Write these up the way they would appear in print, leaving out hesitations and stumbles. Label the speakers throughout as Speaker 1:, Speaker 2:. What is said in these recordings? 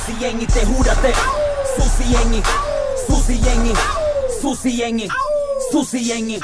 Speaker 1: Susijengi te huudatte, susijengi, susijengi, susijengi, susijengi.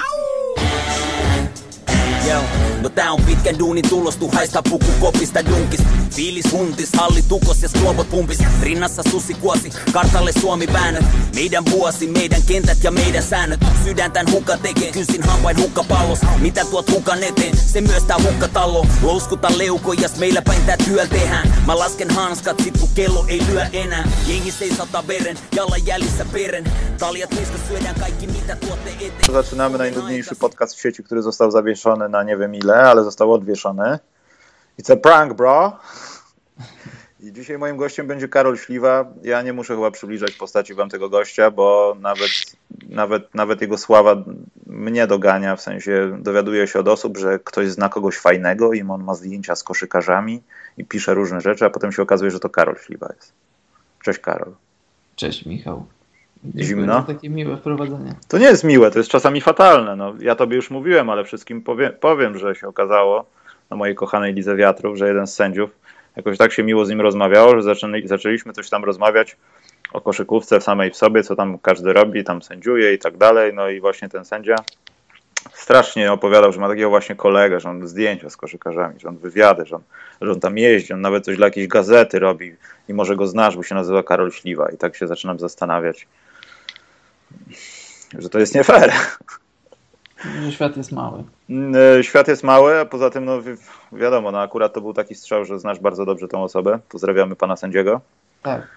Speaker 1: Yo, no tää on pitkän duunin tulostu, haista pukukopista dunkis. Fiilis huntis, halli tukos ja sklobot pumpis. Rinnassa susi kuosi, kartalle Suomi väännöt. Meidän vuosi, meidän kentät ja meidän säännöt. Sydäntän hukka tekee, kysin hampain hukkapallos. Mitä tuot hukan eteen, se myös tää hukkatallo. Louskuta leukojas, meillä päin tää työl tehdään. Mä lasken hanskat, sit kun kello ei lyö enää. Jengi seisata veren, jalanjäljissä peren. Taljat niistä syödään kaikki mitä tuotte eteen.
Speaker 2: Zaczynamy najnudniejszy podcast w sieci, który został zawieszony na nie wiem ile, ale został odwieszony. It's a prank, bro! I dzisiaj moim gościem będzie Karol Śliwa. Ja nie muszę chyba przybliżać postaci wam tego gościa, bo nawet jego sława mnie dogania, w sensie dowiaduję się od osób, że ktoś zna kogoś fajnego i on ma zdjęcia z koszykarzami i pisze różne rzeczy, a potem się okazuje, że to Karol Śliwa jest. Cześć Karol.
Speaker 3: Cześć Michał.
Speaker 2: Zimno?
Speaker 3: To takie miłe wprowadzenie.
Speaker 2: To nie jest miłe, to jest czasami fatalne. No, ja tobie już mówiłem, ale wszystkim powiem, że się okazało na mojej kochanej Lidze Wiatrów, że jeden z sędziów, jakoś tak się miło z nim rozmawiało, że zaczęliśmy coś tam rozmawiać o koszykówce w samej w sobie, co tam każdy robi, tam sędziuje i tak dalej. No i właśnie ten sędzia strasznie opowiadał, że ma takiego właśnie kolegę, że on zdjęcia z koszykarzami, że on wywiady, że on tam jeździ, on nawet coś dla jakiejś gazety robi i może go znasz, bo się nazywa Karol Śliwa. I tak się zaczynam zastanawiać, że to jest nie fair.
Speaker 3: Że świat jest mały.
Speaker 2: Świat jest mały, a poza tym, no wiadomo, no akurat to był taki strzał, że znasz bardzo dobrze tą osobę. Pozdrawiamy pana sędziego.
Speaker 3: Tak,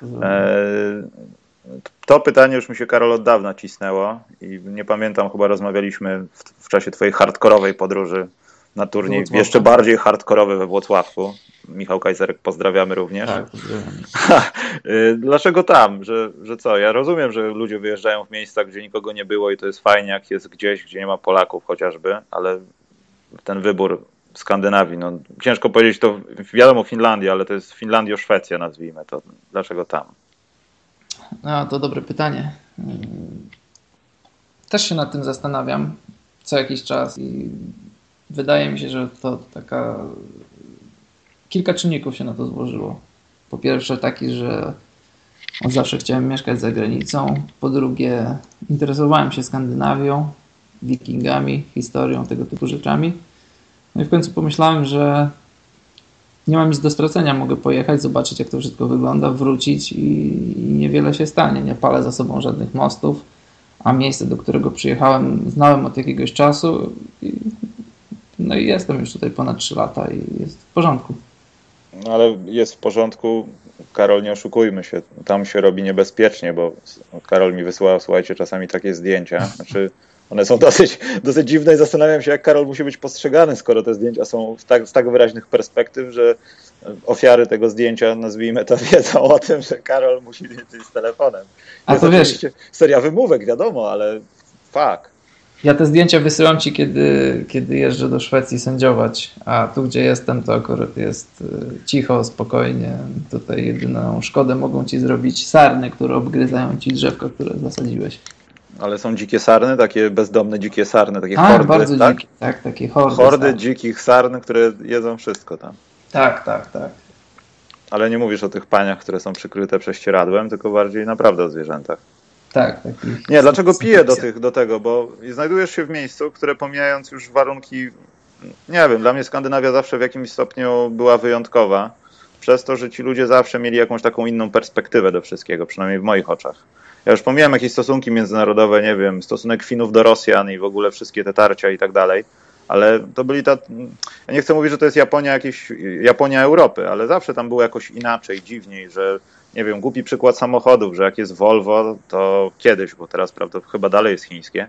Speaker 2: to pytanie już mi się, Karol, od dawna cisnęło i nie pamiętam, chyba rozmawialiśmy w czasie twojej hardkorowej podróży na turniej, jeszcze bardziej hardkorowy we Włocławku. Michał Kajzerek, pozdrawiamy również.
Speaker 3: Tak, pozdrawiamy.
Speaker 2: Dlaczego tam? Że co? Ja rozumiem, że ludzie wyjeżdżają w miejsca, gdzie nikogo nie było i to jest fajnie, jak jest gdzieś, gdzie nie ma Polaków chociażby, ale ten wybór w Skandynawii, no ciężko powiedzieć, to wiadomo Finlandia, ale to jest Finlandio-Szwecja, nazwijmy to. Dlaczego tam?
Speaker 3: No, to dobre pytanie. Też się nad tym zastanawiam co jakiś czas i wydaje mi się, że to kilka czynników się na to złożyło. Po pierwsze taki, że od zawsze chciałem mieszkać za granicą. Po drugie interesowałem się Skandynawią, wikingami, historią, tego typu rzeczami. No i w końcu pomyślałem, że nie mam nic do stracenia, mogę pojechać, zobaczyć jak to wszystko wygląda, wrócić i niewiele się stanie. Nie palę za sobą żadnych mostów, a miejsce, do którego przyjechałem, znałem od jakiegoś czasu. No i jestem już tutaj ponad 3 lata i jest w porządku.
Speaker 2: No ale jest w porządku, Karol, nie oszukujmy się, tam się robi niebezpiecznie, bo Karol mi wysyła, słuchajcie, czasami takie zdjęcia, znaczy one są dosyć dziwne i zastanawiam się, jak Karol musi być postrzegany, skoro te zdjęcia są z tak wyraźnych perspektyw, że ofiary tego zdjęcia, nazwijmy to, wiedzą o tym, że Karol musi mieć z telefonem.
Speaker 3: A to wiesz,
Speaker 2: seria wymówek, wiadomo, ale fuck.
Speaker 3: Ja te zdjęcia wysyłam ci, kiedy jeżdżę do Szwecji sędziować, a tu, gdzie jestem, to akurat jest cicho, spokojnie. Tutaj jedyną szkodę mogą ci zrobić sarny, które obgryzają ci drzewko, które zasadziłeś. Ale
Speaker 2: są dzikie sarny, takie bezdomne dzikie sarny, takie hordy,
Speaker 3: bardzo
Speaker 2: tak?
Speaker 3: Dzikie, tak, takie hordy.
Speaker 2: Hordy dzikich sarn, które jedzą wszystko tam.
Speaker 3: Tak.
Speaker 2: Ale nie mówisz o tych paniach, które są przykryte prześcieradłem, tylko bardziej naprawdę o zwierzętach.
Speaker 3: Tak.
Speaker 2: Nie, dlaczego piję do tego, bo znajdujesz się w miejscu, które pomijając już warunki, nie wiem, dla mnie Skandynawia zawsze w jakimś stopniu była wyjątkowa, przez to, że ci ludzie zawsze mieli jakąś taką inną perspektywę do wszystkiego, przynajmniej w moich oczach. Ja już pomijam jakieś stosunki międzynarodowe, nie wiem, stosunek Finów do Rosjan i w ogóle wszystkie te tarcia i tak dalej, ale to byli ja nie chcę mówić, że to jest Japonia Europy, ale zawsze tam było jakoś inaczej, dziwniej, że nie wiem, głupi przykład samochodów, że jak jest Volvo, to kiedyś, bo teraz prawda, chyba dalej jest chińskie,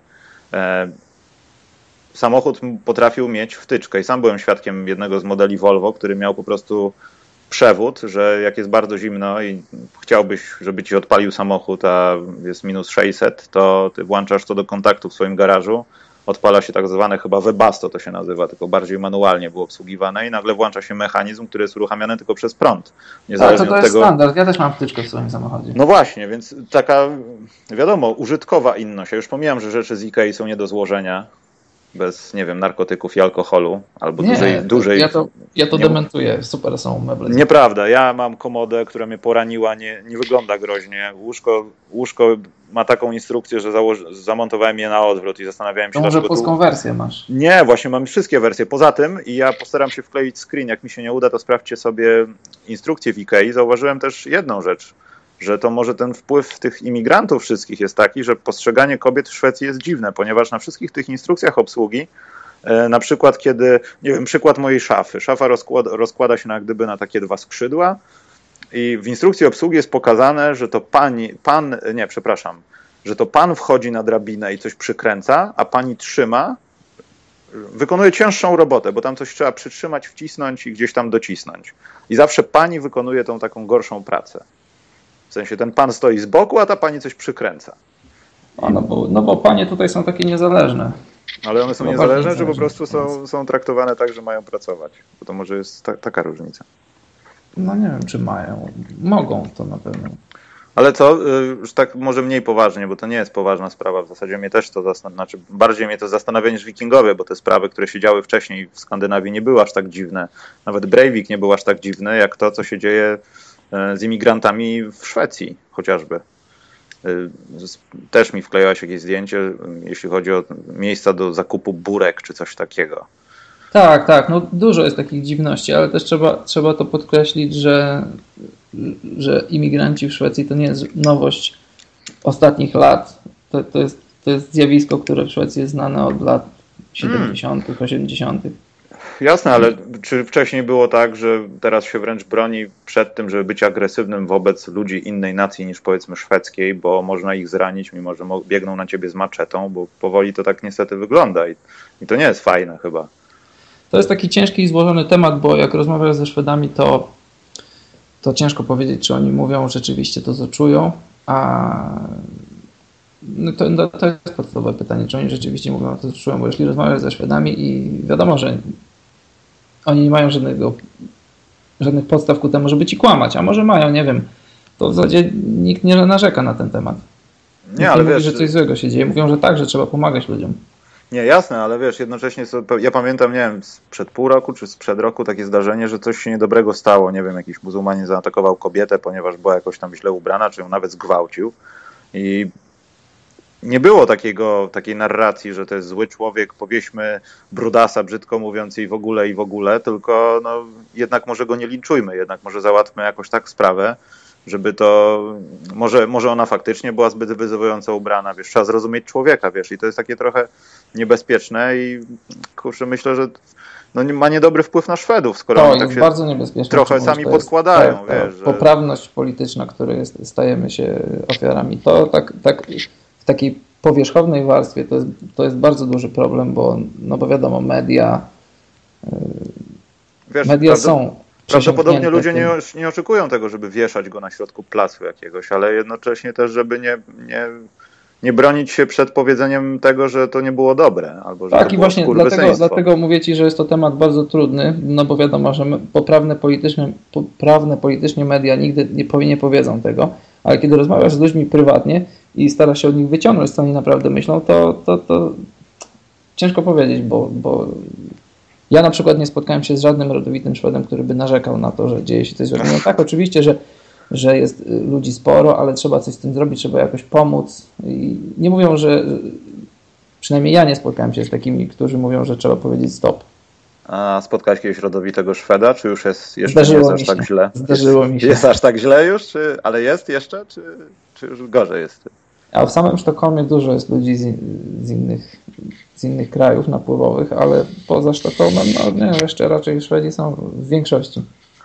Speaker 2: samochód potrafił mieć wtyczkę i sam byłem świadkiem jednego z modeli Volvo, który miał po prostu przewód, że jak jest bardzo zimno i chciałbyś, żeby ci odpalił samochód, a jest minus 600, to ty włączasz to do kontaktu w swoim garażu, odpala się tak zwane chyba Webasto to się nazywa, tylko bardziej manualnie było obsługiwane i nagle włącza się mechanizm, który jest uruchamiany tylko przez prąd.
Speaker 3: Niezależnie to jest standard, ja też mam wtyczkę w swoim samochodzie.
Speaker 2: No właśnie, więc taka, wiadomo, użytkowa inność. Ja już pomijam, że rzeczy z Ikei są nie do złożenia, bez, nie wiem, narkotyków i alkoholu, albo
Speaker 3: Nie,
Speaker 2: dużej...
Speaker 3: Ja to dementuję, super są meble.
Speaker 2: Nieprawda, ja mam komodę, która mnie poraniła, nie wygląda groźnie. Łóżko ma taką instrukcję, że zamontowałem je na odwrót i zastanawiałem się,
Speaker 3: to może polską wersję masz.
Speaker 2: Nie, właśnie mam wszystkie wersje. Poza tym, i ja postaram się wkleić screen, jak mi się nie uda, to sprawdźcie sobie instrukcję w Ikei. Zauważyłem też jedną rzecz, że to może ten wpływ tych imigrantów wszystkich jest taki, że postrzeganie kobiet w Szwecji jest dziwne, ponieważ na wszystkich tych instrukcjach obsługi, na przykład kiedy, nie wiem, przykład mojej szafy. Szafa rozkłada się jak gdyby na takie 2 skrzydła i w instrukcji obsługi jest pokazane, że to że to pan wchodzi na drabinę i coś przykręca, a pani trzyma, wykonuje cięższą robotę, bo tam coś trzeba przytrzymać, wcisnąć i gdzieś tam docisnąć. I zawsze pani wykonuje tą taką gorszą pracę. W sensie ten pan stoi z boku, a ta pani coś przykręca.
Speaker 3: No bo panie tutaj są takie niezależne.
Speaker 2: Ale one są niezależne, czy po prostu są traktowane tak, że mają pracować? Bo to może jest taka różnica.
Speaker 3: No nie wiem, czy mają. Mogą to na pewno.
Speaker 2: Ale co, już tak może mniej poważnie, bo to nie jest poważna sprawa. W zasadzie mnie też to bardziej mnie to zastanawia niż wikingowie, bo te sprawy, które się działy wcześniej w Skandynawii, nie były aż tak dziwne. Nawet Breivik nie był aż tak dziwny, jak to, co się dzieje z imigrantami w Szwecji chociażby. Też mi wklejałaś jakieś zdjęcie, jeśli chodzi o miejsca do zakupu burek czy coś takiego.
Speaker 3: Tak, no dużo jest takich dziwności, ale też trzeba to podkreślić, że imigranci w Szwecji to nie jest nowość ostatnich lat. To jest zjawisko, które w Szwecji jest znane od lat 70., 80.
Speaker 2: Jasne, ale czy wcześniej było tak, że teraz się wręcz broni przed tym, żeby być agresywnym wobec ludzi innej nacji niż powiedzmy szwedzkiej, bo można ich zranić, mimo że biegną na ciebie z maczetą, bo powoli to tak niestety wygląda i to nie jest fajne chyba.
Speaker 3: To jest taki ciężki i złożony temat, bo jak rozmawiasz ze Szwedami, to ciężko powiedzieć, czy oni mówią rzeczywiście to, co czują, a no to jest podstawowe pytanie, czy oni rzeczywiście mówią to, co czują, bo jeśli rozmawiasz ze Szwedami i wiadomo, że oni nie mają żadnych podstaw ku temu, żeby ci kłamać, a może mają, nie wiem, to w zasadzie nikt nie narzeka na ten temat. Nie, ale mówi, że coś złego się dzieje, mówią, że tak, że trzeba pomagać ludziom.
Speaker 2: Nie, jasne, ale wiesz, jednocześnie ja pamiętam, nie wiem, sprzed pół roku czy sprzed roku takie zdarzenie, że coś się niedobrego stało, nie wiem, jakiś muzułmanin zaatakował kobietę, ponieważ była jakoś tam źle ubrana, czy ją nawet zgwałcił i nie było takiej narracji, że to jest zły człowiek, powieśmy brudasa, brzydko mówiąc, i w ogóle, tylko no, jednak może go nie linczujmy, jednak może załatwmy jakoś tak sprawę, żeby to, może ona faktycznie była zbyt wyzywająco ubrana, wiesz, trzeba zrozumieć człowieka, wiesz, i to jest takie trochę niebezpieczne i kurczę, myślę, że no, ma niedobry wpływ na Szwedów, skoro
Speaker 3: to
Speaker 2: oni tak
Speaker 3: jest
Speaker 2: się
Speaker 3: bardzo niebezpieczne,
Speaker 2: trochę sami podkładają, wiesz.
Speaker 3: Poprawność polityczna, której stajemy się ofiarami, to tak w takiej powierzchownej warstwie to jest bardzo duży problem, bo wiadomo, media są
Speaker 2: prawdopodobnie ludzie nie oczekują tego, żeby wieszać go na środku placu jakiegoś, ale jednocześnie też, żeby nie bronić się przed powiedzeniem tego, że to nie było dobre. Albo że
Speaker 3: tak,
Speaker 2: to
Speaker 3: i właśnie dlatego mówię Ci, że jest to temat bardzo trudny, no bo wiadomo, że poprawne politycznie media nigdy nie powiedzą tego, ale kiedy rozmawiasz z ludźmi prywatnie i starasz się od nich wyciągnąć, co oni naprawdę myślą, to ciężko powiedzieć, bo ja na przykład nie spotkałem się z żadnym rodowitym Szwedem, który by narzekał na to, że dzieje się coś złego. No tak, oczywiście, że jest ludzi sporo, ale trzeba coś z tym zrobić, trzeba jakoś pomóc. I nie mówią, że przynajmniej ja nie spotkałem się z takimi, którzy mówią, że trzeba powiedzieć stop.
Speaker 2: A spotkałeś kiedyś rodowitego Szweda, czy już jest jeszcze nie jest aż tak źle?
Speaker 3: Zdarzyło mi się.
Speaker 2: Jest aż tak źle już, ale jest jeszcze, czy już gorzej jest?
Speaker 3: A w samym Sztokholmie dużo jest ludzi z innych krajów napływowych, ale poza Sztokholmem, jeszcze raczej Szwedzi są w większości.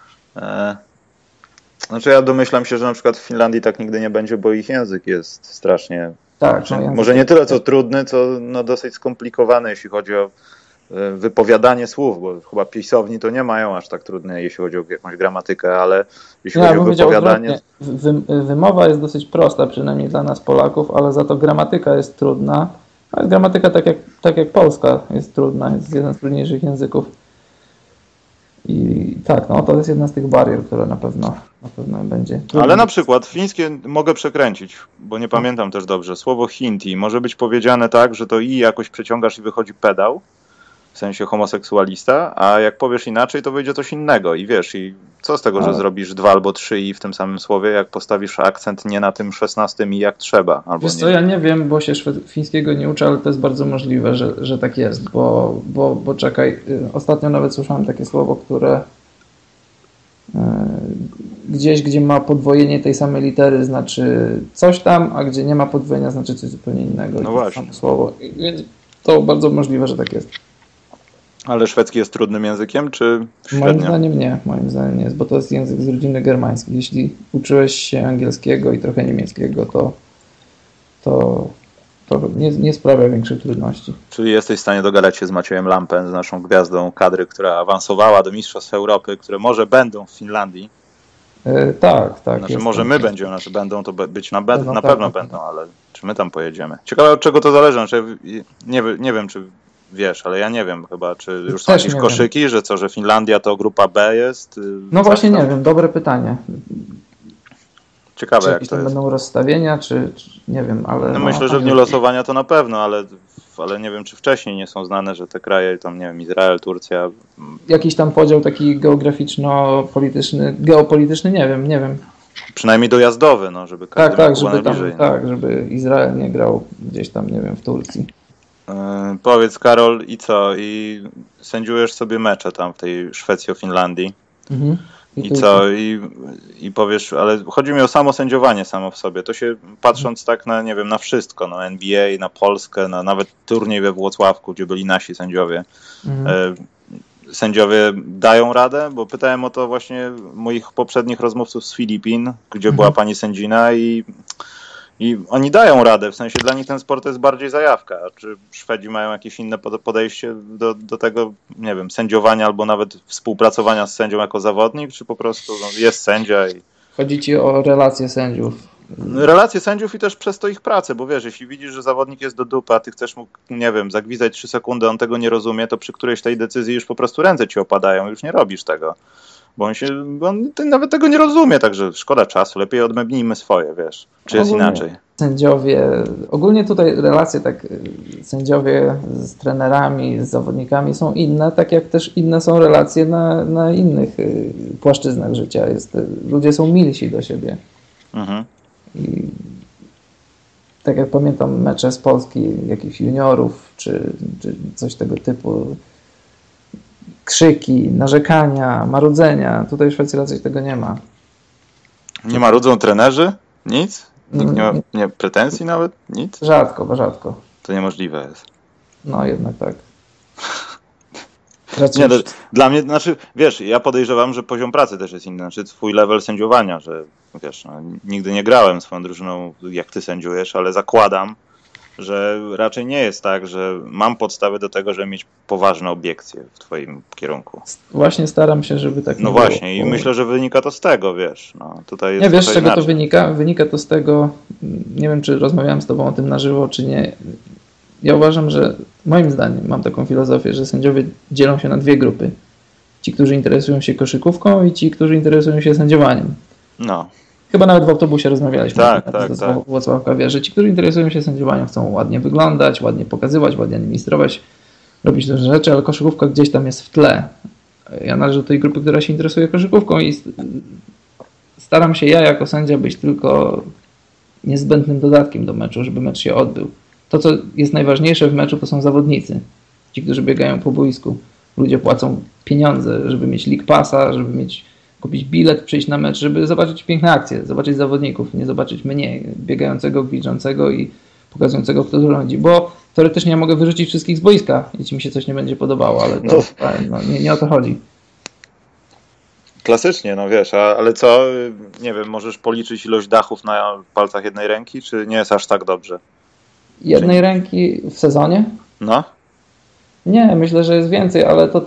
Speaker 2: Znaczy ja domyślam się, że na przykład w Finlandii tak nigdy nie będzie, bo ich język jest strasznie, może nie tyle co trudny, co dosyć skomplikowany, jeśli chodzi o wypowiadanie słów, bo chyba pisowni to nie mają aż tak trudne, jeśli chodzi o jakąś gramatykę, ale jeśli chodzi o wypowiadanie...
Speaker 3: Wymowa jest dosyć prosta, przynajmniej dla nas Polaków, ale za to gramatyka jest trudna. A gramatyka tak jak polska jest trudna, jest jeden z trudniejszych języków. I Tak, no to jest jedna z tych barier, która na pewno będzie.
Speaker 2: Ale na przykład fińskie mogę przekręcić, bo nie pamiętam też dobrze. Słowo Hinti może być powiedziane tak, że to i jakoś przeciągasz i wychodzi pedał, w sensie homoseksualista, a jak powiesz inaczej, to wyjdzie coś innego i wiesz, i co z tego, że zrobisz 2 albo 3 i w tym samym słowie, jak postawisz akcent nie na tym 16 i jak trzeba. Albo
Speaker 3: wiesz co, ja nie wiem, bo się fińskiego nie uczę, ale to jest bardzo możliwe, że tak jest, bo czekaj, ostatnio nawet słyszałem takie słowo, które gdzieś, gdzie ma podwojenie tej samej litery, znaczy coś tam, a gdzie nie ma podwojenia, znaczy coś zupełnie innego.
Speaker 2: No właśnie.
Speaker 3: Samo słowo. Więc to bardzo możliwe, że tak jest.
Speaker 2: Ale szwedzki jest trudnym językiem, czy średnio?
Speaker 3: Moim zdaniem nie jest, bo to jest język z rodziny germańskiej. Jeśli uczyłeś się angielskiego i trochę niemieckiego, to nie sprawia większych trudności.
Speaker 2: Czyli jesteś w stanie dogadać się z Maciejem Lampem, z naszą gwiazdą kadry, która awansowała do Mistrzostw Europy, które może będą w Finlandii.
Speaker 3: Tak.
Speaker 2: Znaczy może my będziemy, znaczy będą to być na pewno będą, ale czy my tam pojedziemy? Ciekawe, od czego to zależy. Znaczy, nie wiem, czy wiesz, ale ja nie wiem chyba, czy już są jakieś koszyki, że Finlandia to grupa B jest?
Speaker 3: No właśnie nie wiem, dobre pytanie.
Speaker 2: Ciekawe,
Speaker 3: czy
Speaker 2: jak to jest.
Speaker 3: Będą rozstawienia, czy nie wiem, ale...
Speaker 2: No myślę, że w dniu losowania to na pewno, ale nie wiem, czy wcześniej nie są znane, że te kraje, tam nie wiem, Izrael, Turcja...
Speaker 3: Jakiś tam podział taki geopolityczny, nie wiem.
Speaker 2: Przynajmniej dojazdowy, no, żeby każdy mógł najbliżej.
Speaker 3: Tak, żeby Izrael nie grał gdzieś tam, nie wiem, w Turcji.
Speaker 2: Powiedz, Karol, i co? I sędziujesz sobie mecze tam w tej Szwecji-Finlandii. Mhm. I co? I powiesz, ale chodzi mi o samo sędziowanie samo w sobie. To się patrząc tak na, nie wiem, na wszystko, na NBA, na Polskę, na nawet turniej we Włocławku, gdzie byli nasi sędziowie. Sędziowie dają radę? Bo pytałem o to właśnie moich poprzednich rozmówców z Filipin, gdzie była pani sędzina i oni dają radę, w sensie dla nich ten sport to jest bardziej zajawka. Czy Szwedzi mają jakieś inne podejście do tego, nie wiem, sędziowania albo nawet współpracowania z sędzią jako zawodnik, czy po prostu jest sędzia i...
Speaker 3: Chodzi ci o relacje sędziów.
Speaker 2: Relacje sędziów i też przez to ich pracę, bo wiesz, jeśli widzisz, że zawodnik jest do dupy, a ty chcesz mu, nie wiem, zagwizdać 3 sekundy, on tego nie rozumie, to przy którejś tej decyzji już po prostu ręce ci opadają, już nie robisz tego. Bo on nawet tego nie rozumie, także szkoda czasu, lepiej odmębnijmy swoje, wiesz, czy jest inaczej.
Speaker 3: Sędziowie, ogólnie tutaj relacje tak sędziowie z trenerami, z zawodnikami są inne, tak jak też inne są relacje na innych płaszczyznach życia. Ludzie są milsi do siebie. I tak jak pamiętam mecze z Polski, jakichś juniorów, czy coś tego typu, krzyki, narzekania, marudzenia. Tutaj w Szwecji raczej tego nie ma.
Speaker 2: Nie marudzą trenerzy? Nic? Nikt nie ma pretensji nawet? Nic?
Speaker 3: Rzadko.
Speaker 2: To niemożliwe jest.
Speaker 3: No jednak tak.
Speaker 2: Nie, dla mnie, znaczy, wiesz, ja podejrzewam, że poziom pracy też jest inny, znaczy twój level sędziowania, że wiesz, nigdy nie grałem swoją drużyną, jak ty sędziujesz, ale zakładam, że raczej nie jest tak, że mam podstawy do tego, żeby mieć poważne obiekcje w twoim kierunku.
Speaker 3: Właśnie staram się, żeby tak nie
Speaker 2: było. No właśnie i myślę, że wynika to z tego, wiesz. No, tutaj jest
Speaker 3: nie wiesz, z czego to wynika? Wynika to z tego, nie wiem, czy rozmawiałem z tobą o tym na żywo, czy nie. Ja uważam, że moim zdaniem, mam taką filozofię, że sędziowie dzielą się na 2 grupy. Ci, którzy interesują się koszykówką i ci, którzy interesują się sędziowaniem.
Speaker 2: No.
Speaker 3: Chyba nawet w autobusie rozmawialiśmy
Speaker 2: tak.
Speaker 3: z Włocławka, że ci, którzy interesują się sędziowaniem, chcą ładnie wyglądać, ładnie pokazywać, ładnie administrować, robić te rzeczy, ale koszykówka gdzieś tam jest w tle. Ja należę do tej grupy, która się interesuje koszykówką i staram się ja jako sędzia być tylko niezbędnym dodatkiem do meczu, żeby mecz się odbył. To, co jest najważniejsze w meczu, to są zawodnicy. Ci, którzy biegają po boisku. Ludzie płacą pieniądze, żeby mieć League Passa, żeby kupić bilet, przyjść na mecz, żeby zobaczyć piękne akcje, zobaczyć zawodników, nie zobaczyć mnie biegającego, gwizdzącego i pokazującego, kto rządzi. Bo teoretycznie ja mogę wyrzucić wszystkich z boiska, jeśli mi się coś nie będzie podobało, ale nie o to chodzi.
Speaker 2: Klasycznie, no wiesz, ale co, nie wiem, możesz policzyć ilość dachów na palcach jednej ręki, czy nie jest aż tak dobrze?
Speaker 3: Jednej ręki w sezonie?
Speaker 2: No.
Speaker 3: Nie, myślę, że jest więcej, ale to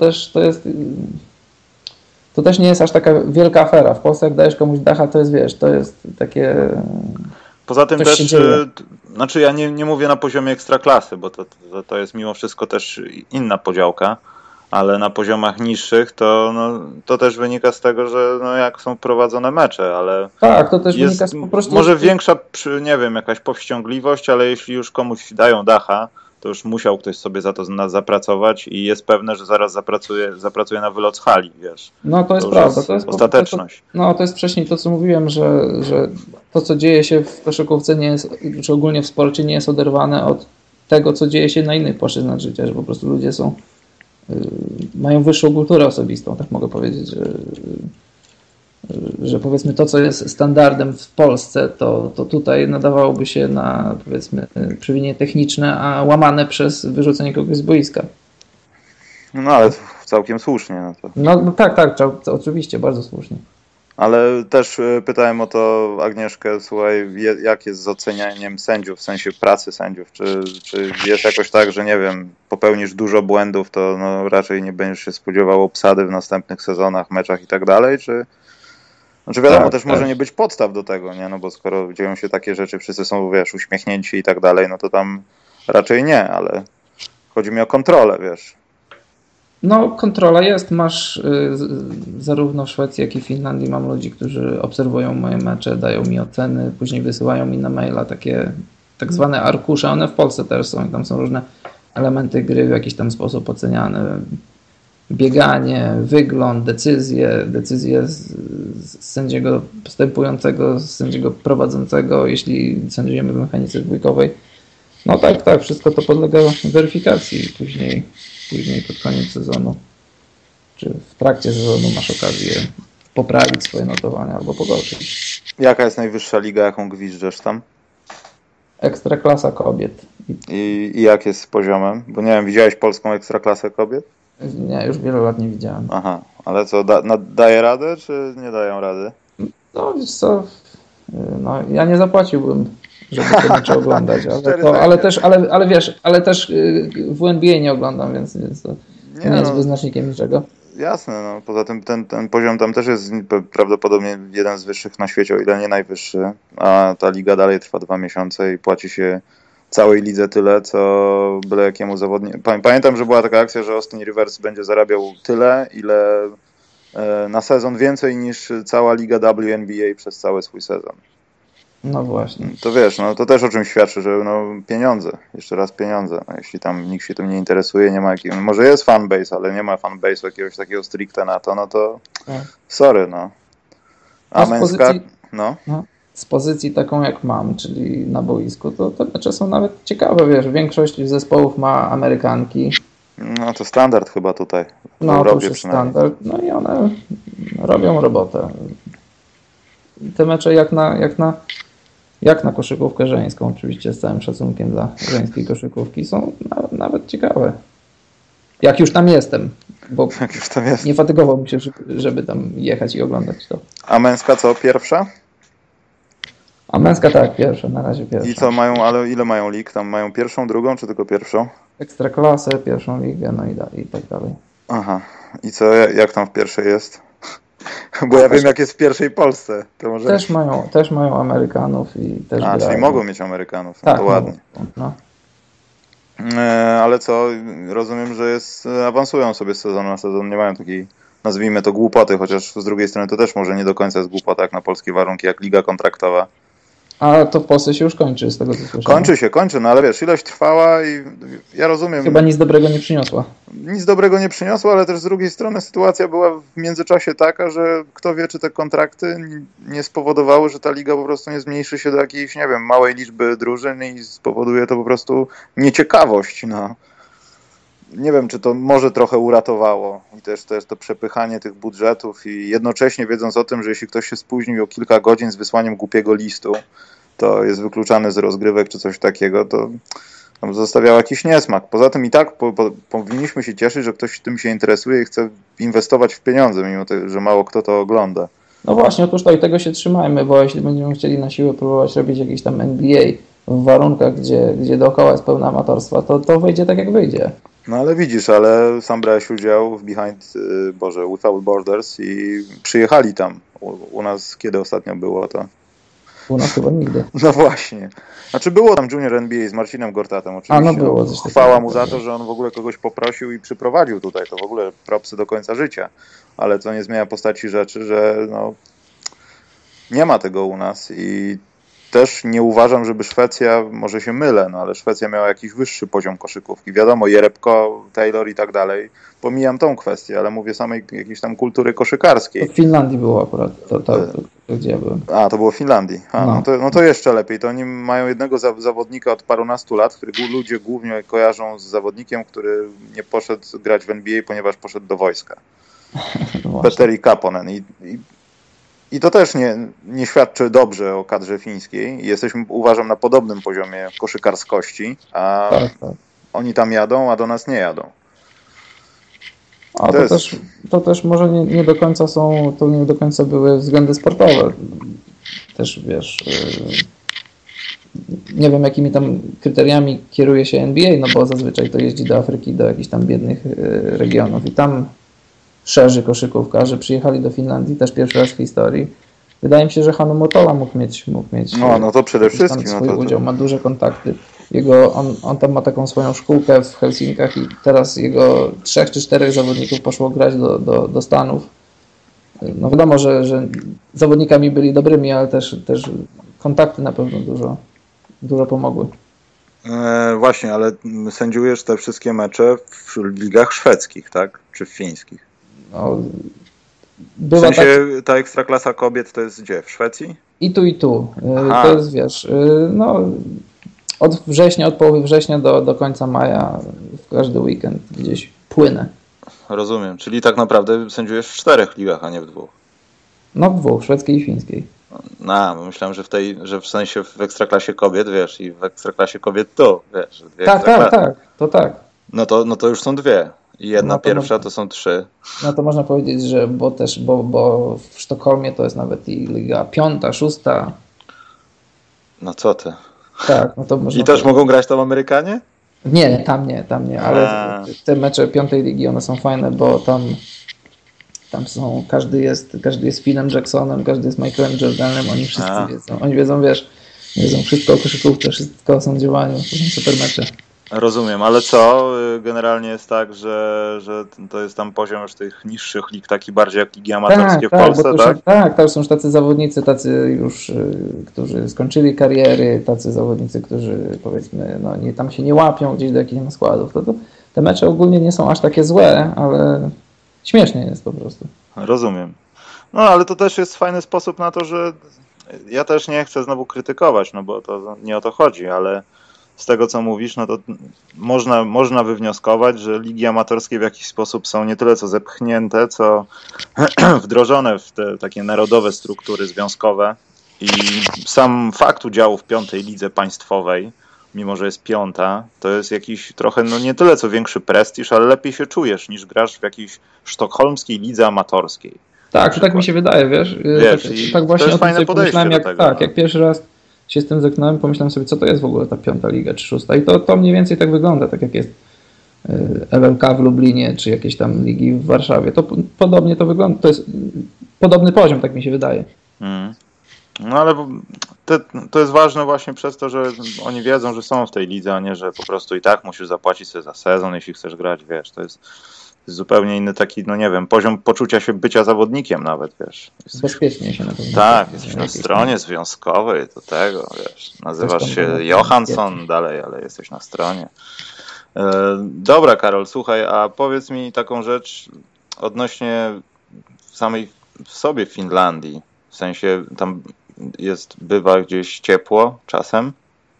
Speaker 3: też nie jest aż taka wielka afera. W Polsce jak dajesz komuś dacha, to jest, wiesz, to jest takie...
Speaker 2: Poza tym też, znaczy ja nie mówię na poziomie ekstraklasy, bo to jest mimo wszystko też inna podziałka, ale na poziomach niższych to też wynika z tego, że jak są prowadzone mecze, ale
Speaker 3: tak, to też
Speaker 2: jest
Speaker 3: wynika po prostu...
Speaker 2: może większa, nie wiem, jakaś powściągliwość, ale jeśli już komuś dają dacha, to już musiał ktoś sobie za to zapracować i jest pewne, że zaraz zapracuje na wylot z hali, wiesz.
Speaker 3: No to jest prawda. To jest
Speaker 2: ostateczność.
Speaker 3: To jest wcześniej to, co mówiłem, że to, co dzieje się w koszykówce nie jest, czy ogólnie w sporcie nie jest oderwane od tego, co dzieje się na innych płaszczyznach życia, że po prostu ludzie mają wyższą kulturę osobistą, tak mogę powiedzieć, że powiedzmy to, co jest standardem w Polsce, to tutaj nadawałoby się na, powiedzmy, przewinienie techniczne, a łamane przez wyrzucenie kogoś z boiska.
Speaker 2: No ale całkiem słusznie.
Speaker 3: No tak, oczywiście, bardzo słusznie.
Speaker 2: Ale też pytałem o to Agnieszkę, słuchaj, jak jest z ocenianiem sędziów, w sensie pracy sędziów? Czy jest jakoś tak, że nie wiem, popełnisz dużo błędów, to raczej nie będziesz się spodziewał obsady w następnych sezonach, meczach i tak dalej, czy... Znaczy wiadomo, też może nie być podstaw do tego, nie? No bo skoro dzieją się takie rzeczy, wszyscy są, wiesz, uśmiechnięci i tak dalej, no to tam raczej nie, ale chodzi mi o kontrolę, wiesz.
Speaker 3: No kontrola jest, masz zarówno w Szwecji, jak i w Finlandii mam ludzi, którzy obserwują moje mecze, dają mi oceny, później wysyłają mi na maila takie tak zwane arkusze, one w Polsce też są i tam są różne elementy gry w jakiś tam sposób oceniane. Bieganie, wygląd, decyzje z sędziego postępującego, z sędziego prowadzącego, jeśli sędziujemy w mechanice dwójkowej. No tak, wszystko to podlega weryfikacji później pod koniec sezonu, czy w trakcie sezonu masz okazję poprawić swoje notowania albo pogorszyć.
Speaker 2: Jaka jest najwyższa liga, jaką gwizdżesz tam?
Speaker 3: Ekstraklasa kobiet.
Speaker 2: I jak jest z poziomem? Bo nie wiem, widziałeś polską ekstraklasę kobiet?
Speaker 3: Nie, już wiele lat nie widziałem.
Speaker 2: Ale co, daje radę, czy nie dają rady?
Speaker 3: No wiesz co, ja nie zapłaciłbym, żeby te mecze oglądać, ale też w NBA nie oglądam, więc to nie jest wyznacznikiem niczego.
Speaker 2: Jasne, no poza tym ten poziom tam też jest prawdopodobnie jeden z wyższych na świecie, o ile nie najwyższy, a ta liga dalej trwa 2 miesiące i płaci się całej lidze tyle, co byle jakiemu zawodnikowi. Pamiętam, że była taka akcja, że Austin Rivers będzie zarabiał tyle, ile na sezon więcej niż cała liga WNBA przez cały swój sezon.
Speaker 3: No właśnie.
Speaker 2: To wiesz, to też o czym świadczy, że pieniądze, jeszcze raz pieniądze. Jeśli tam nikt się tym nie interesuje, nie ma może jest fanbase, ale nie ma fanbase'u jakiegoś takiego stricte na to, sorry, A męska,
Speaker 3: z pozycji taką jak mam, czyli na boisku, to te mecze są nawet ciekawe, wiesz, większość zespołów ma Amerykanki.
Speaker 2: No to standard chyba tutaj.
Speaker 3: No to już jest standard, no i one robią robotę. Te mecze jak na koszykówkę żeńską, oczywiście z całym szacunkiem dla żeńskiej koszykówki, są nawet ciekawe. Jak już tam jestem, bo nie fatygowałbym się, żeby tam jechać i oglądać to.
Speaker 2: A męska co, pierwsza?
Speaker 3: A męska tak, pierwsza, na razie pierwsza.
Speaker 2: I co mają, ale ile mają lig? Tam mają pierwszą, drugą, czy tylko pierwszą?
Speaker 3: Ekstraklasę, pierwszą ligę, i tak dalej.
Speaker 2: Aha. I co, jak tam w pierwszej jest? Bo ja wiem, jak jest w pierwszej Polsce. To może...
Speaker 3: Też mają Amerykanów i też grają.
Speaker 2: Czyli mogą mieć Amerykanów,
Speaker 3: tak,
Speaker 2: to ładnie.
Speaker 3: No.
Speaker 2: Ale co, rozumiem, że awansują sobie z sezonu na sezon, nie mają takiej, nazwijmy to, głupoty, chociaż z drugiej strony to też może nie do końca jest głupota jak na polskie warunki, jak liga kontraktowa.
Speaker 3: A to w Polsce się już kończy, z tego co słyszałem.
Speaker 2: Kończy, ale wiesz, ilość trwała i ja rozumiem.
Speaker 3: Chyba nic dobrego nie przyniosła.
Speaker 2: Nic dobrego nie przyniosła, ale też z drugiej strony sytuacja była w międzyczasie taka, że kto wie, czy te kontrakty nie spowodowały, że ta liga po prostu nie zmniejszy się do jakiejś, nie wiem, małej liczby drużyn i spowoduje to po prostu nieciekawość. Nie wiem, czy to może trochę uratowało i też to przepychanie tych budżetów i jednocześnie wiedząc o tym, że jeśli ktoś się spóźnił o kilka godzin z wysłaniem głupiego listu, to jest wykluczany z rozgrywek czy coś takiego, to zostawiał jakiś niesmak. Poza tym i tak powinniśmy się cieszyć, że ktoś tym się interesuje i chce inwestować w pieniądze, mimo tego, że mało kto to ogląda.
Speaker 3: No właśnie, otóż to i tego się trzymajmy, bo jeśli będziemy chcieli na siłę próbować robić jakiś tam NBA w warunkach, gdzie dookoła jest pełne amatorstwa, to wyjdzie tak jak wyjdzie.
Speaker 2: No ale widzisz, ale sam brałeś udział w Without Borders i przyjechali tam. U nas kiedy ostatnio było to?
Speaker 3: U nas chyba nigdy.
Speaker 2: No właśnie. Znaczy było tam Junior NBA z Marcinem Gortatem oczywiście.
Speaker 3: No było coś takiego.
Speaker 2: Chwała mu za to, że on w ogóle kogoś poprosił i przyprowadził tutaj. To w ogóle propsy do końca życia. Ale to nie zmienia postaci rzeczy, że no, nie ma tego u nas i też nie uważam, żeby Szwecja, może się mylę, no ale Szwecja miała jakiś wyższy poziom koszykówki. Wiadomo, Jerebko, Taylor i tak dalej. Pomijam tą kwestię, ale mówię samej jakiejś tam kultury koszykarskiej.
Speaker 3: To w Finlandii było akurat, to gdzie ja byłem.
Speaker 2: A, to było w Finlandii. No to jeszcze lepiej. To oni mają jednego zawodnika od parunastu lat, który ludzie głównie kojarzą z zawodnikiem, który nie poszedł grać w NBA, ponieważ poszedł do wojska. Petteri Kaponen. I to też nie świadczy dobrze o kadrze fińskiej. Jesteśmy, uważam, na podobnym poziomie koszykarskości, a oni tam jadą, a do nas nie jadą.
Speaker 3: A to też może nie do końca to nie do końca były względy sportowe. Też wiesz, nie wiem jakimi tam kryteriami kieruje się NBA, no bo zazwyczaj to jeździ do Afryki, do jakichś tam biednych regionów i tam szerzy koszykówkarze przyjechali do Finlandii też pierwszy raz w historii. Wydaje mi się, że Hanu Motola mógł mieć
Speaker 2: no to przede wszystkim
Speaker 3: swój udział, ma duże kontakty. On tam ma taką swoją szkółkę w Helsinkach i teraz jego 3 czy 4 zawodników poszło grać do Stanów. No wiadomo, że zawodnikami byli dobrymi, ale też kontakty na pewno dużo pomogły.
Speaker 2: Właśnie, ale sędziujesz te wszystkie mecze w ligach szwedzkich, tak? Czy fińskich?
Speaker 3: No,
Speaker 2: w sensie ta ekstraklasa kobiet to jest gdzie? W Szwecji?
Speaker 3: I tu. Aha. To jest, wiesz, no od połowy września do końca maja w każdy weekend gdzieś płynę.
Speaker 2: Rozumiem, czyli tak naprawdę sędziujesz w 4 ligach, a nie w 2.
Speaker 3: No w 2, szwedzkiej i fińskiej.
Speaker 2: Bo myślałem, że w sensie w ekstraklasie kobiet, wiesz, i w ekstraklasie kobiet to, wiesz.
Speaker 3: Tak.
Speaker 2: No to już są 2. I jedna pierwsza to są 3.
Speaker 3: No to można powiedzieć, że bo w Sztokholmie to jest nawet i liga 5, 6.
Speaker 2: No co ty?
Speaker 3: Tak, no to można.
Speaker 2: I też mogą grać tam Amerykanie?
Speaker 3: Nie, tam nie, ale te mecze 5. ligi, one są fajne, bo tam są, każdy jest Philem Jacksonem, każdy jest Michaelem Jordanem, oni wszyscy wiedzą. Oni wiedzą, wiesz, wszystko o koszykówce, wszystko o sędziowaniu, to są super mecze.
Speaker 2: Rozumiem, ale co? Generalnie jest tak, że to jest tam poziom już tych niższych lig, taki bardziej jak ligi amatorskie w Polsce, tak?
Speaker 3: Tak, tam są już tacy zawodnicy, którzy skończyli kariery, tacy zawodnicy, którzy powiedzmy, tam się nie łapią gdzieś do jakichś składów. To te mecze ogólnie nie są aż takie złe, ale śmiesznie jest po prostu.
Speaker 2: Rozumiem. No ale to też jest fajny sposób na to, że ja też nie chcę znowu krytykować, no bo to nie o to chodzi, ale z tego, co mówisz, no to można wywnioskować, że ligi amatorskie w jakiś sposób są nie tyle co zepchnięte, co wdrożone w te takie narodowe struktury związkowe i sam fakt udziału w 5. lidze państwowej, mimo że jest 5, to jest jakiś trochę, nie tyle co większy prestiż, ale lepiej się czujesz niż grasz w jakiejś sztokholmskiej lidze amatorskiej.
Speaker 3: Tak mi się wydaje, wiesz tak właśnie
Speaker 2: to jest fajne podejście do tego.
Speaker 3: Jak pierwszy raz się z tym zetknąłem, pomyślałem sobie, co to jest w ogóle ta 5. liga czy 6. I to mniej więcej tak wygląda, tak jak jest LLK w Lublinie, czy jakieś tam ligi w Warszawie. To podobnie to wygląda, to jest podobny poziom, tak mi się wydaje.
Speaker 2: No ale to jest ważne właśnie przez to, że oni wiedzą, że są w tej lidze, a nie, że po prostu i tak musisz zapłacić sobie za sezon, jeśli chcesz grać, wiesz, to jest zupełnie inny taki, poziom poczucia się bycia zawodnikiem nawet, wiesz.
Speaker 3: Bezpiecznie się na to.
Speaker 2: Tak, jesteś na stronie związkowej do tego, wiesz, nazywasz się Johansson dalej, ale jesteś na stronie. Dobra, Karol, słuchaj, a powiedz mi taką rzecz odnośnie samej w sobie Finlandii, w sensie tam bywa gdzieś ciepło czasem?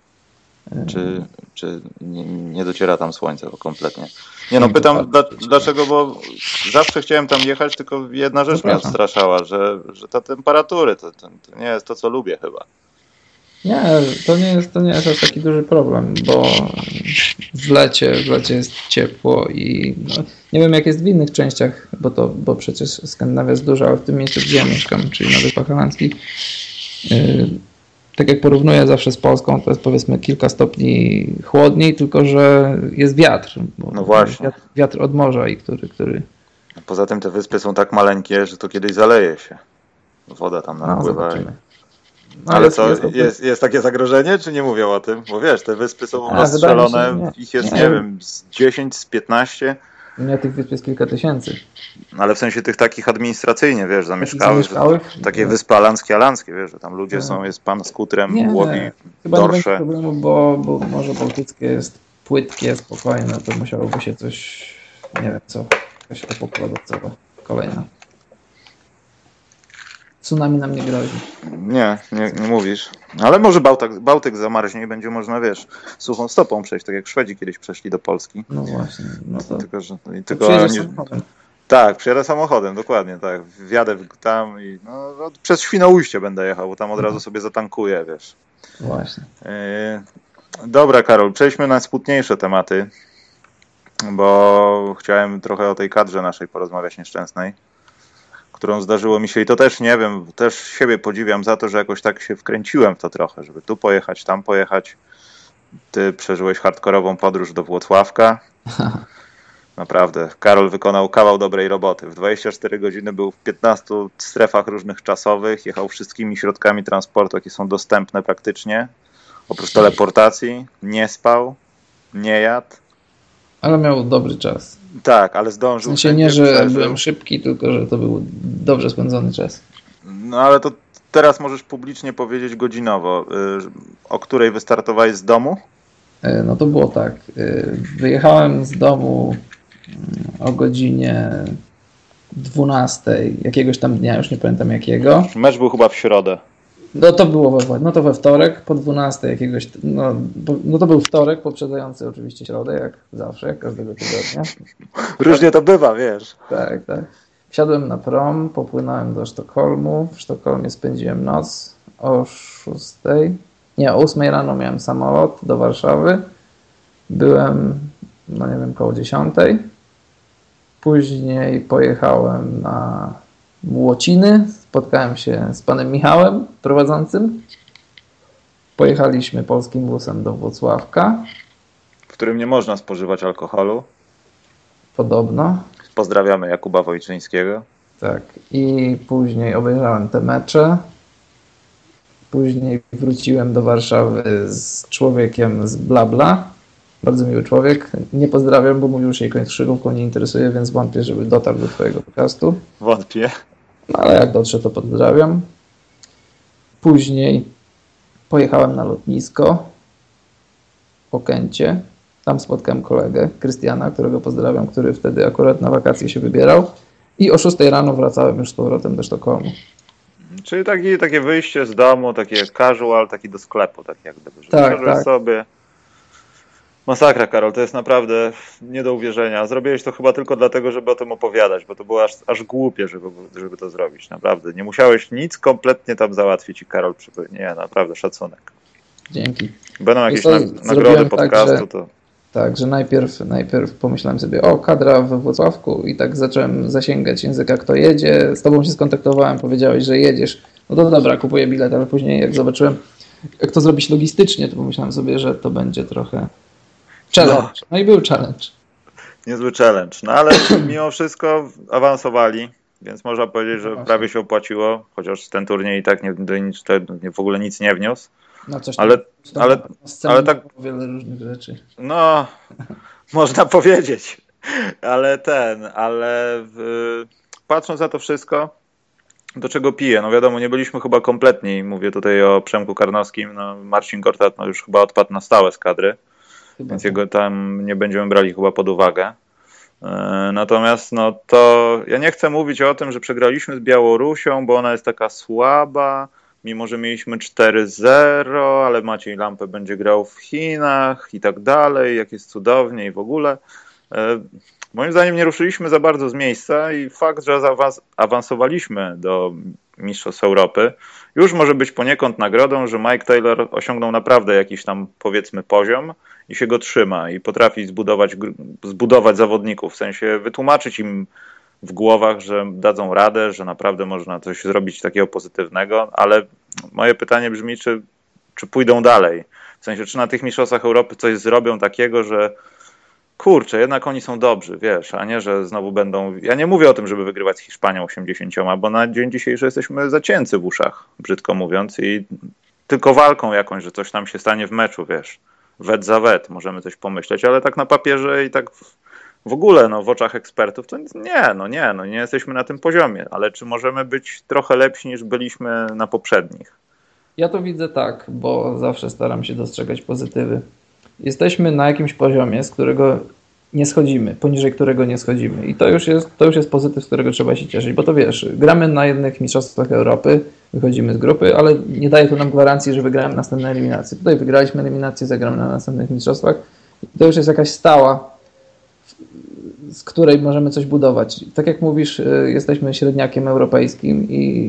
Speaker 2: Czy nie dociera tam słońce kompletnie? Pytam dlaczego, bo zawsze chciałem tam jechać, tylko jedna rzecz mnie odstraszała, że ta temperatury to nie jest to, co lubię chyba.
Speaker 3: Nie, to nie jest aż taki duży problem, bo w lecie jest ciepło i nie wiem jak jest w innych częściach, bo przecież Skandynawia jest duża, ale w tym miejscu, gdzie ja mieszkam, czyli na Wyspach Holandzkich, tak jak porównuję zawsze z Polską, to jest powiedzmy kilka stopni chłodniej, tylko że jest wiatr.
Speaker 2: No właśnie.
Speaker 3: Wiatr od morza i który...
Speaker 2: Poza tym te wyspy są tak maleńkie, że to kiedyś zaleje się. Woda tam napływa.
Speaker 3: No,
Speaker 2: Ale co, jest takie zagrożenie, czy nie mówią o tym? Bo wiesz, te wyspy są rozstrzelone, ich jest, nie wiem, z 10, z 15.
Speaker 3: Nie, tych wysp jest kilka tysięcy.
Speaker 2: Ale w sensie tych takich administracyjnie, wiesz, zamieszkałych, takie wyspy alanskie, wiesz, że tam ludzie są, jest pan skutrem, łowi
Speaker 3: chyba
Speaker 2: dorsze.
Speaker 3: Nie będzie problemu, bo Morze Bałtyckie jest płytkie, spokojne, to musiałoby się coś, nie wiem co, jakaś apokalipsa kolejna. Tsunami nam nie grozi.
Speaker 2: Nie mówisz. Ale może Bałtyk zamarznie i będzie można, wiesz, suchą stopą przejść, tak jak Szwedzi kiedyś przeszli do Polski.
Speaker 3: No właśnie. No to
Speaker 2: samochodem. Tak, przyjadę samochodem, dokładnie, tak. Wjadę tam i przez Świnoujście będę jechał, bo tam od razu sobie zatankuję, wiesz.
Speaker 3: Właśnie.
Speaker 2: Dobra, Karol, przejdźmy na smutniejsze tematy, bo chciałem trochę o tej kadrze naszej porozmawiać nieszczęsnej, którą zdarzyło mi się i to też nie wiem, też siebie podziwiam za to, że jakoś tak się wkręciłem w to trochę, żeby tu pojechać, tam pojechać. Ty przeżyłeś hardkorową podróż do Włocławka. Naprawdę, Karol wykonał kawał dobrej roboty. W 24 godziny był w 15 strefach różnych czasowych, jechał wszystkimi środkami transportu, jakie są dostępne praktycznie. Oprócz teleportacji, nie spał, nie jadł.
Speaker 3: Ale miał dobry czas.
Speaker 2: Tak, ale zdążył.
Speaker 3: W sensie nie, że byłem szybki, tylko że to był dobrze spędzony czas.
Speaker 2: No ale to teraz możesz publicznie powiedzieć godzinowo, o której wystartowałeś z domu?
Speaker 3: No to było tak. Wyjechałem z domu o godzinie 12 jakiegoś tam dnia, już nie pamiętam jakiego.
Speaker 2: Mecz był chyba w środę.
Speaker 3: No to było we wtorek, po 12 jakiegoś, no to był wtorek, poprzedzający oczywiście środę, jak zawsze, jak każdego tygodnia.
Speaker 2: Różnie to bywa, wiesz.
Speaker 3: Tak. Wsiadłem na prom, popłynąłem do Sztokholmu, w Sztokholmie spędziłem noc, o 8 rano miałem samolot do Warszawy, byłem, no nie wiem, koło 10. Później pojechałem na Młociny, spotkałem się z panem Michałem prowadzącym. Pojechaliśmy polskim busem do Włocławka.
Speaker 2: W którym nie można spożywać alkoholu.
Speaker 3: Podobno.
Speaker 2: Pozdrawiamy Jakuba Wojczyńskiego.
Speaker 3: Tak. I później obejrzałem te mecze. Później wróciłem do Warszawy z człowiekiem z Blabla. Bardzo miły człowiek. Nie pozdrawiam, bo mówił, że się krzyżówką nie interesuje, więc wątpię, żeby dotarł do twojego podcastu.
Speaker 2: Wątpię.
Speaker 3: No, ale jak dotrze, to pozdrawiam. Później pojechałem na lotnisko w Okęcie. Tam spotkałem kolegę, Krystiana, którego pozdrawiam, który wtedy akurat na wakacje się wybierał. I o 6 rano wracałem już z powrotem do Sztokholmu.
Speaker 2: Czyli takie wyjście z domu, takie casual, taki do sklepu, tak jak gdyby, że
Speaker 3: tak.
Speaker 2: sobie. Masakra, Karol, to jest naprawdę nie do uwierzenia. Zrobiłeś to chyba tylko dlatego, żeby o tym opowiadać, bo to było aż głupie, żeby to zrobić. Naprawdę. Nie musiałeś nic kompletnie tam załatwić i Karol nie, naprawdę szacunek.
Speaker 3: Dzięki.
Speaker 2: Będą jakieś nagrody podcastu.
Speaker 3: Tak, że najpierw pomyślałem sobie, kadra we Włocławku i tak zacząłem zasięgać języka, kto jedzie. Z tobą się skontaktowałem, powiedziałeś, że jedziesz. No to dobra, kupuję bilet, ale później jak zobaczyłem, jak to zrobić logistycznie, to pomyślałem sobie, że to będzie trochę challenge. No i był challenge.
Speaker 2: Niezły challenge. No ale mimo wszystko awansowali, więc można powiedzieć, że prawie się opłaciło, chociaż ten turniej i tak w ogóle nic nie wniósł.
Speaker 3: No coś
Speaker 2: ale tak
Speaker 3: wiele różnych rzeczy.
Speaker 2: No, można powiedzieć. Patrząc na to wszystko, do czego piję? No wiadomo, nie byliśmy chyba kompletni. Mówię tutaj o Przemku Karnowskim. No, Marcin Gortat już chyba odpadł na stałe z kadry. Więc jego tam nie będziemy brali chyba pod uwagę. Natomiast to ja nie chcę mówić o tym, że przegraliśmy z Białorusią, bo ona jest taka słaba, mimo że mieliśmy 4-0, ale Maciej Lampę będzie grał w Chinach i tak dalej, jak jest cudownie i w ogóle. Moim zdaniem nie ruszyliśmy za bardzo z miejsca i fakt, że awansowaliśmy do Mistrzostw Europy, już może być poniekąd nagrodą, że Mike Taylor osiągnął naprawdę jakiś tam, powiedzmy, poziom i się go trzyma i potrafi zbudować zawodników, w sensie wytłumaczyć im w głowach, że dadzą radę, że naprawdę można coś zrobić takiego pozytywnego, ale moje pytanie brzmi, czy pójdą dalej? W sensie, czy na tych Mistrzostwach Europy coś zrobią takiego, że kurczę, jednak oni są dobrzy, wiesz, a nie, że znowu będą... Ja nie mówię o tym, żeby wygrywać z Hiszpanią 80, bo na dzień dzisiejszy jesteśmy zacięcy w uszach, brzydko mówiąc, i tylko walką jakąś, że coś tam się stanie w meczu, wiesz, wet za wet, możemy coś pomyśleć, ale tak na papierze i tak w ogóle, no, w oczach ekspertów, to nie jesteśmy na tym poziomie, ale czy możemy być trochę lepsi niż byliśmy na poprzednich?
Speaker 3: Ja to widzę tak, bo zawsze staram się dostrzegać pozytywy. Jesteśmy na jakimś poziomie, z którego nie schodzimy, poniżej którego nie schodzimy. I to już jest pozytyw, z którego trzeba się cieszyć, bo to wiesz, gramy na jednych mistrzostwach Europy, wychodzimy z grupy, ale nie daje to nam gwarancji, że wygramy następne eliminacje. Tutaj wygraliśmy eliminację, zagramy na następnych mistrzostwach. I to już jest jakaś stała, z której możemy coś budować. Tak jak mówisz, jesteśmy średniakiem europejskim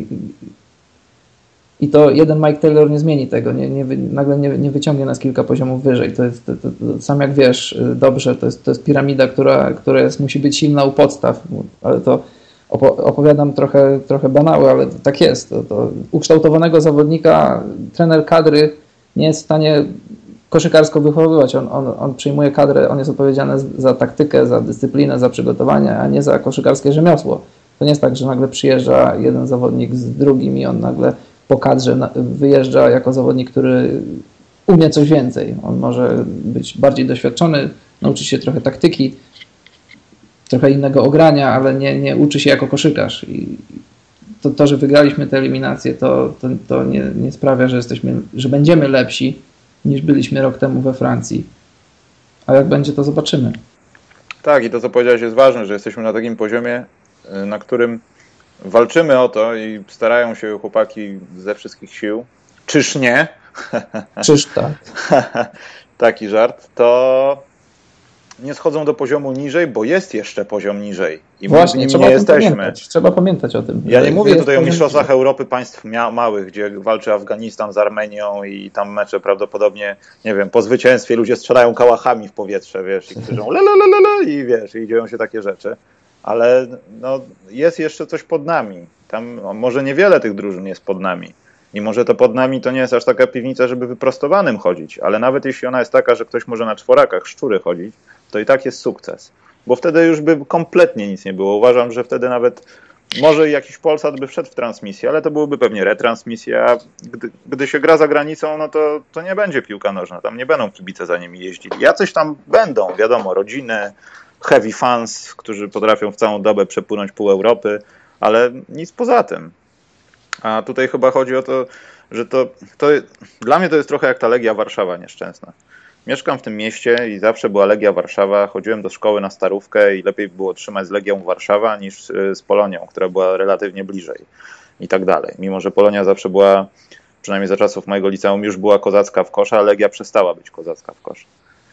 Speaker 3: i to jeden Mike Taylor nie zmieni tego, nagle nie wyciągnie nas kilka poziomów wyżej. To jest, sam jak wiesz dobrze, to jest piramida, która musi być silna u podstaw, ale to opowiadam trochę banały, ale tak jest. To ukształtowanego zawodnika trener kadry nie jest w stanie koszykarsko wychowywać. On przyjmuje kadrę, on jest odpowiedzialny za taktykę, za dyscyplinę, za przygotowanie, a nie za koszykarskie rzemiosło. To nie jest tak, że nagle przyjeżdża jeden zawodnik z drugim i on nagle po kadrze wyjeżdża jako zawodnik, który umie coś więcej. On może być bardziej doświadczony, nauczyć się trochę taktyki, trochę innego ogrania, ale nie uczy się jako koszykarz. I to że wygraliśmy te eliminacje, to nie sprawia, że będziemy lepsi niż byliśmy rok temu we Francji. A jak będzie, to zobaczymy.
Speaker 2: Tak, i to, co powiedziałeś, jest ważne, że jesteśmy na takim poziomie, na którym walczymy o to i starają się chłopaki ze wszystkich sił. Czyż nie?
Speaker 3: Czyż tak.
Speaker 2: Taki żart. To nie schodzą do poziomu niżej, bo jest jeszcze poziom niżej. I
Speaker 3: właśnie,
Speaker 2: my nie jesteśmy.
Speaker 3: Trzeba pamiętać o tym.
Speaker 2: Ja nie mówię tutaj o mistrzostwach Europy państw małych, gdzie walczy Afganistan z Armenią i tam mecze prawdopodobnie, nie wiem, po zwycięstwie ludzie strzelają kałachami w powietrze, wiesz, i krzyczą i wiesz, i dzieją się takie rzeczy. Ale no, jest jeszcze coś pod nami. Tam może niewiele tych drużyn jest pod nami. I może to pod nami to nie jest aż taka piwnica, żeby wyprostowanym chodzić, ale nawet jeśli ona jest taka, że ktoś może na czworakach, szczury chodzić, to i tak jest sukces. Bo wtedy już by kompletnie nic nie było. Uważam, że wtedy nawet może jakiś Polsat by wszedł w transmisję, ale to byłyby pewnie retransmisja. Gdy się gra za granicą, no to nie będzie piłka nożna. Tam nie będą kibice za nimi jeździli. Jacyś tam będą, wiadomo, rodziny, heavy fans, którzy potrafią w całą dobę przepłynąć pół Europy, ale nic poza tym. A tutaj chyba chodzi o to, że to dla mnie to jest trochę jak ta Legia Warszawa nieszczęsna. Mieszkam w tym mieście i zawsze była Legia Warszawa, chodziłem do szkoły na Starówkę i lepiej było trzymać z Legią Warszawa niż z Polonią, która była relatywnie bliżej i tak dalej. Mimo że Polonia zawsze była, przynajmniej za czasów mojego liceum, już była kozacka w kosza, a Legia przestała być kozacka w kosza.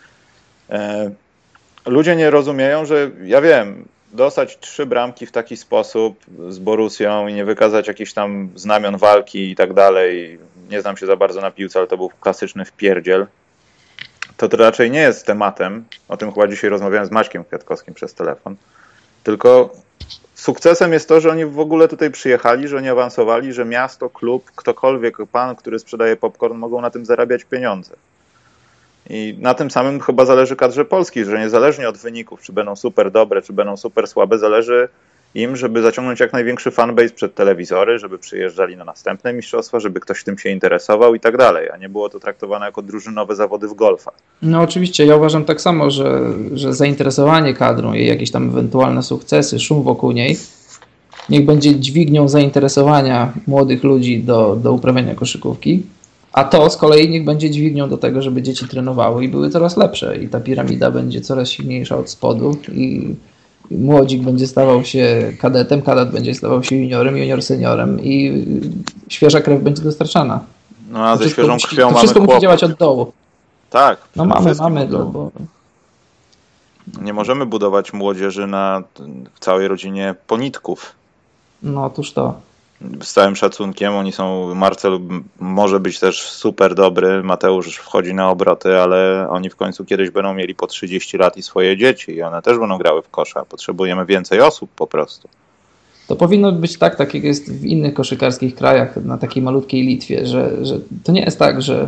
Speaker 2: Ludzie nie rozumieją, że ja wiem, dostać 3 bramki w taki sposób z Borussią i nie wykazać jakichś tam znamion walki i tak dalej. Nie znam się za bardzo na piłce, ale to był klasyczny wpierdziel. To raczej nie jest tematem, o tym chyba dzisiaj rozmawiałem z Maćkiem Kwiatkowskim przez telefon, tylko sukcesem jest to, że oni w ogóle tutaj przyjechali, że oni awansowali, że miasto, klub, ktokolwiek, pan, który sprzedaje popcorn, mogą na tym zarabiać pieniądze. I na tym samym chyba zależy kadrze Polski, że niezależnie od wyników, czy będą super dobre, czy będą super słabe, zależy im, żeby zaciągnąć jak największy fanbase przed telewizory, żeby przyjeżdżali na następne mistrzostwa, żeby ktoś tym się interesował i tak dalej, a nie było to traktowane jako drużynowe zawody w golfa.
Speaker 3: No oczywiście, ja uważam tak samo, że zainteresowanie kadrą i jakieś tam ewentualne sukcesy, szum wokół niej, niech będzie dźwignią zainteresowania młodych ludzi do uprawiania koszykówki, a to z kolei niech będzie dźwignią do tego, żeby dzieci trenowały i były coraz lepsze i ta piramida będzie coraz silniejsza od spodu i młodzik będzie stawał się kadetem, kadet będzie stawał się juniorem, junior seniorem i świeża krew będzie dostarczana.
Speaker 2: No a ze świeżą krwią mamy
Speaker 3: to wszystko
Speaker 2: kłopot.
Speaker 3: musi działać od dołu.
Speaker 2: Tak.
Speaker 3: No mamy. Bo...
Speaker 2: Nie możemy budować młodzieży w całej rodzinie ponitków.
Speaker 3: No otóż to.
Speaker 2: Z całym szacunkiem, Marcel może być też super dobry, Mateusz wchodzi na obroty, ale oni w końcu kiedyś będą mieli po 30 lat i swoje dzieci i one też będą grały w kosza. Potrzebujemy więcej osób po prostu.
Speaker 3: To powinno być tak jak jest w innych koszykarskich krajach, na takiej malutkiej Litwie, że to nie jest tak, że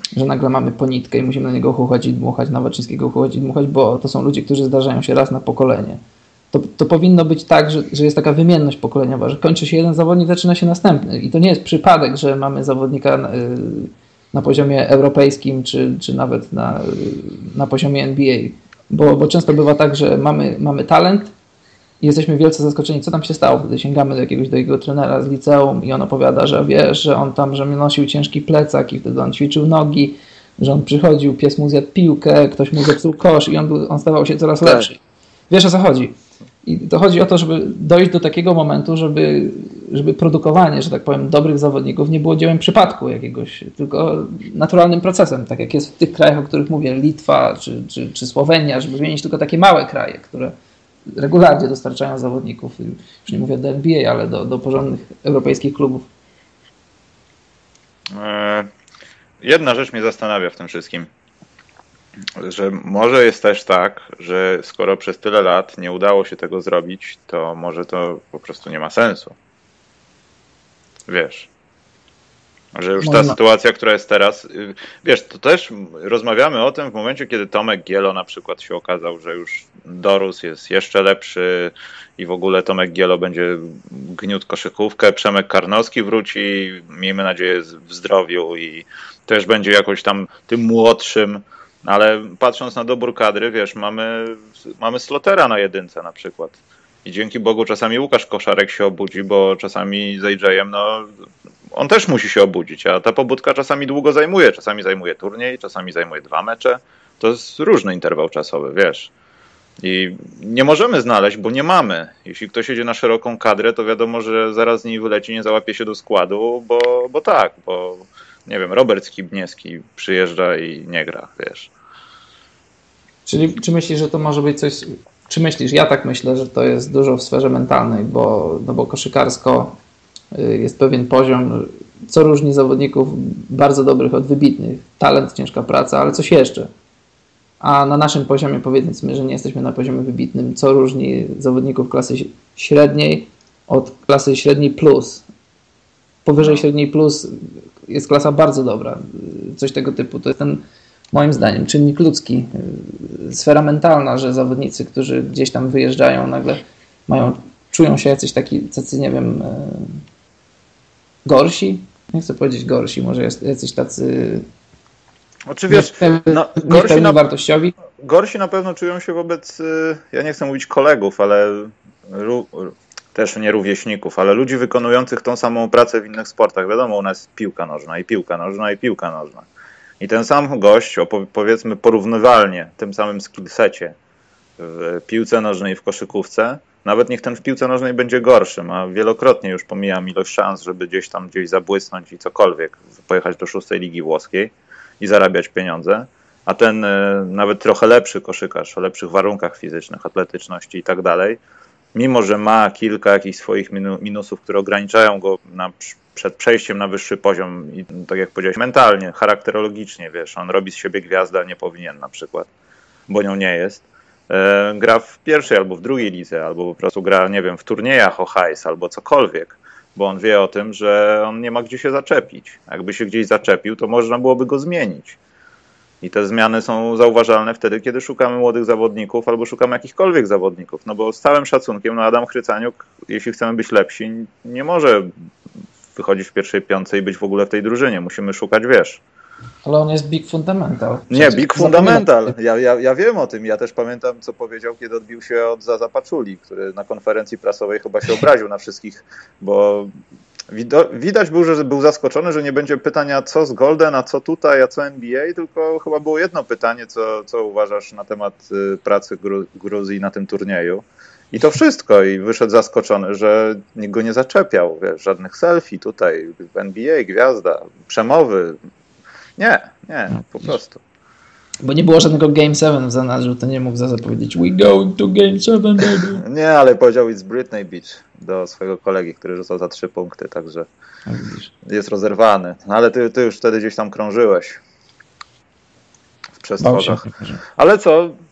Speaker 3: że nagle mamy Ponitkę i musimy na niego chuchać i dmuchać, na Waczyńskiego chuchać i dmuchać, bo to są ludzie, którzy zdarzają się raz na pokolenie. To powinno być tak, że jest taka wymienność pokoleniowa, że kończy się jeden zawodnik, zaczyna się następny. I to nie jest przypadek, że mamy zawodnika na poziomie europejskim, czy nawet na poziomie NBA. Bo często bywa tak, że mamy talent i jesteśmy wielce zaskoczeni, co tam się stało, wtedy sięgamy do jego trenera z liceum i on opowiada, że wiesz, że on tam, że nosił ciężki plecak i wtedy on ćwiczył nogi, że on przychodził, pies mu zjadł piłkę, ktoś mu zepsuł kosz i on stawał się coraz lepszy. Wiesz, o co chodzi? I to chodzi o to, żeby dojść do takiego momentu, żeby produkowanie, że tak powiem, dobrych zawodników nie było dziełem przypadku jakiegoś, tylko naturalnym procesem, tak jak jest w tych krajach, o których mówię, Litwa czy Słowenia, żeby wymienić tylko takie małe kraje, które regularnie dostarczają zawodników, już nie mówię do NBA, ale do porządnych europejskich klubów.
Speaker 2: Jedna rzecz mnie zastanawia w tym wszystkim, że może jest też tak, że skoro przez tyle lat nie udało się tego zrobić, to może to po prostu nie ma sensu. Wiesz, że już ta sytuacja, która jest teraz, wiesz, to też rozmawiamy o tym w momencie, kiedy Tomek Gielo na przykład się okazał, że już dorósł, jest jeszcze lepszy i w ogóle Tomek Gielo będzie gniótł koszykówkę, Przemek Karnowski wróci, miejmy nadzieję w zdrowiu i też będzie jakoś tam tym młodszym, ale patrząc na dobór kadry, wiesz, mamy Slotera na jedynce na przykład. I dzięki Bogu czasami Łukasz Koszarek się obudzi, bo czasami z AJ-em, on też musi się obudzić, a ta pobudka czasami długo zajmuje. Czasami zajmuje turniej, czasami zajmuje 2 mecze. To jest różny interwał czasowy, wiesz. I nie możemy znaleźć, bo nie mamy. Jeśli ktoś jedzie na szeroką kadrę, to wiadomo, że zaraz z niej wyleci, nie załapie się do składu, bo nie wiem, Robert Skibniewski przyjeżdża i nie gra, wiesz.
Speaker 3: Czyli czy myślisz, że to może być coś... Czy myślisz? Ja tak myślę, że to jest dużo w sferze mentalnej, bo koszykarsko jest pewien poziom, co różni zawodników bardzo dobrych od wybitnych. Talent, ciężka praca, ale coś jeszcze. A na naszym poziomie, powiedzmy, że nie jesteśmy na poziomie wybitnym, co różni zawodników klasy średniej od klasy średniej plus. Powyżej średniej plus jest klasa bardzo dobra. Coś tego typu. To jest ten, moim zdaniem, czynnik ludzki. Sfera mentalna, że zawodnicy, którzy gdzieś tam wyjeżdżają, nagle czują się tacy, nie wiem, gorsi. Nie chcę powiedzieć gorsi, może jacyś tacy
Speaker 2: oczywiście,
Speaker 3: wartościowi.
Speaker 2: Gorsi na pewno czują się wobec, ja nie chcę mówić kolegów, ale też nie rówieśników, ale ludzi wykonujących tą samą pracę w innych sportach. Wiadomo, u nas piłka nożna i piłka nożna i piłka nożna. I ten sam gość, powiedzmy porównywalnie, tym samym skillsecie w piłce nożnej i w koszykówce, nawet niech ten w piłce nożnej będzie gorszym, a wielokrotnie już pomijam ilość szans, żeby gdzieś zabłysnąć i cokolwiek, pojechać do 6. ligi włoskiej i zarabiać pieniądze, a ten nawet trochę lepszy koszykarz, o lepszych warunkach fizycznych, atletyczności i tak dalej, mimo że ma kilka jakichś swoich minusów, które ograniczają go przed przejściem na wyższy poziom i tak jak powiedziałeś, mentalnie, charakterologicznie, wiesz, on robi z siebie gwiazdę, a nie powinien na przykład, bo nią nie jest. Gra w pierwszej albo w drugiej lidze, albo po prostu gra, nie wiem, w turniejach o hajs albo cokolwiek, bo on wie o tym, że on nie ma gdzie się zaczepić. Jakby się gdzieś zaczepił, to można byłoby go zmienić. I te zmiany są zauważalne wtedy, kiedy szukamy młodych zawodników albo szukamy jakichkolwiek zawodników. No bo z całym szacunkiem, Adam Chrycaniuk, jeśli chcemy być lepsi, nie może wychodzić w pierwszej piątce i być w ogóle w tej drużynie. Musimy szukać, wiesz.
Speaker 3: Ale on jest big fundamental.
Speaker 2: Nie, big fundamental. Ja wiem o tym. Ja też pamiętam, co powiedział, kiedy odbił się od Zaza Paczuli, który na konferencji prasowej chyba się obraził na wszystkich, bo widać był, że był zaskoczony, że nie będzie pytania, co z Golden, a co tutaj, a co NBA, tylko chyba było jedno pytanie, co uważasz na temat pracy Gruzji na tym turnieju. I to wszystko. I wyszedł zaskoczony, że nikt go nie zaczepiał. Wiesz, żadnych selfie tutaj, w NBA, gwiazda, przemowy. Nie, po prostu.
Speaker 3: Bo nie było żadnego Game 7 w zanadrzu, to nie mógł zapowiedzieć we go to Game 7, baby.
Speaker 2: Nie, ale powiedział it's Britney Beach do swojego kolegi, który rzucał za 3 punkty, także jest rozerwany. No, ale ty już wtedy gdzieś tam krążyłeś w przestworach. Ale co,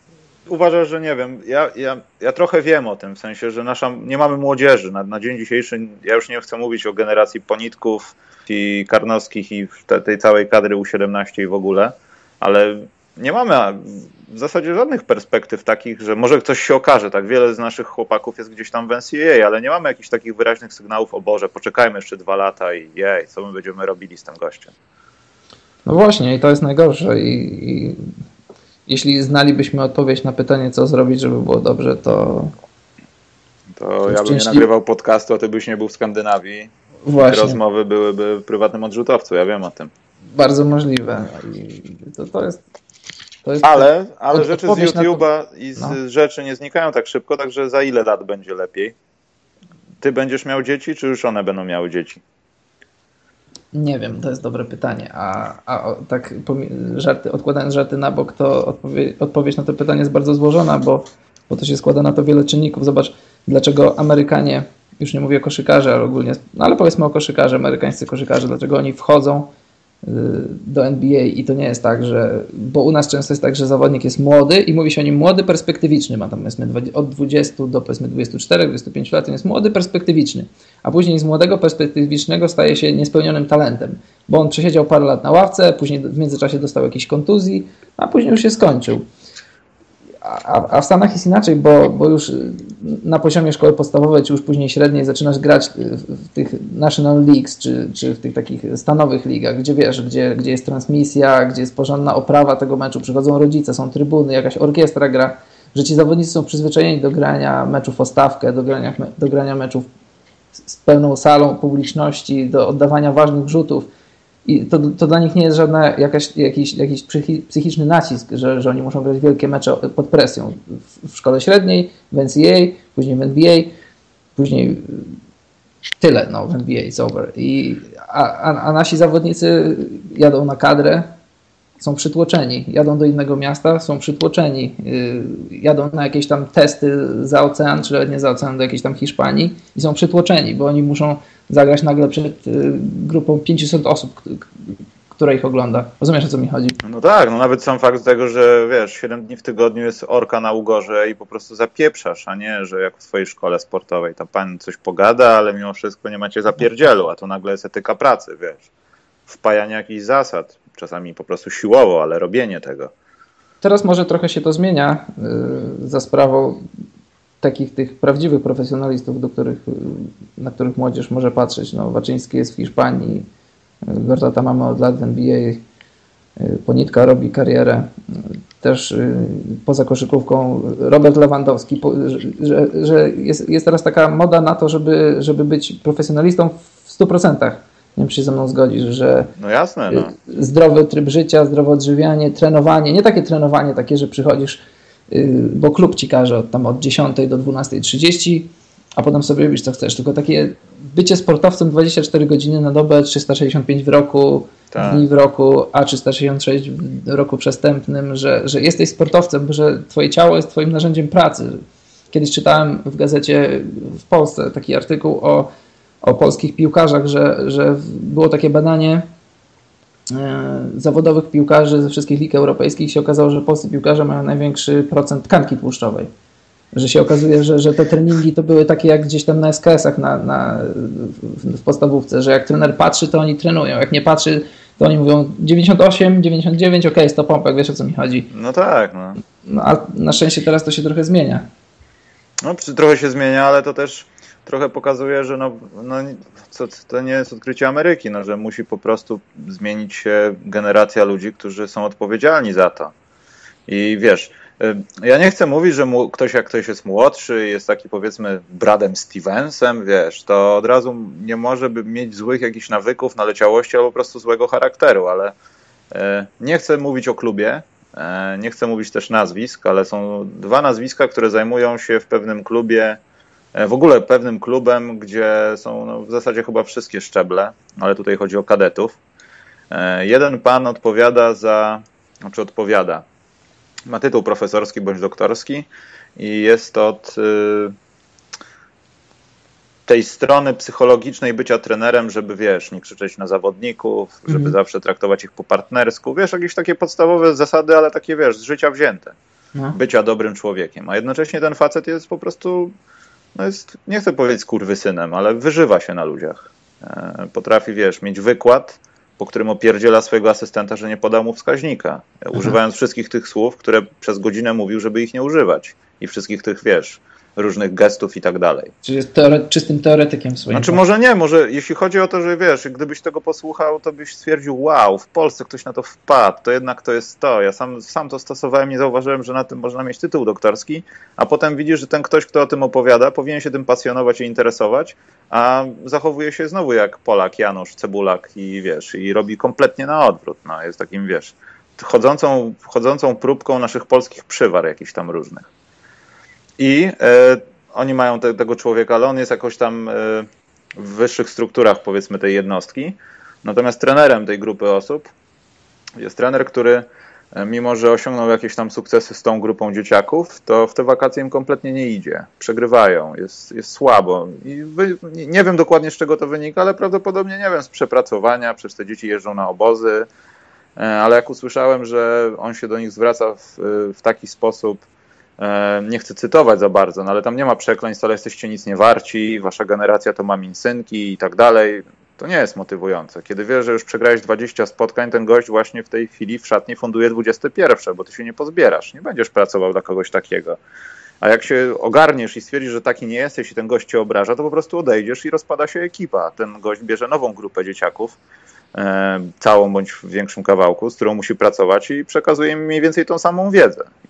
Speaker 2: uważasz, że nie wiem, ja trochę wiem o tym, w sensie, że nie mamy młodzieży. Na dzień dzisiejszy ja już nie chcę mówić o generacji Ponitków i Karnowskich i tej całej kadry U17 i w ogóle, ale nie mamy w zasadzie żadnych perspektyw takich, że może coś się okaże. Tak wiele z naszych chłopaków jest gdzieś tam w NCAA, ale nie mamy jakichś takich wyraźnych sygnałów, o Boże, poczekajmy jeszcze 2 lata i co my będziemy robili z tym gościem.
Speaker 3: No właśnie i to jest najgorsze i jeśli znalibyśmy odpowiedź na pytanie, co zrobić, żeby było dobrze, to
Speaker 2: ja bym nie nagrywał podcastu, a ty byś nie był w Skandynawii.
Speaker 3: Właśnie.
Speaker 2: Te rozmowy byłyby w prywatnym odrzutowcu, ja wiem o tym.
Speaker 3: Bardzo możliwe. I to jest
Speaker 2: ale rzeczy z YouTube'a i z rzeczy nie znikają tak szybko, także za ile lat będzie lepiej? Ty będziesz miał dzieci, czy już one będą miały dzieci?
Speaker 3: Nie wiem, to jest dobre pytanie. A tak odkładając żarty na bok, to odpowiedź na to pytanie jest bardzo złożona, bo to się składa na to wiele czynników. Zobacz, dlaczego Amerykanie, już nie mówię o koszykarze, ale ogólnie, ale powiedzmy o koszykarze, amerykańscy koszykarze, dlaczego oni wchodzą do NBA i to nie jest tak, bo u nas często jest tak, że zawodnik jest młody i mówi się o nim młody, perspektywiczny, ma tam powiedzmy od 20 do powiedzmy 24, 25 lat, on jest młody, perspektywiczny, a później z młodego, perspektywicznego staje się niespełnionym talentem, bo on przesiedział parę lat na ławce, później w międzyczasie dostał jakieś kontuzji, a później już się skończył. A w Stanach jest inaczej, bo już na poziomie szkoły podstawowej, czy już później średniej zaczynasz grać w tych National Leagues, czy w tych takich stanowych ligach, gdzie wiesz, gdzie jest transmisja, gdzie jest porządna oprawa tego meczu, przychodzą rodzice, są trybuny, jakaś orkiestra gra, że ci zawodnicy są przyzwyczajeni do grania meczów o stawkę, do grania meczów z pełną salą publiczności, do oddawania ważnych rzutów. I to dla nich nie jest jakiś psychiczny nacisk, że oni muszą grać wielkie mecze pod presją. W szkole średniej, w NCAA, później w NBA, później tyle, w NBA it's over. A nasi zawodnicy jadą na kadrę, są przytłoczeni. Jadą do innego miasta, są przytłoczeni. Jadą na jakieś tam testy za ocean, czy nawet nie za ocean, do jakiejś tam Hiszpanii i są przytłoczeni, bo oni muszą zagrać nagle przed grupą 500 osób, która ich ogląda. Rozumiesz, o co mi chodzi?
Speaker 2: No tak, nawet sam fakt tego, że wiesz, 7 dni w tygodniu jest orka na ugorze i po prostu zapieprzasz, a nie, że jak w twojej szkole sportowej, to pan coś pogada, ale mimo wszystko nie macie zapierdzielu, a to nagle jest etyka pracy, wiesz. Wpajanie jakichś zasad, czasami po prostu siłowo, ale robienie tego.
Speaker 3: Teraz może trochę się to zmienia za sprawą takich tych prawdziwych profesjonalistów, na których młodzież może patrzeć. Waczyński jest w Hiszpanii, Gortata mamy od lat w NBA, Ponitka robi karierę, też poza koszykówką Robert Lewandowski, że jest teraz taka moda na to, żeby być profesjonalistą w 100%. Nie wiem, czy się ze mną zgodzisz, że
Speaker 2: no jasne,
Speaker 3: zdrowy tryb życia, zdrowe odżywianie, trenowanie, nie takie trenowanie, takie, że przychodzisz, bo klub ci każe od 10 do 12:30, a potem sobie robisz co chcesz, tylko takie bycie sportowcem 24 godziny na dobę, 365 w roku, dni w roku, a 366 w roku przestępnym, że jesteś sportowcem, że twoje ciało jest twoim narzędziem pracy. Kiedyś czytałem w gazecie w Polsce taki artykuł o polskich piłkarzach, że było takie badanie zawodowych piłkarzy ze wszystkich lig europejskich. Się okazało, że polscy piłkarze mają największy procent tkanki tłuszczowej. Że się okazuje, że te treningi to były takie jak gdzieś tam na SKS-ach w podstawówce, że jak trener patrzy, to oni trenują. Jak nie patrzy, to oni mówią 98, 99, okej, 100 pompek, wiesz o co mi chodzi.
Speaker 2: No tak.
Speaker 3: No, a na szczęście teraz to się trochę zmienia.
Speaker 2: No trochę się zmienia, ale to też trochę pokazuje, że to nie jest odkrycie Ameryki, że musi po prostu zmienić się generacja ludzi, którzy są odpowiedzialni za to. I wiesz, ja nie chcę mówić, że jak ktoś jest młodszy, jest taki powiedzmy Bradem Stevensem, wiesz, to od razu nie może mieć złych jakichś nawyków, naleciałości albo po prostu złego charakteru, ale nie chcę mówić o klubie, nie chcę mówić też nazwisk, ale są 2 nazwiska, które zajmują się w pewnym klubie, w ogóle pewnym klubem, gdzie są w zasadzie chyba wszystkie szczeble, ale tutaj chodzi o kadetów. Jeden pan ma tytuł profesorski bądź doktorski i jest od tej strony psychologicznej bycia trenerem, żeby wiesz, nie krzyczeć na zawodników, żeby zawsze traktować ich po partnersku, wiesz, jakieś takie podstawowe zasady, ale takie wiesz, z życia wzięte. bycia dobrym człowiekiem, a jednocześnie ten facet jest po prostu, nie chcę powiedzieć skurwysynem, ale wyżywa się na ludziach. Potrafi, mieć wykład, po którym opierdziela swojego asystenta, że nie podał mu wskaźnika, używając wszystkich tych słów, które przez godzinę mówił, żeby ich nie używać i wszystkich tych, różnych gestów i tak dalej.
Speaker 3: Czyli jest czystym teoretykiem w swoim.
Speaker 2: Znaczy może jeśli chodzi o to, że gdybyś tego posłuchał, to byś stwierdził, wow, w Polsce ktoś na to wpadł, to jednak to jest to. Ja sam to stosowałem, nie zauważyłem, że na tym można mieć tytuł doktorski, a potem widzisz, że ten ktoś, kto o tym opowiada, powinien się tym pasjonować i interesować, a zachowuje się znowu jak Polak, Janusz, Cebulak i robi kompletnie na odwrót. No, jest takim, chodzącą próbką naszych polskich przywar jakichś tam różnych. I oni mają tego człowieka, ale on jest jakoś tam w wyższych strukturach, powiedzmy, tej jednostki. Natomiast trenerem tej grupy osób jest trener, który mimo, że osiągnął jakieś tam sukcesy z tą grupą dzieciaków, to w te wakacje im kompletnie nie idzie. Przegrywają, jest słabo. I nie wiem dokładnie, z czego to wynika, ale prawdopodobnie, z przepracowania, przecież te dzieci jeżdżą na obozy, ale jak usłyszałem, że on się do nich zwraca w taki sposób, nie chcę cytować za bardzo, ale tam nie ma przekleństw, ale jesteście nic nie warci, wasza generacja to maminsynki i tak dalej. To nie jest motywujące. Kiedy wiesz, że już przegrałeś 20 spotkań, ten gość właśnie w tej chwili w szatni funduje 21, bo ty się nie pozbierasz, nie będziesz pracował dla kogoś takiego. A jak się ogarniesz i stwierdzisz, że taki nie jesteś i ten gość cię obraża, to po prostu odejdziesz i rozpada się ekipa. Ten gość bierze nową grupę dzieciaków, całą bądź w większym kawałku, z którą musi pracować i przekazuje im mniej więcej tą samą wiedzę. I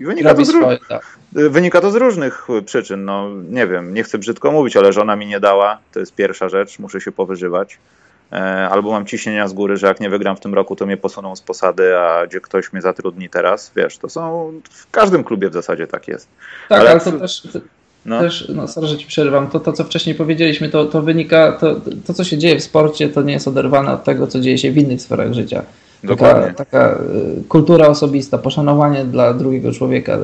Speaker 2: wynika to z różnych przyczyn. No, nie wiem, nie chcę brzydko mówić, ale żona mi nie dała, to jest pierwsza rzecz, muszę się powyżywać. Albo mam ciśnienia z góry, że jak nie wygram w tym roku, to mnie posuną z posady, a gdzie ktoś mnie zatrudni teraz, to są, w każdym klubie w zasadzie tak jest.
Speaker 3: Tak, ale to też... sorry, że ci przerywam. To, co wcześniej powiedzieliśmy, to wynika, to, co się dzieje w sporcie, to nie jest oderwane od tego, co dzieje się w innych sferach życia. Taka kultura osobista, poszanowanie dla drugiego człowieka.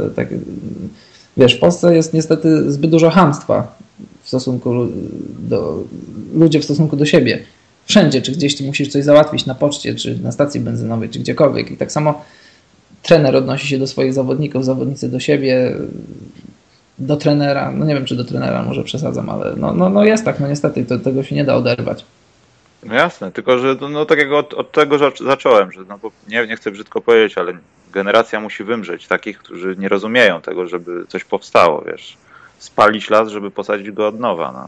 Speaker 3: W Polsce jest niestety zbyt dużo chamstwa w stosunku ludzie w stosunku do siebie. Wszędzie, czy gdzieś ty musisz coś załatwić na poczcie, czy na stacji benzynowej, czy gdziekolwiek. I tak samo trener odnosi się do swoich zawodników, zawodnicy do siebie, do trenera, nie wiem, czy do trenera, może przesadzam, ale jest tak, niestety, tego się nie da oderwać.
Speaker 2: No jasne, tylko że tak jak od tego zacząłem, że nie chcę brzydko powiedzieć, ale generacja musi wymrzeć takich, którzy nie rozumieją tego, żeby coś powstało, spalić las, żeby posadzić go od nowa.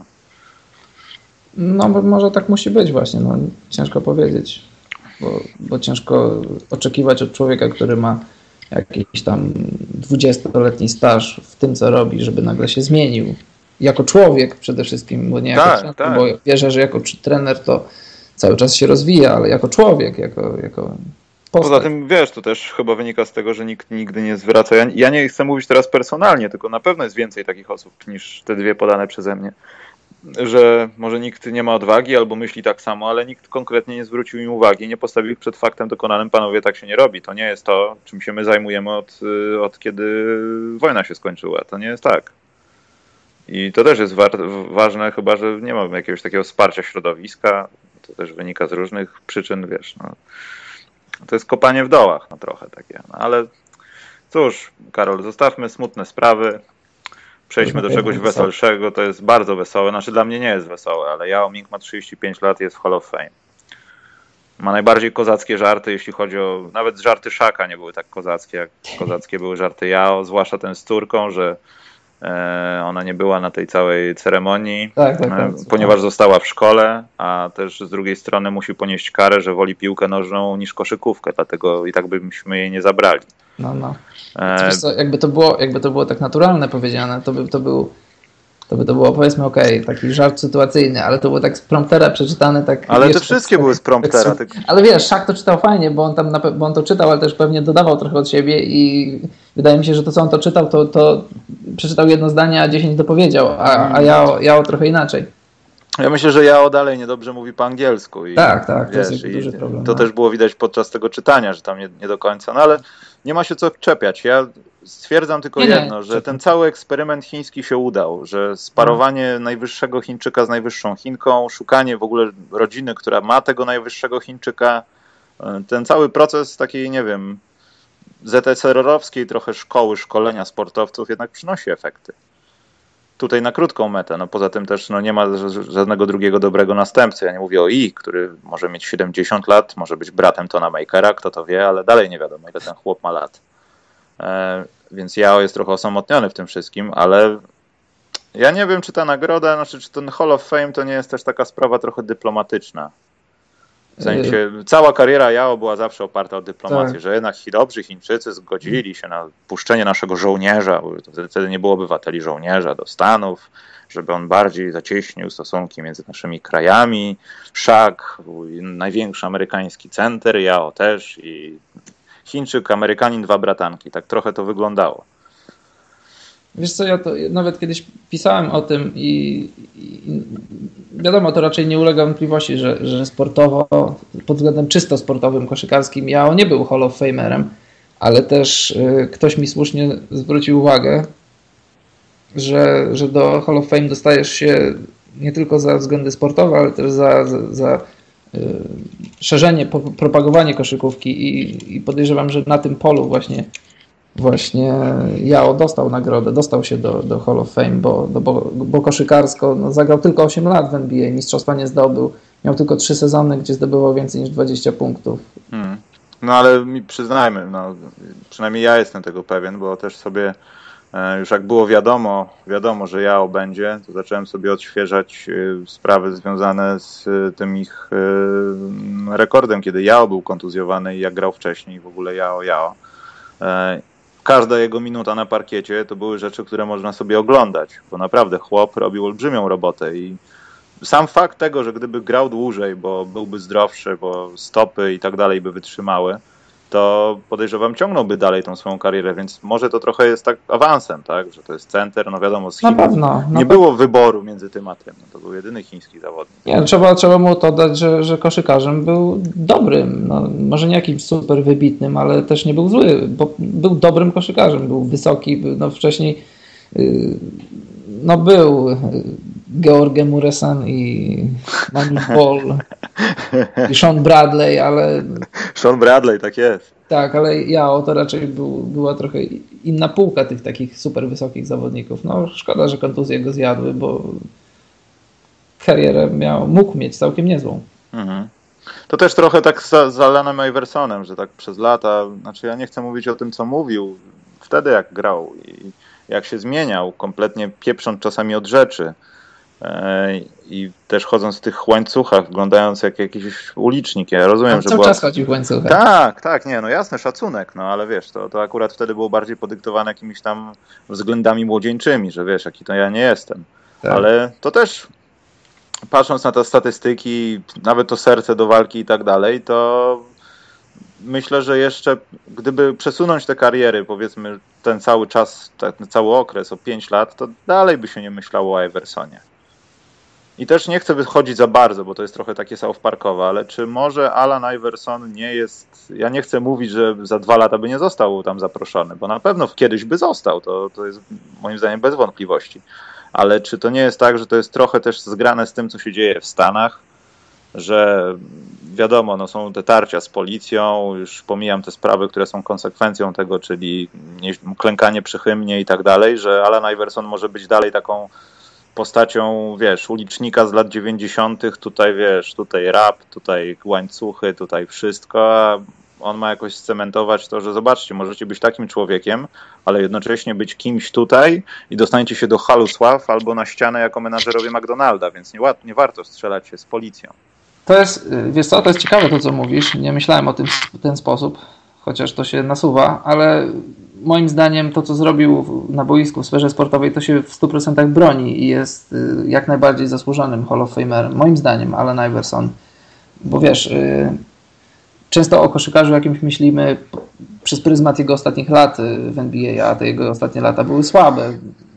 Speaker 3: Bo może tak musi być właśnie, ciężko powiedzieć, bo ciężko oczekiwać od człowieka, który ma jakiś tam 20-letni staż w tym, co robi, żeby nagle się zmienił. Jako człowiek przede wszystkim, bo nie jako trener, bo wierzę, że jako trener to cały czas się rozwija, ale jako człowiek, jako postać.
Speaker 2: Poza tym, to też chyba wynika z tego, że nikt nigdy nie zwraca. Ja nie chcę mówić teraz personalnie, tylko na pewno jest więcej takich osób niż te dwie podane przeze mnie, że może nikt nie ma odwagi albo myśli tak samo, ale nikt konkretnie nie zwrócił im uwagi, nie postawił ich przed faktem dokonanym, panowie, tak się nie robi. To nie jest to, czym się my zajmujemy od kiedy wojna się skończyła. To nie jest tak. I to też jest ważne, chyba że nie mamy jakiegoś takiego wsparcia środowiska. To też wynika z różnych przyczyn, to jest kopanie w dołach, trochę takie. Ale cóż, Karol, zostawmy smutne sprawy. Przejdźmy do czegoś weselszego, to jest bardzo wesołe, dla mnie nie jest wesołe, ale Yao Ming ma 35 lat, jest w Hall of Fame. Ma najbardziej kozackie żarty, jeśli chodzi o... Nawet żarty Shaka nie były tak kozackie, jak kozackie były żarty Yao, zwłaszcza ten z córką, że ona nie była na tej całej ceremonii, ponieważ została w szkole, a też z drugiej strony musi ponieść karę, że woli piłkę nożną niż koszykówkę, dlatego i tak byśmy jej nie zabrali.
Speaker 3: Wiesz co, jakby to było tak naturalne powiedziane, to by to było, powiedzmy, taki żart sytuacyjny, ale to było tak z promptera przeczytane. Tak.
Speaker 2: Ale te wszystkie były z promptera.
Speaker 3: Ale wiesz, Shaq to czytał fajnie, bo on to czytał, ale też pewnie dodawał trochę od siebie i wydaje mi się, że to, co on to czytał, to przeczytał jedno zdanie, a 10 dopowiedział, a Yao trochę inaczej.
Speaker 2: Ja myślę, że Yao dalej niedobrze mówi po angielsku.
Speaker 3: Tak, to jest duży problem.
Speaker 2: To też było widać podczas tego czytania, że tam nie do końca, ale nie ma się co czepiać. Ja stwierdzam tylko jedno, że ten cały eksperyment chiński się udał, że sparowanie najwyższego Chińczyka z najwyższą Chinką, szukanie w ogóle rodziny, która ma tego najwyższego Chińczyka, ten cały proces takiej, ZSRR-owskiej trochę szkolenia sportowców jednak przynosi efekty. Tutaj na krótką metę, no poza tym też nie ma żadnego drugiego dobrego następcy. Ja nie mówię o który może mieć 70 lat, może być bratem Tona Makera, kto to wie, ale dalej nie wiadomo, ile ten chłop ma lat. Więc Yao jest trochę osamotniony w tym wszystkim, ale ja nie wiem, czy ta nagroda, czy ten Hall of Fame to nie jest też taka sprawa trochę dyplomatyczna. W sensie, cała kariera Yao była zawsze oparta o dyplomację, tak. Że jednak dobrzy Chińczycy zgodzili się na puszczenie naszego żołnierza, bo wtedy nie było obywateli żołnierza do Stanów, żeby on bardziej zacieśnił stosunki między naszymi krajami. Shaq, największy amerykański center, Yao też i Chińczyk, Amerykanin, 2 bratanki. Tak trochę to wyglądało.
Speaker 3: Wiesz co, ja to nawet kiedyś pisałem o tym i wiadomo, to raczej nie ulega wątpliwości, że sportowo, pod względem czysto sportowym, koszykarskim, Yao nie był Hall of Famerem, ale też ktoś mi słusznie zwrócił uwagę, że do Hall of Fame dostajesz się nie tylko za względy sportowe, ale też za szerzenie, propagowanie koszykówki i podejrzewam, że na tym polu właśnie Yao dostał nagrodę, dostał się do Hall of Fame, bo koszykarsko zagrał tylko 8 lat w NBA, mistrzostwa nie zdobył, miał tylko 3 sezony, gdzie zdobywał więcej niż 20 punktów.
Speaker 2: No ale przyznajmy, przynajmniej ja jestem tego pewien, bo też sobie już jak było wiadomo, że Yao będzie, to zacząłem sobie odświeżać sprawy związane z tym ich rekordem, kiedy Yao był kontuzjowany i jak grał wcześniej, w ogóle Yao. Każda jego minuta na parkiecie to były rzeczy, które można sobie oglądać, bo naprawdę chłop robił olbrzymią robotę i sam fakt tego, że gdyby grał dłużej, bo byłby zdrowszy, bo stopy i tak dalej by wytrzymały, to podejrzewam ciągnąłby dalej tą swoją karierę, więc może to trochę jest tak awansem, tak, że to jest center, wiadomo, z Chin nie było wyboru między tym a tym, to był jedyny chiński zawodnik.
Speaker 3: Nie, trzeba mu to dać, że koszykarzem był dobrym, może nie jakimś super wybitnym, ale też nie był zły, bo był dobrym koszykarzem, był wysoki, wcześniej był George Muresan i Manny Paul i Sean Bradley, ale...
Speaker 2: Sean Bradley, tak jest.
Speaker 3: Tak, ale Yao to raczej była trochę inna półka tych takich super wysokich zawodników. Szkoda, że kontuzje go zjadły, bo karierę mógł mieć całkiem niezłą.
Speaker 2: Mhm. To też trochę tak z Allanem Iversonem, że tak przez lata, ja nie chcę mówić o tym, co mówił wtedy, jak grał i jak się zmieniał, kompletnie pieprząc czasami od rzeczy. I też chodząc w tych łańcuchach, wyglądając jak jakiś ulicznik. Ja rozumiem, że
Speaker 3: cały czas chodzi w łańcuchach.
Speaker 2: Tak, jasne, szacunek, ale wiesz, to akurat wtedy było bardziej podyktowane jakimiś tam względami młodzieńczymi, że wiesz, jaki to ja nie jestem. Tak. Ale to też, patrząc na te statystyki, nawet to serce do walki i tak dalej, to myślę, że jeszcze gdyby przesunąć te kariery, powiedzmy ten cały czas, ten cały okres o 5 lat, to dalej by się nie myślało o Iversonie. I też nie chcę wychodzić za bardzo, bo to jest trochę takie South Parkowe, ale czy może Allen Iverson nie jest... Ja nie chcę mówić, że za 2 lata by nie został tam zaproszony, bo na pewno kiedyś by został, to jest moim zdaniem bez wątpliwości. Ale czy to nie jest tak, że to jest trochę też zgrane z tym, co się dzieje w Stanach, że wiadomo, są te tarcia z policją, już pomijam te sprawy, które są konsekwencją tego, czyli klękanie przy hymnie i tak dalej, że Allen Iverson może być dalej taką postacią, wiesz, ulicznika z lat 90. Tutaj rap, tutaj łańcuchy, tutaj wszystko, a on ma jakoś scementować to, że zobaczcie, możecie być takim człowiekiem, ale jednocześnie być kimś tutaj i dostaniecie się do halu sław albo na ścianę jako menadżerowie McDonalda, więc nie warto strzelać się z policją.
Speaker 3: To jest, wiesz co, to jest ciekawe to, co mówisz. Nie myślałem o tym w ten sposób, chociaż to się nasuwa, ale moim zdaniem to, co zrobił na boisku w sferze sportowej, to się w 100% broni i jest jak najbardziej zasłużonym Hall of Famerem, moim zdaniem, Allen Iverson. Bo wiesz, często o koszykarzu jakimś myślimy przez pryzmat jego ostatnich lat w NBA, a te jego ostatnie lata były słabe.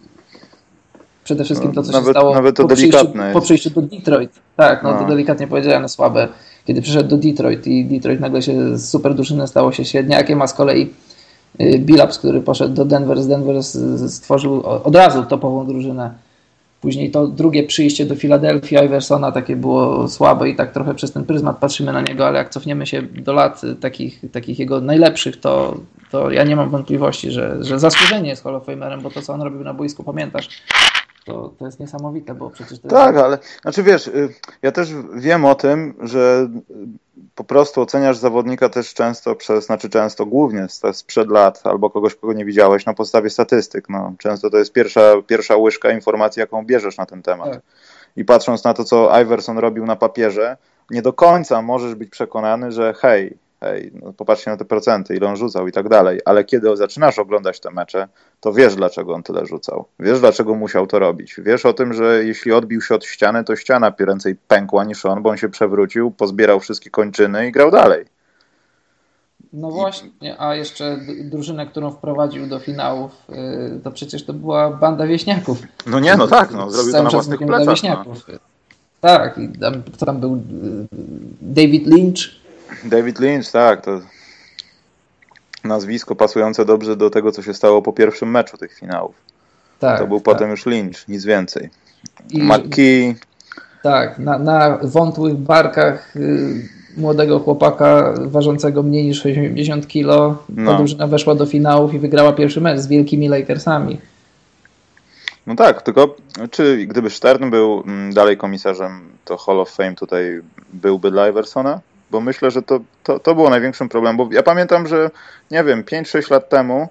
Speaker 3: Przede wszystkim to, co się stało po przyjściu do Detroit. Tak, to delikatnie powiedziałem, słabe. Kiedy przyszedł do Detroit i Detroit nagle się z super drużyny stało się średniakiem, a z kolei Billups, który poszedł do Denver, z Denver stworzył od razu topową drużynę Później to drugie przyjście do Filadelfii Iversona takie było słabe i tak trochę przez ten pryzmat patrzymy na niego, ale jak cofniemy się do lat takich jego najlepszych, to ja nie mam wątpliwości, że zasłużenie jest Hall of Famerem, bo to, co on robił na boisku, pamiętasz, to jest niesamowite, bo przecież to
Speaker 2: tak, ale znaczy wiesz, ja też wiem o tym, że po prostu oceniasz zawodnika też często głównie sprzed lat albo kogoś, kogo nie widziałeś na podstawie statystyk. No, często to jest pierwsza łyżka informacji, jaką bierzesz na ten temat. Tak. I patrząc na to, co Iverson robił na papierze, nie do końca możesz być przekonany, że hej, no popatrzcie na te procenty, ile on rzucał i tak dalej, ale kiedy zaczynasz oglądać te mecze, to wiesz, dlaczego on tyle rzucał. Wiesz, dlaczego musiał to robić. Wiesz o tym, że jeśli odbił się od ściany, to ściana prędzej pękła niż on, bo on się przewrócił, pozbierał wszystkie kończyny i grał dalej.
Speaker 3: No właśnie, a jeszcze drużynę, którą wprowadził do finałów, to przecież to była banda wieśniaków.
Speaker 2: No nie, no tak, no, zrobił to na własnych plecach. No.
Speaker 3: Tak, i tam był David Lynch,
Speaker 2: tak, to nazwisko pasujące dobrze do tego, co się stało po pierwszym meczu tych finałów. Tak, to był potem już Lynch, nic więcej. McKee.
Speaker 3: Tak, na wątłych barkach młodego chłopaka ważącego mniej niż 80 kg. Ta drużyna weszła do finałów i wygrała pierwszy mecz z wielkimi Lakersami.
Speaker 2: No tak, tylko czy gdyby Stern był dalej komisarzem, to Hall of Fame tutaj byłby dla Iversona? Bo myślę, że to było największym problemem, bo ja pamiętam, że nie wiem, 5-6 lat temu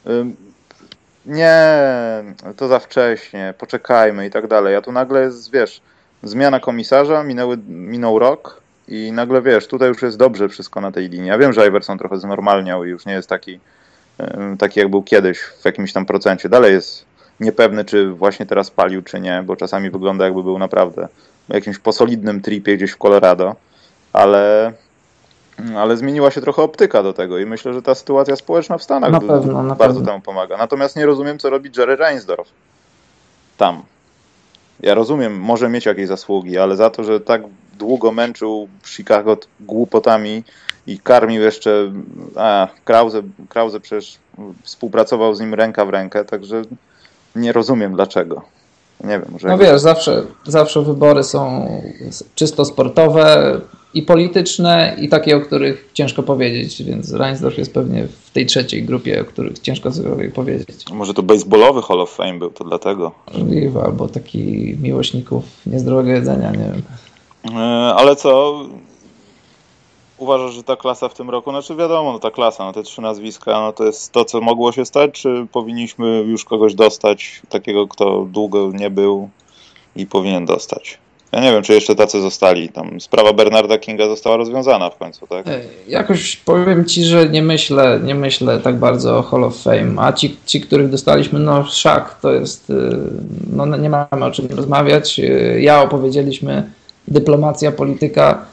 Speaker 2: nie, to za wcześnie, poczekajmy i tak dalej, a tu nagle jest, wiesz, zmiana komisarza, minął rok i nagle, wiesz, tutaj już jest dobrze wszystko na tej linii. Ja wiem, że Iverson trochę znormalniał i już nie jest taki jak był kiedyś w jakimś tam procencie. Dalej jest niepewny, czy właśnie teraz palił, czy nie, bo czasami wygląda, jakby był naprawdę w jakimś posolidnym tripie gdzieś w Colorado, ale zmieniła się trochę optyka do tego i myślę, że ta sytuacja społeczna w Stanach bardzo temu pomaga. Natomiast nie rozumiem, co robi Jerry Reinsdorf tam. Ja rozumiem, może mieć jakieś zasługi, ale za to, że tak długo męczył Chicago głupotami i karmił jeszcze Krause przecież współpracował z nim ręka w rękę, także nie rozumiem dlaczego. Nie wiem, może...
Speaker 3: No wiesz, zawsze wybory są czysto sportowe i polityczne i takie, o których ciężko powiedzieć, więc Reinsdorf jest pewnie w tej trzeciej grupie, o których ciężko sobie powiedzieć.
Speaker 2: Może to baseballowy Hall of Fame był, to dlatego.
Speaker 3: Możliwe, albo taki miłośników niezdrowego jedzenia, nie wiem.
Speaker 2: Ale co? Uważasz, że ta klasa w tym roku, znaczy wiadomo, no ta klasa, no te 3 nazwiska, no to jest to, co mogło się stać, czy powinniśmy już kogoś dostać, takiego, kto długo nie był i powinien dostać? Ja nie wiem, czy jeszcze tacy zostali. Tam sprawa Bernarda Kinga została rozwiązana w końcu, tak?
Speaker 3: Jakoś powiem Ci, że nie myślę tak bardzo o Hall of Fame, a ci których dostaliśmy, no szak, to jest, no nie mamy o czym rozmawiać. Ja opowiedzieliśmy, dyplomacja, polityka,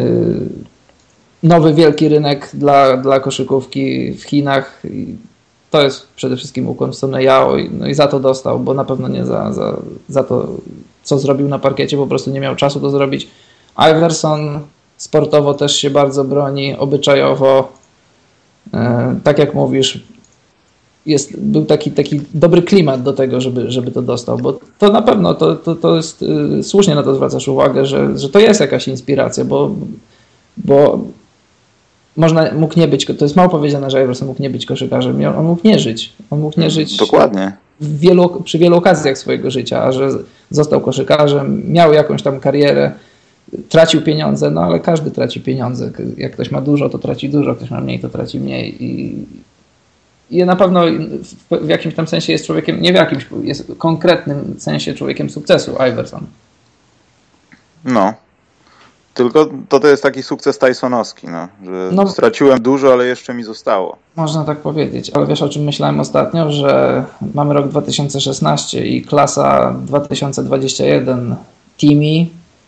Speaker 3: nowy wielki rynek dla koszykówki w Chinach. To jest przede wszystkim ukłon w stronę Yao, no i za to dostał, bo na pewno nie za to, co zrobił na parkiecie, po prostu nie miał czasu to zrobić. Iverson sportowo też się bardzo broni, obyczajowo, tak jak mówisz, był taki dobry klimat do tego, żeby to dostał, bo to na pewno, to jest, słusznie na to zwracasz uwagę, że to jest jakaś inspiracja, bo mógł nie być, to jest mało powiedziane, że Iverson mógł nie być koszykarzem, on mógł nie żyć. On mógł nie żyć.
Speaker 2: Dokładnie.
Speaker 3: Przy wielu okazjach swojego życia, a że został koszykarzem, miał jakąś tam karierę, tracił pieniądze, no ale każdy traci pieniądze. Jak ktoś ma dużo, to traci dużo, ktoś ma mniej, to traci mniej. I na pewno w jakimś tam sensie jest człowiekiem, nie w jakimś, jest w konkretnym sensie człowiekiem sukcesu, Iverson.
Speaker 2: No. Tylko to jest taki sukces Tysonowski, że straciłem dużo, ale jeszcze mi zostało.
Speaker 3: Można tak powiedzieć, ale wiesz, o czym myślałem ostatnio, że mamy rok 2016 i klasa 2021 Timmy,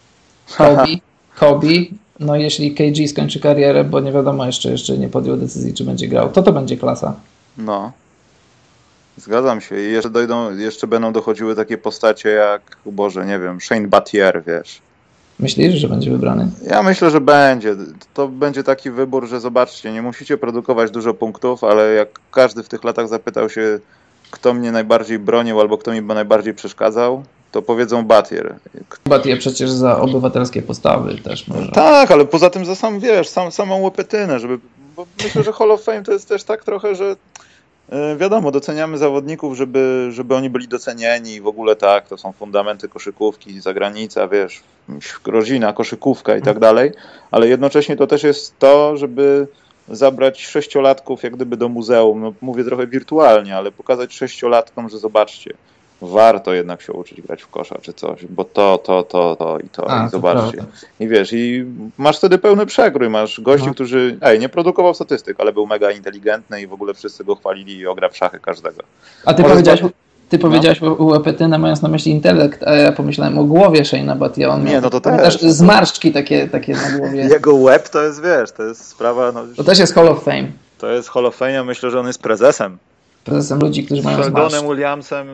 Speaker 3: Kobe, no jeśli KG skończy karierę, bo nie wiadomo, jeszcze nie podjął decyzji, czy będzie grał, to będzie klasa.
Speaker 2: No, zgadzam się i jeszcze będą dochodziły takie postacie jak, Boże, nie wiem, Shane Battier, wiesz.
Speaker 3: Myślisz, że będzie wybrany?
Speaker 2: Ja myślę, że będzie. To będzie taki wybór, że zobaczcie, nie musicie produkować dużo punktów, ale jak każdy w tych latach zapytał się, kto mnie najbardziej bronił albo kto mi najbardziej przeszkadzał, to powiedzą Battier.
Speaker 3: Battier przecież za obywatelskie postawy też może.
Speaker 2: Tak, ale poza tym za samą łepetynę, bo myślę, że Hall of Fame to jest też tak trochę, że wiadomo, doceniamy zawodników, żeby oni byli docenieni i w ogóle tak, to są fundamenty koszykówki, zagranica, wiesz, rodzina, koszykówka i tak dalej, ale jednocześnie to też jest to, żeby zabrać 6-latków jak gdyby do muzeum, no mówię trochę wirtualnie, ale pokazać 6-latkom, że zobaczcie, warto jednak się uczyć grać w kosza czy coś, bo to i zobaczcie. I wiesz, i masz wtedy pełny przekrój, masz gości, którzy, nie produkował statystyk, ale był mega inteligentny i w ogóle wszyscy go chwalili i ograł w szachy każdego.
Speaker 3: A ty powiedziałeś o łepetynę, mając na myśli intelekt, a ja pomyślałem o głowie Shane'a Battiera.
Speaker 2: Nie, no to też.
Speaker 3: Zmarszczki takie na głowie.
Speaker 2: Jego łeb to jest, wiesz, to jest sprawa... No,
Speaker 3: to też jest Hall of Fame.
Speaker 2: To jest Hall of Fame, ja myślę, że on jest prezesem.
Speaker 3: Prezesem ludzi, którzy mają zmarszczki.
Speaker 2: Sheldon Williamsem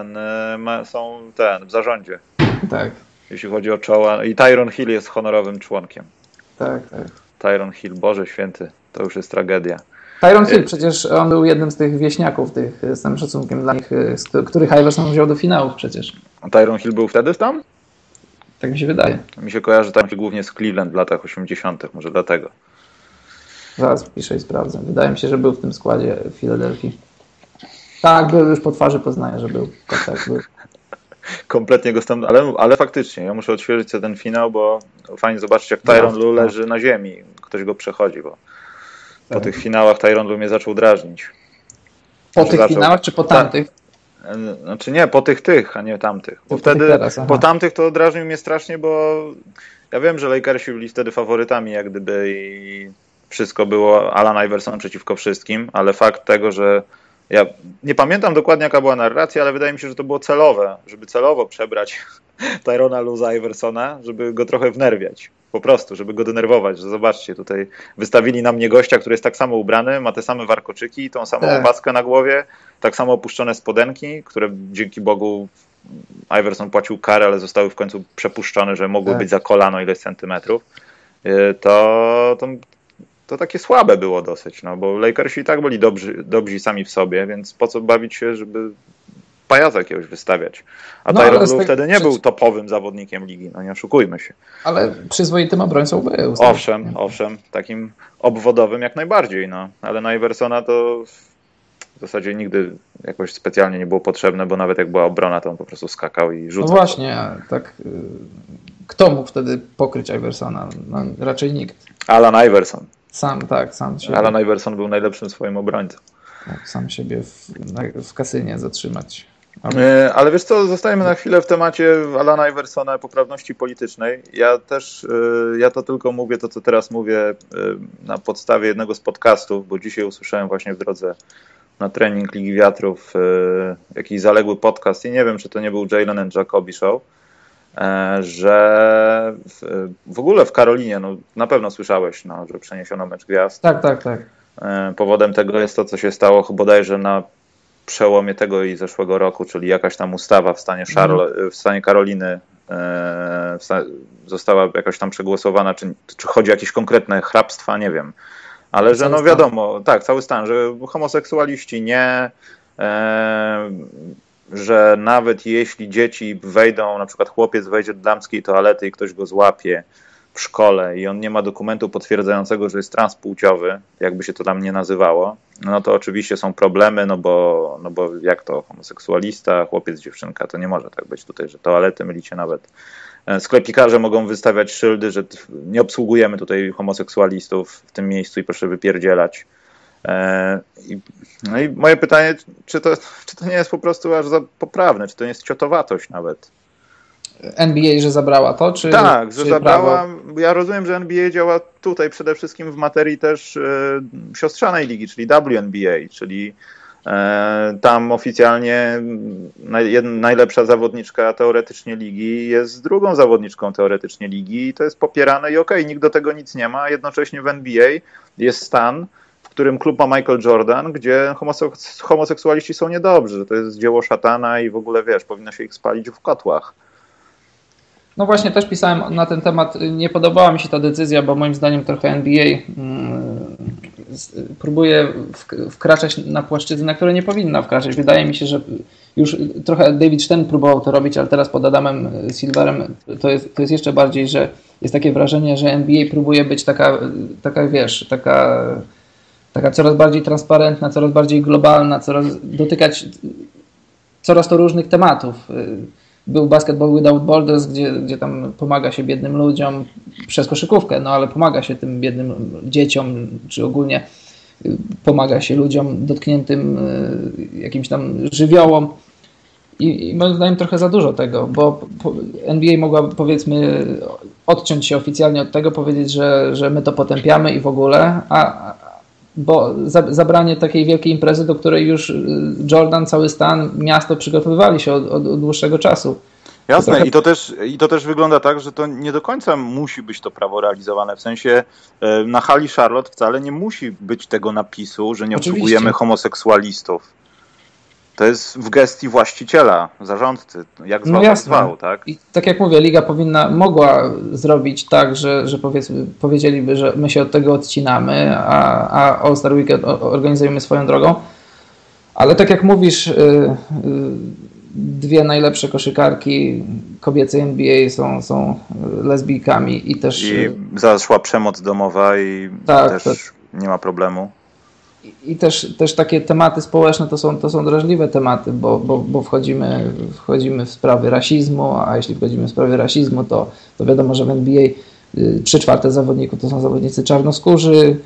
Speaker 2: są w zarządzie.
Speaker 3: Tak.
Speaker 2: Jeśli chodzi o czoła. I Tyron Hill jest honorowym członkiem.
Speaker 3: Tak.
Speaker 2: Tyron Hill, Boże Święty, to już jest tragedia.
Speaker 3: Tyron Hill, przecież on był jednym z tych wieśniaków, z tym szacunkiem dla nich, których Iverson wziął do finałów przecież.
Speaker 2: A Tyron Hill był wtedy tam?
Speaker 3: Tak mi się wydaje.
Speaker 2: Mi się kojarzy tam głównie z Cleveland w latach 80., może dlatego.
Speaker 3: Zaraz piszę i sprawdzę. Wydaje mi się, że był w tym składzie w Filadelfii. Tak, był już po twarzy, poznaję, że był. Tak, był.
Speaker 2: Kompletnie go stąd, ale faktycznie, ja muszę odświeżyć sobie ten finał, bo fajnie zobaczyć, jak Tyron Lue leży na ziemi. Ktoś go przechodzi, bo po tych finałach Tyron Lue mnie zaczął drażnić.
Speaker 3: Po tych finałach, czy po tamtych?
Speaker 2: Znaczy nie, po tych, a nie tamtych. Bo wtedy po tamtych to drażnił mnie strasznie, bo ja wiem, że Lakersi byli wtedy faworytami jak gdyby i wszystko było Allen Iverson przeciwko wszystkim, ale fakt tego, że ja nie pamiętam dokładnie jaka była narracja, ale wydaje mi się, że to było celowe, żeby celowo przebrać Tyrona Lue'a Iversona, żeby go trochę wnerwiać. Po prostu, żeby go denerwować, że zobaczcie, tutaj wystawili na mnie gościa, który jest tak samo ubrany, ma te same warkoczyki, tą samą opaskę na głowie, tak samo opuszczone spodenki, które dzięki Bogu Iverson płacił karę, ale zostały w końcu przepuszczone, że mogły być za kolano ileś centymetrów. To takie słabe było dosyć, no bo Lakersi i tak byli dobrzy sami w sobie, więc po co bawić się, żeby pajaca jakiegoś wystawiać. A Tyron Lue wtedy nie był topowym zawodnikiem ligi, no nie oszukujmy się.
Speaker 3: Ale przyzwoitym obrońcą był.
Speaker 2: Owszem, takim obwodowym jak najbardziej, no. Ale na Iversona to w zasadzie nigdy jakoś specjalnie nie było potrzebne, bo nawet jak była obrona, to on po prostu skakał i rzucał.
Speaker 3: No właśnie, tak. Kto mógł wtedy pokryć Iversona? No, raczej nikt.
Speaker 2: Allen Iverson.
Speaker 3: Sam siebie.
Speaker 2: Allen Iverson był najlepszym swoim obrońcą.
Speaker 3: Tak, sam siebie w kasynie zatrzymać.
Speaker 2: Ale wiesz co, zostajemy na chwilę w temacie Allena Iversona, poprawności politycznej. Ja to tylko mówię, to co teraz mówię na podstawie jednego z podcastów, bo dzisiaj usłyszałem właśnie w drodze na trening Ligi Wiatrów jakiś zaległy podcast i nie wiem, czy to nie był Jalen and Jacoby Show, że w ogóle w Karolinie, no na pewno słyszałeś, no, że przeniesiono mecz gwiazd.
Speaker 3: Tak.
Speaker 2: Powodem tego jest to, co się stało bodajże na przełomie tego i zeszłego roku, czyli jakaś tam ustawa w stanie w stanie Karoliny została jakaś tam przegłosowana, czy chodzi o jakieś konkretne hrabstwa, nie wiem. Ale że no wiadomo, tak, cały stan, że homoseksualiści nie, że nawet jeśli dzieci wejdą, na przykład chłopiec wejdzie do damskiej toalety i ktoś go złapie w szkole i on nie ma dokumentu potwierdzającego, że jest transpłciowy, jakby się to tam nie nazywało, no to oczywiście są problemy, no bo jak to homoseksualista, chłopiec, dziewczynka, to nie może tak być tutaj, że toalety mylicie nawet. Sklepikarze mogą wystawiać szyldy, że nie obsługujemy tutaj homoseksualistów w tym miejscu i proszę wypierdzielać. No i moje pytanie, czy to nie jest po prostu aż za poprawne, czy to nie jest ciotowatość nawet?
Speaker 3: NBA, że zabrała to? Czy,
Speaker 2: tak, że zabrała.
Speaker 3: Prawo?
Speaker 2: Ja rozumiem, że NBA działa tutaj przede wszystkim w materii też siostrzanej ligi, czyli WNBA, czyli tam oficjalnie najlepsza zawodniczka teoretycznie ligi jest drugą zawodniczką teoretycznie ligi i to jest popierane i okej, nikt do tego nic nie ma, a jednocześnie w NBA jest stan, w którym klub ma Michael Jordan, gdzie homoseksualiści są niedobrzy, że to jest dzieło szatana i w ogóle, wiesz, powinno się ich spalić w kotłach.
Speaker 3: No właśnie, też pisałem na ten temat. Nie podobała mi się ta decyzja, bo moim zdaniem trochę NBA próbuje wkraczać na płaszczyzny, na które nie powinna wkraczać. Wydaje mi się, że już trochę David Stern próbował to robić, ale teraz pod Adamem Silverem to jest jeszcze bardziej, że jest takie wrażenie, że NBA próbuje być taka coraz bardziej transparentna, coraz bardziej globalna, dotykać coraz to różnych tematów. Był Basketball Without Borders, gdzie tam pomaga się biednym ludziom przez koszykówkę, no ale pomaga się tym biednym dzieciom, czy ogólnie pomaga się ludziom dotkniętym jakimś tam żywiołom. I moim zdaniem trochę za dużo tego, bo NBA mogła, powiedzmy, odciąć się oficjalnie od tego, powiedzieć, że my to potępiamy i w ogóle, bo zabranie takiej wielkiej imprezy, do której już Jordan, cały stan, miasto przygotowywali się od dłuższego czasu.
Speaker 2: Jasne, i to też wygląda tak, że to nie do końca musi być to prawo realizowane. W sensie na hali Charlotte wcale nie musi być tego napisu, że nie obsługujemy homoseksualistów. To jest w gestii właściciela, zarządcy, jak zwał, tak zwał, tak?
Speaker 3: I tak jak mówię, liga mogła zrobić tak, że powiedzmy, powiedzieliby, że my się od tego odcinamy, a All-Star Weekend organizujemy swoją drogą. Ale tak jak mówisz, dwie najlepsze koszykarki kobiece NBA są lesbijkami i też...
Speaker 2: I zaszła przemoc domowa i
Speaker 3: tak,
Speaker 2: też nie ma problemu.
Speaker 3: I też takie tematy społeczne to są drażliwe tematy, bo wchodzimy w sprawy rasizmu, a jeśli wchodzimy w sprawy rasizmu, to wiadomo, że w NBA 3/4 zawodników to są zawodnicy czarnoskórzy.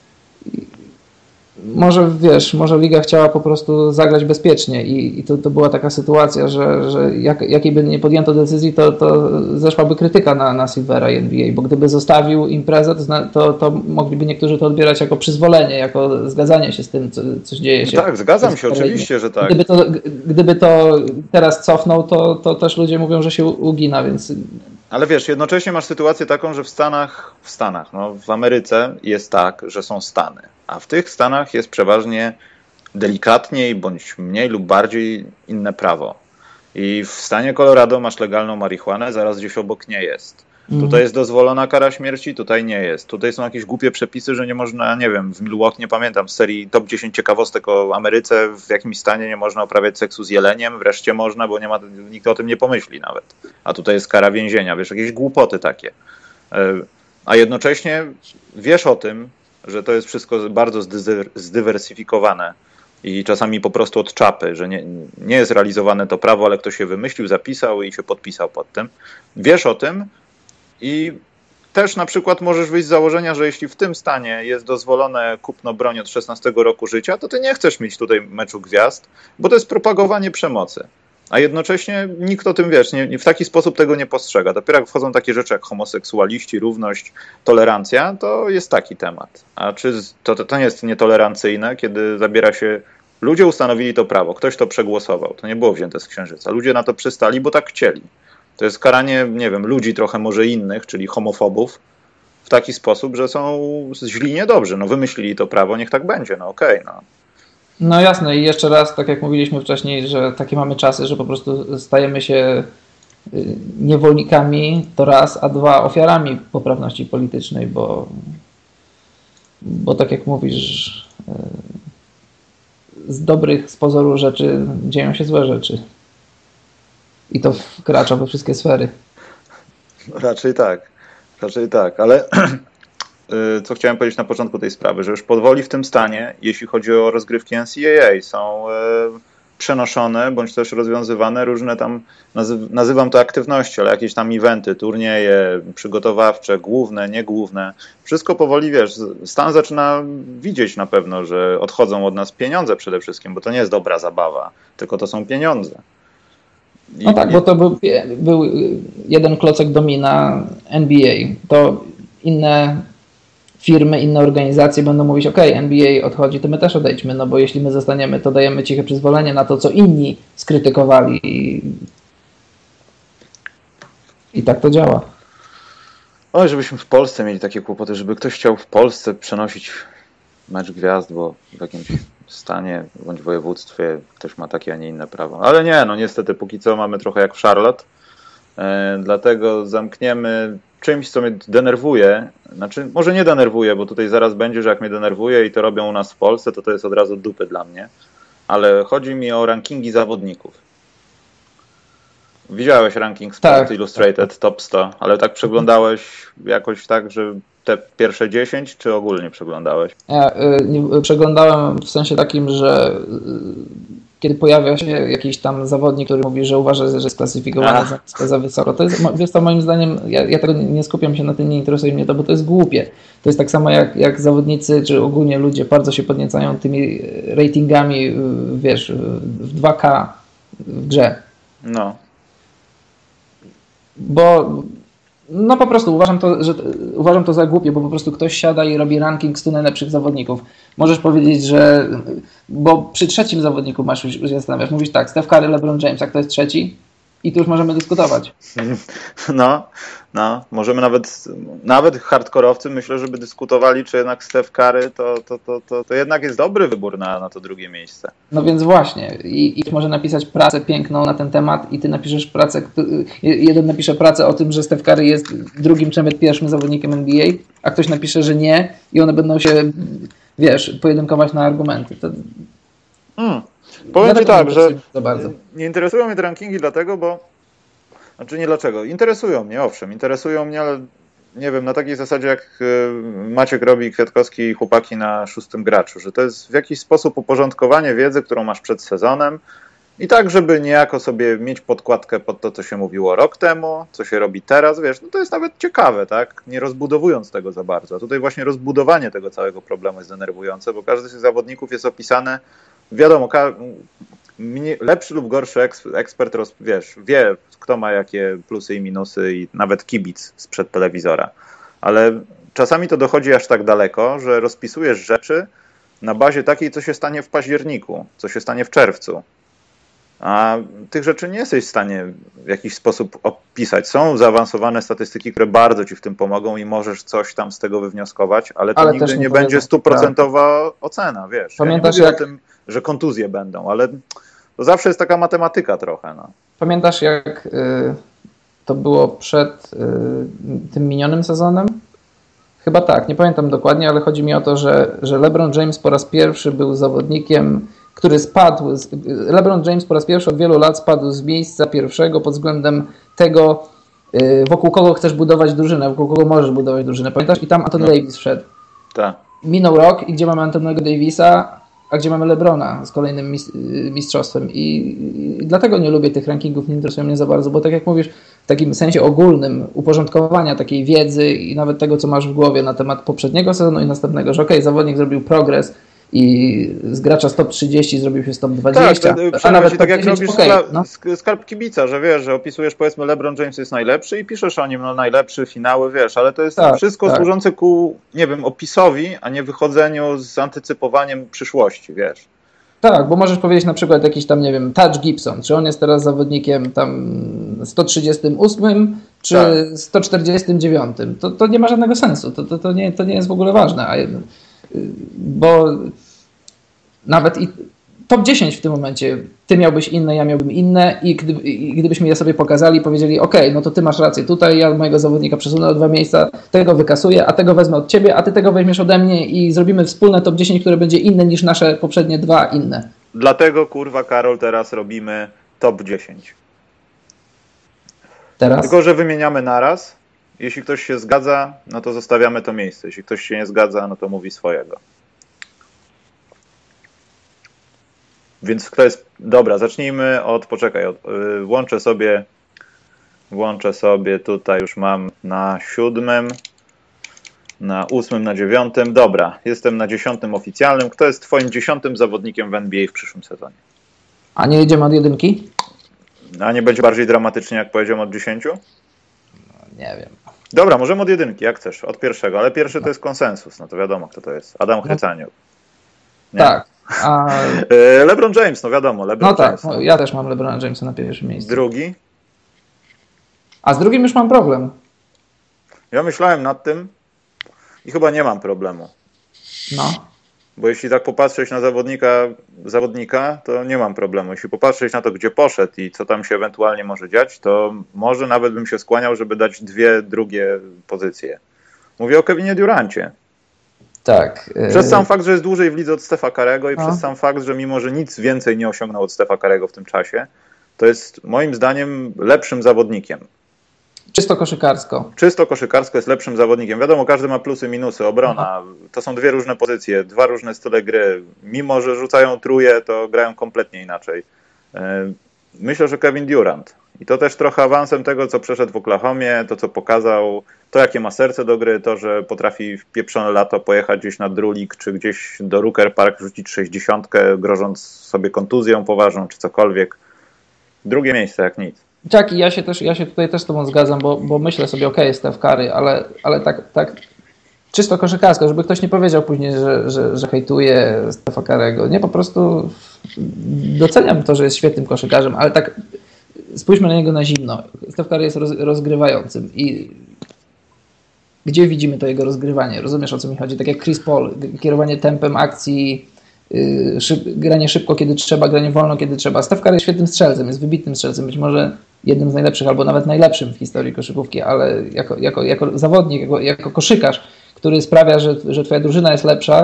Speaker 3: Może liga chciała po prostu zagrać bezpiecznie i to była taka sytuacja, że jakiej by nie podjęto decyzji, to zeszłaby krytyka na Silvera i NBA, bo gdyby zostawił imprezę, to mogliby niektórzy to odbierać jako przyzwolenie, jako zgadzanie się z tym, co dzieje się.
Speaker 2: Tak, zgadzam się, oczywiście, że tak.
Speaker 3: Gdyby to teraz cofnął, to też ludzie mówią, że się ugina, więc...
Speaker 2: Ale wiesz, jednocześnie masz sytuację taką, że w Stanach, w Ameryce jest tak, że są stany, a w tych stanach jest przeważnie delikatniej bądź mniej lub bardziej inne prawo. I w stanie Colorado masz legalną marihuanę, zaraz gdzieś obok nie jest. Tutaj jest dozwolona kara śmierci, tutaj nie jest. Tutaj są jakieś głupie przepisy, że nie można, nie wiem, w Milwaukee, nie pamiętam, z serii top 10 ciekawostek o Ameryce, w jakimś stanie nie można uprawiać seksu z jeleniem, wreszcie można, bo nikt o tym nie pomyśli nawet. A tutaj jest kara więzienia, wiesz, jakieś głupoty takie. A jednocześnie wiesz o tym, że to jest wszystko bardzo zdywersyfikowane i czasami po prostu od czapy, że nie jest realizowane to prawo, ale ktoś się wymyślił, zapisał i się podpisał pod tym. Wiesz o tym i też na przykład możesz wyjść z założenia, że jeśli w tym stanie jest dozwolone kupno broni od 16 roku życia, to ty nie chcesz mieć tutaj meczu gwiazd, bo to jest propagowanie przemocy. A jednocześnie nikt o tym, wiesz, w taki sposób tego nie postrzega. Dopiero jak wchodzą takie rzeczy jak homoseksualiści, równość, tolerancja, to jest taki temat. A czy to nie jest nietolerancyjne, kiedy zabiera się... Ludzie ustanowili to prawo, ktoś to przegłosował, to nie było wzięte z księżyca. Ludzie na to przystali, bo tak chcieli. To jest karanie, nie wiem, ludzi trochę może innych, czyli homofobów, w taki sposób, że są źli niedobrzy. No wymyślili to prawo, niech tak będzie, no okej, no.
Speaker 3: No jasne i jeszcze raz, tak jak mówiliśmy wcześniej, że takie mamy czasy, że po prostu stajemy się niewolnikami, to raz, a dwa ofiarami poprawności politycznej, bo tak jak mówisz, z dobrych z pozoru rzeczy dzieją się złe rzeczy. I to wkracza we wszystkie sfery.
Speaker 2: Raczej tak, ale co chciałem powiedzieć na początku tej sprawy, że już powoli w tym stanie, jeśli chodzi o rozgrywki NCAA, są przenoszone bądź też rozwiązywane różne tam, nazywam to aktywności, ale jakieś tam eventy, turnieje przygotowawcze, główne, niegłówne. Wszystko powoli, wiesz, stan zaczyna widzieć na pewno, że odchodzą od nas pieniądze przede wszystkim, bo to nie jest dobra zabawa, tylko to są pieniądze.
Speaker 3: No tak, bo to był jeden klocek domina NBA. To inne firmy, inne organizacje będą mówić, ok, NBA odchodzi, to my też odejdźmy, no bo jeśli my zostaniemy, to dajemy ciche przyzwolenie na to, co inni skrytykowali i tak to działa.
Speaker 2: Oj, żebyśmy w Polsce mieli takie kłopoty, żeby ktoś chciał w Polsce przenosić mecz gwiazd, bo w jakimś stanie bądź województwie ktoś ma takie, a nie inne prawo. Ale nie, no niestety póki co mamy trochę jak w Charlotte, dlatego zamkniemy czymś, co mnie denerwuje, znaczy może nie denerwuje, bo tutaj zaraz będzie, że jak mnie denerwuje i to robią u nas w Polsce, to jest od razu dupy dla mnie, ale chodzi mi o rankingi zawodników. Widziałeś ranking Sport Illustrated Top 100, ale tak przeglądałeś jakoś tak, że te pierwsze 10, czy ogólnie przeglądałeś?
Speaker 3: Ja przeglądałem w sensie takim, że kiedy pojawia się jakiś tam zawodnik, który mówi, że uważa, że jest klasyfikowany za wysoko, to jest, wiesz co, moim zdaniem, ja tego nie skupiam się na tym, nie interesuje mnie to, bo to jest głupie. To jest tak samo jak zawodnicy, czy ogólnie ludzie bardzo się podniecają tymi ratingami, wiesz, w 2K w grze.
Speaker 2: No.
Speaker 3: Bo no po prostu uważam to za głupie, bo po prostu ktoś siada i robi ranking 100 najlepszych zawodników. Możesz powiedzieć, że bo przy trzecim zawodniku masz już się zastanawiasz, mówisz tak, Steph Curry, LeBron James, jak to jest trzeci? I tu już możemy dyskutować.
Speaker 2: No, możemy nawet hardkorowcy myślę, żeby dyskutowali, czy jednak Steph Curry to jednak jest dobry wybór na to drugie miejsce.
Speaker 3: No więc właśnie. I może napisać pracę piękną na ten temat i ty napiszesz pracę, jeden napisze pracę o tym, że Steph Curry jest drugim czy nawet pierwszym zawodnikiem NBA, a ktoś napisze, że nie i one będą się, wiesz, pojedynkować na argumenty.
Speaker 2: Powiem Ci tak, że nie interesują mnie te rankingi dlatego, bo znaczy nie dlaczego. Interesują mnie, owszem, interesują mnie, ale nie wiem, na takiej zasadzie jak Maciek robi, Kwiatkowski i chłopaki na 6. graczu, że to jest w jakiś sposób uporządkowanie wiedzy, którą masz przed sezonem i tak, żeby niejako sobie mieć podkładkę pod to, co się mówiło rok temu, co się robi teraz, wiesz, no to jest nawet ciekawe, tak? Nie rozbudowując tego za bardzo. A tutaj właśnie rozbudowanie tego całego problemu jest denerwujące, bo każdy z tych zawodników jest opisany, wiadomo, lepszy lub gorszy ekspert wie, kto ma jakie plusy i minusy i nawet kibic sprzed telewizora. Ale czasami to dochodzi aż tak daleko, że rozpisujesz rzeczy na bazie takiej, co się stanie w październiku, co się stanie w czerwcu. A tych rzeczy nie jesteś w stanie w jakiś sposób opisać. Są zaawansowane statystyki, które bardzo ci w tym pomogą i możesz coś tam z tego wywnioskować, ale to nigdy nie będzie 100% ocena, wiesz.
Speaker 3: Pamiętasz,
Speaker 2: ja nie mówię o tym, że kontuzje będą, ale to zawsze jest taka matematyka trochę. No.
Speaker 3: Pamiętasz, jak to było przed tym minionym sezonem? Chyba tak, nie pamiętam dokładnie, ale chodzi mi o to, że LeBron James po raz pierwszy był zawodnikiem, który spadł. LeBron James po raz pierwszy od wielu lat spadł z miejsca pierwszego pod względem tego, wokół kogo chcesz budować drużynę, wokół kogo możesz budować drużynę. Pamiętasz? I tam Anthony Davis wszedł.
Speaker 2: Tak.
Speaker 3: Minął rok i gdzie mamy Antonego Davisa, a gdzie mamy LeBrona z kolejnym mistrzostwem. I dlatego nie lubię tych rankingów, nie interesują mnie za bardzo, bo tak jak mówisz, w takim sensie ogólnym uporządkowania takiej wiedzy i nawet tego, co masz w głowie na temat poprzedniego sezonu i następnego, że okej, zawodnik zrobił progres i z gracza z top 30 zrobił się z top 20.
Speaker 2: Tak, a nawet tak jak robisz skarb kibica, że wiesz, że opisujesz powiedzmy LeBron James jest najlepszy i piszesz o nim najlepszy, finały, wiesz, ale to jest wszystko służące ku, nie wiem, opisowi, a nie wychodzeniu z antycypowaniem przyszłości, wiesz. Tak,
Speaker 3: bo możesz powiedzieć na przykład jakiś tam, nie wiem, Taj Gibson, czy on jest teraz zawodnikiem tam 138 czy 149. To nie ma żadnego sensu, to nie jest w ogóle ważne, bo nawet i top 10 w tym momencie, ty miałbyś inne, ja miałbym inne i gdybyśmy je sobie pokazali i powiedzieli, okej, no to ty masz rację tutaj, ja mojego zawodnika przesunę o 2 miejsca, tego wykasuję, a tego wezmę od ciebie, a ty tego weźmiesz ode mnie i zrobimy wspólne top 10, które będzie inne niż nasze poprzednie 2 inne.
Speaker 2: Dlatego, kurwa, Karol, teraz robimy top 10.
Speaker 3: Teraz?
Speaker 2: Tylko, że wymieniamy naraz. Jeśli ktoś się zgadza, no to zostawiamy to miejsce. Jeśli ktoś się nie zgadza, no to mówi swojego. Więc kto jest... Dobra, zacznijmy od... Poczekaj, włączę sobie tutaj, już mam na 7, na 8, na 9. Dobra, jestem na 10 oficjalnym. Kto jest twoim 10 zawodnikiem w NBA w przyszłym sezonie?
Speaker 3: A nie jedziemy od 1?
Speaker 2: A nie będzie bardziej dramatycznie, jak powiedziałem, od 10?
Speaker 3: No, nie wiem.
Speaker 2: Dobra, możemy od 1, jak chcesz, od pierwszego, ale pierwszy to jest konsensus, no to wiadomo, kto to jest. Adam Chrycaniuk. Nie?
Speaker 3: Tak.
Speaker 2: LeBron James, no wiadomo, LeBron James.
Speaker 3: No, ja też mam LeBrona Jamesa na pierwszym miejscu.
Speaker 2: Drugi?
Speaker 3: A z drugim już mam problem.
Speaker 2: Ja myślałem nad tym i chyba nie mam problemu.
Speaker 3: No.
Speaker 2: Bo jeśli tak popatrzeć na zawodnika, to nie mam problemu. Jeśli popatrzeć na to, gdzie poszedł i co tam się ewentualnie może dziać, to może nawet bym się skłaniał, żeby dać 2 drugie pozycje. Mówię o Kevinie Durancie.
Speaker 3: Tak.
Speaker 2: Przez sam fakt, że jest dłużej w lidze od Stefa Curry'ego i przez sam fakt, że mimo, że nic więcej nie osiągnął od Stefa Curry'ego w tym czasie, to jest moim zdaniem lepszym zawodnikiem.
Speaker 3: Czysto koszykarsko.
Speaker 2: Czysto koszykarsko jest lepszym zawodnikiem. Wiadomo, każdy ma plusy, minusy. Obrona, to są dwie różne pozycje, dwa różne style gry. Mimo, że rzucają truje, to grają kompletnie inaczej. Myślę, że Kevin Durant. I to też trochę awansem tego, co przeszedł w Oklahomie, to co pokazał, to jakie ma serce do gry, to, że potrafi w pieprzone lato pojechać gdzieś na Drulik, czy gdzieś do Rucker Park rzucić 60, grożąc sobie kontuzją poważną, czy cokolwiek. Drugie miejsce jak nic.
Speaker 3: Tak, i ja się tutaj też z tobą zgadzam, bo myślę sobie, okej, Steph Curry, ale tak czysto koszykarsko, żeby ktoś nie powiedział później, że hejtuje Stepha Curry'ego. Nie, po prostu doceniam to, że jest świetnym koszykarzem, ale tak spójrzmy na niego na zimno. Steph Curry jest rozgrywającym i gdzie widzimy to jego rozgrywanie? Rozumiesz, o co mi chodzi? Tak jak Chris Paul, kierowanie tempem akcji, granie szybko, kiedy trzeba, granie wolno, kiedy trzeba. Steph Curry jest świetnym strzelcem, jest wybitnym strzelcem, być może jednym z najlepszych, albo nawet najlepszym w historii koszykówki, ale jako zawodnik, jako koszykarz, który sprawia, że twoja drużyna jest lepsza,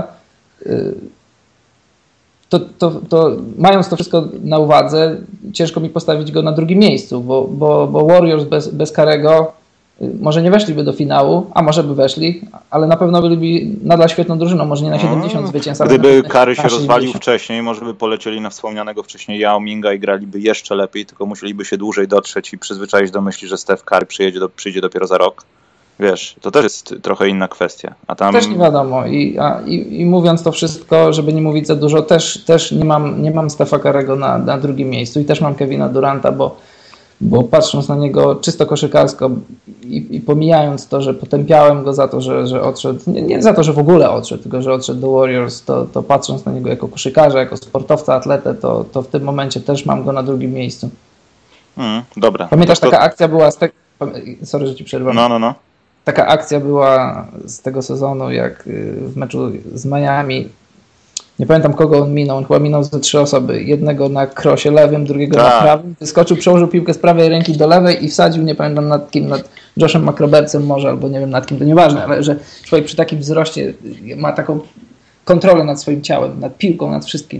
Speaker 3: to mając to wszystko na uwadze, ciężko mi postawić go na drugim miejscu, bo Warriors bez Curry'ego może nie weszliby do finału, a może by weszli, ale na pewno byliby nadal świetną drużyną, może nie na 70 zwycięstw.
Speaker 2: Gdyby Curry się rozwalił wcześniej, może by polecieli na wspomnianego wcześniej Yao Minga i graliby jeszcze lepiej, tylko musieliby się dłużej dotrzeć i przyzwyczaić do myśli, że Steph Curry przyjdzie dopiero za rok. Wiesz, to też jest trochę inna kwestia. A tam...
Speaker 3: Też nie wiadomo. I mówiąc to wszystko, żeby nie mówić za dużo, też nie mam Stepha Curry'ego na drugim miejscu i też mam Kevina Duranta, bo patrząc na niego czysto koszykarsko i pomijając to, że potępiałem go za to, że odszedł, nie za to, że w ogóle odszedł, tylko że odszedł do Warriors, to patrząc na niego jako koszykarza, jako sportowca, atletę, to w tym momencie też mam go na drugim miejscu.
Speaker 2: Dobra.
Speaker 3: Pamiętasz, taka akcja była sorry, że ci przerwam.
Speaker 2: No.
Speaker 3: Taka akcja była z tego sezonu, jak w meczu z Miami. Nie pamiętam, kogo on minął. On chyba minął ze 3 osoby. Jednego na krosie lewym, drugiego na prawym. Wyskoczył, przełożył piłkę z prawej ręki do lewej i wsadził, nie pamiętam nad kim, nad Joshem McRobertsem może, albo nie wiem nad kim, to nieważne, ale że człowiek przy takim wzroście ma taką kontrolę nad swoim ciałem, nad piłką, nad wszystkim.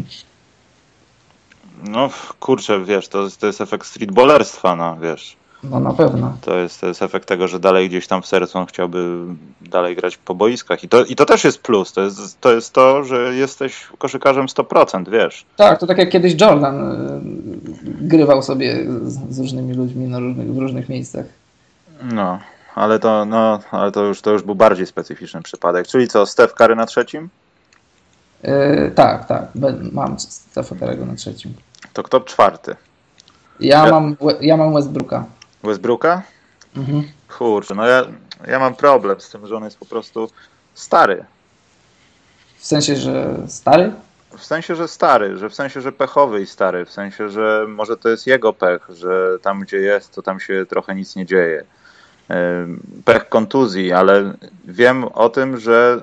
Speaker 2: No kurczę, wiesz, to jest efekt streetballerstwa, no wiesz.
Speaker 3: No na pewno.
Speaker 2: To jest efekt tego, że dalej gdzieś tam w sercu on chciałby dalej grać po boiskach. I to też jest plus. To jest to, że jesteś koszykarzem 100%, wiesz.
Speaker 3: Tak, to tak jak kiedyś Jordan grywał sobie z różnymi ludźmi w różnych miejscach.
Speaker 2: No, ale to już był bardziej specyficzny przypadek. Czyli co, Steph Curry na trzecim?
Speaker 3: Tak. Mam Stepha Curry'ego na trzecim.
Speaker 2: To kto czwarty?
Speaker 3: Ja mam Westbrooka.
Speaker 2: Westbrooka?
Speaker 3: Mhm.
Speaker 2: Kurczę, no ja mam problem z tym, że on jest po prostu stary.
Speaker 3: W sensie, że stary?
Speaker 2: W sensie, że stary, w sensie, że pechowy i stary, w sensie, że może to jest jego pech, że tam gdzie jest, to tam się trochę nic nie dzieje. Pech kontuzji, ale wiem o tym, że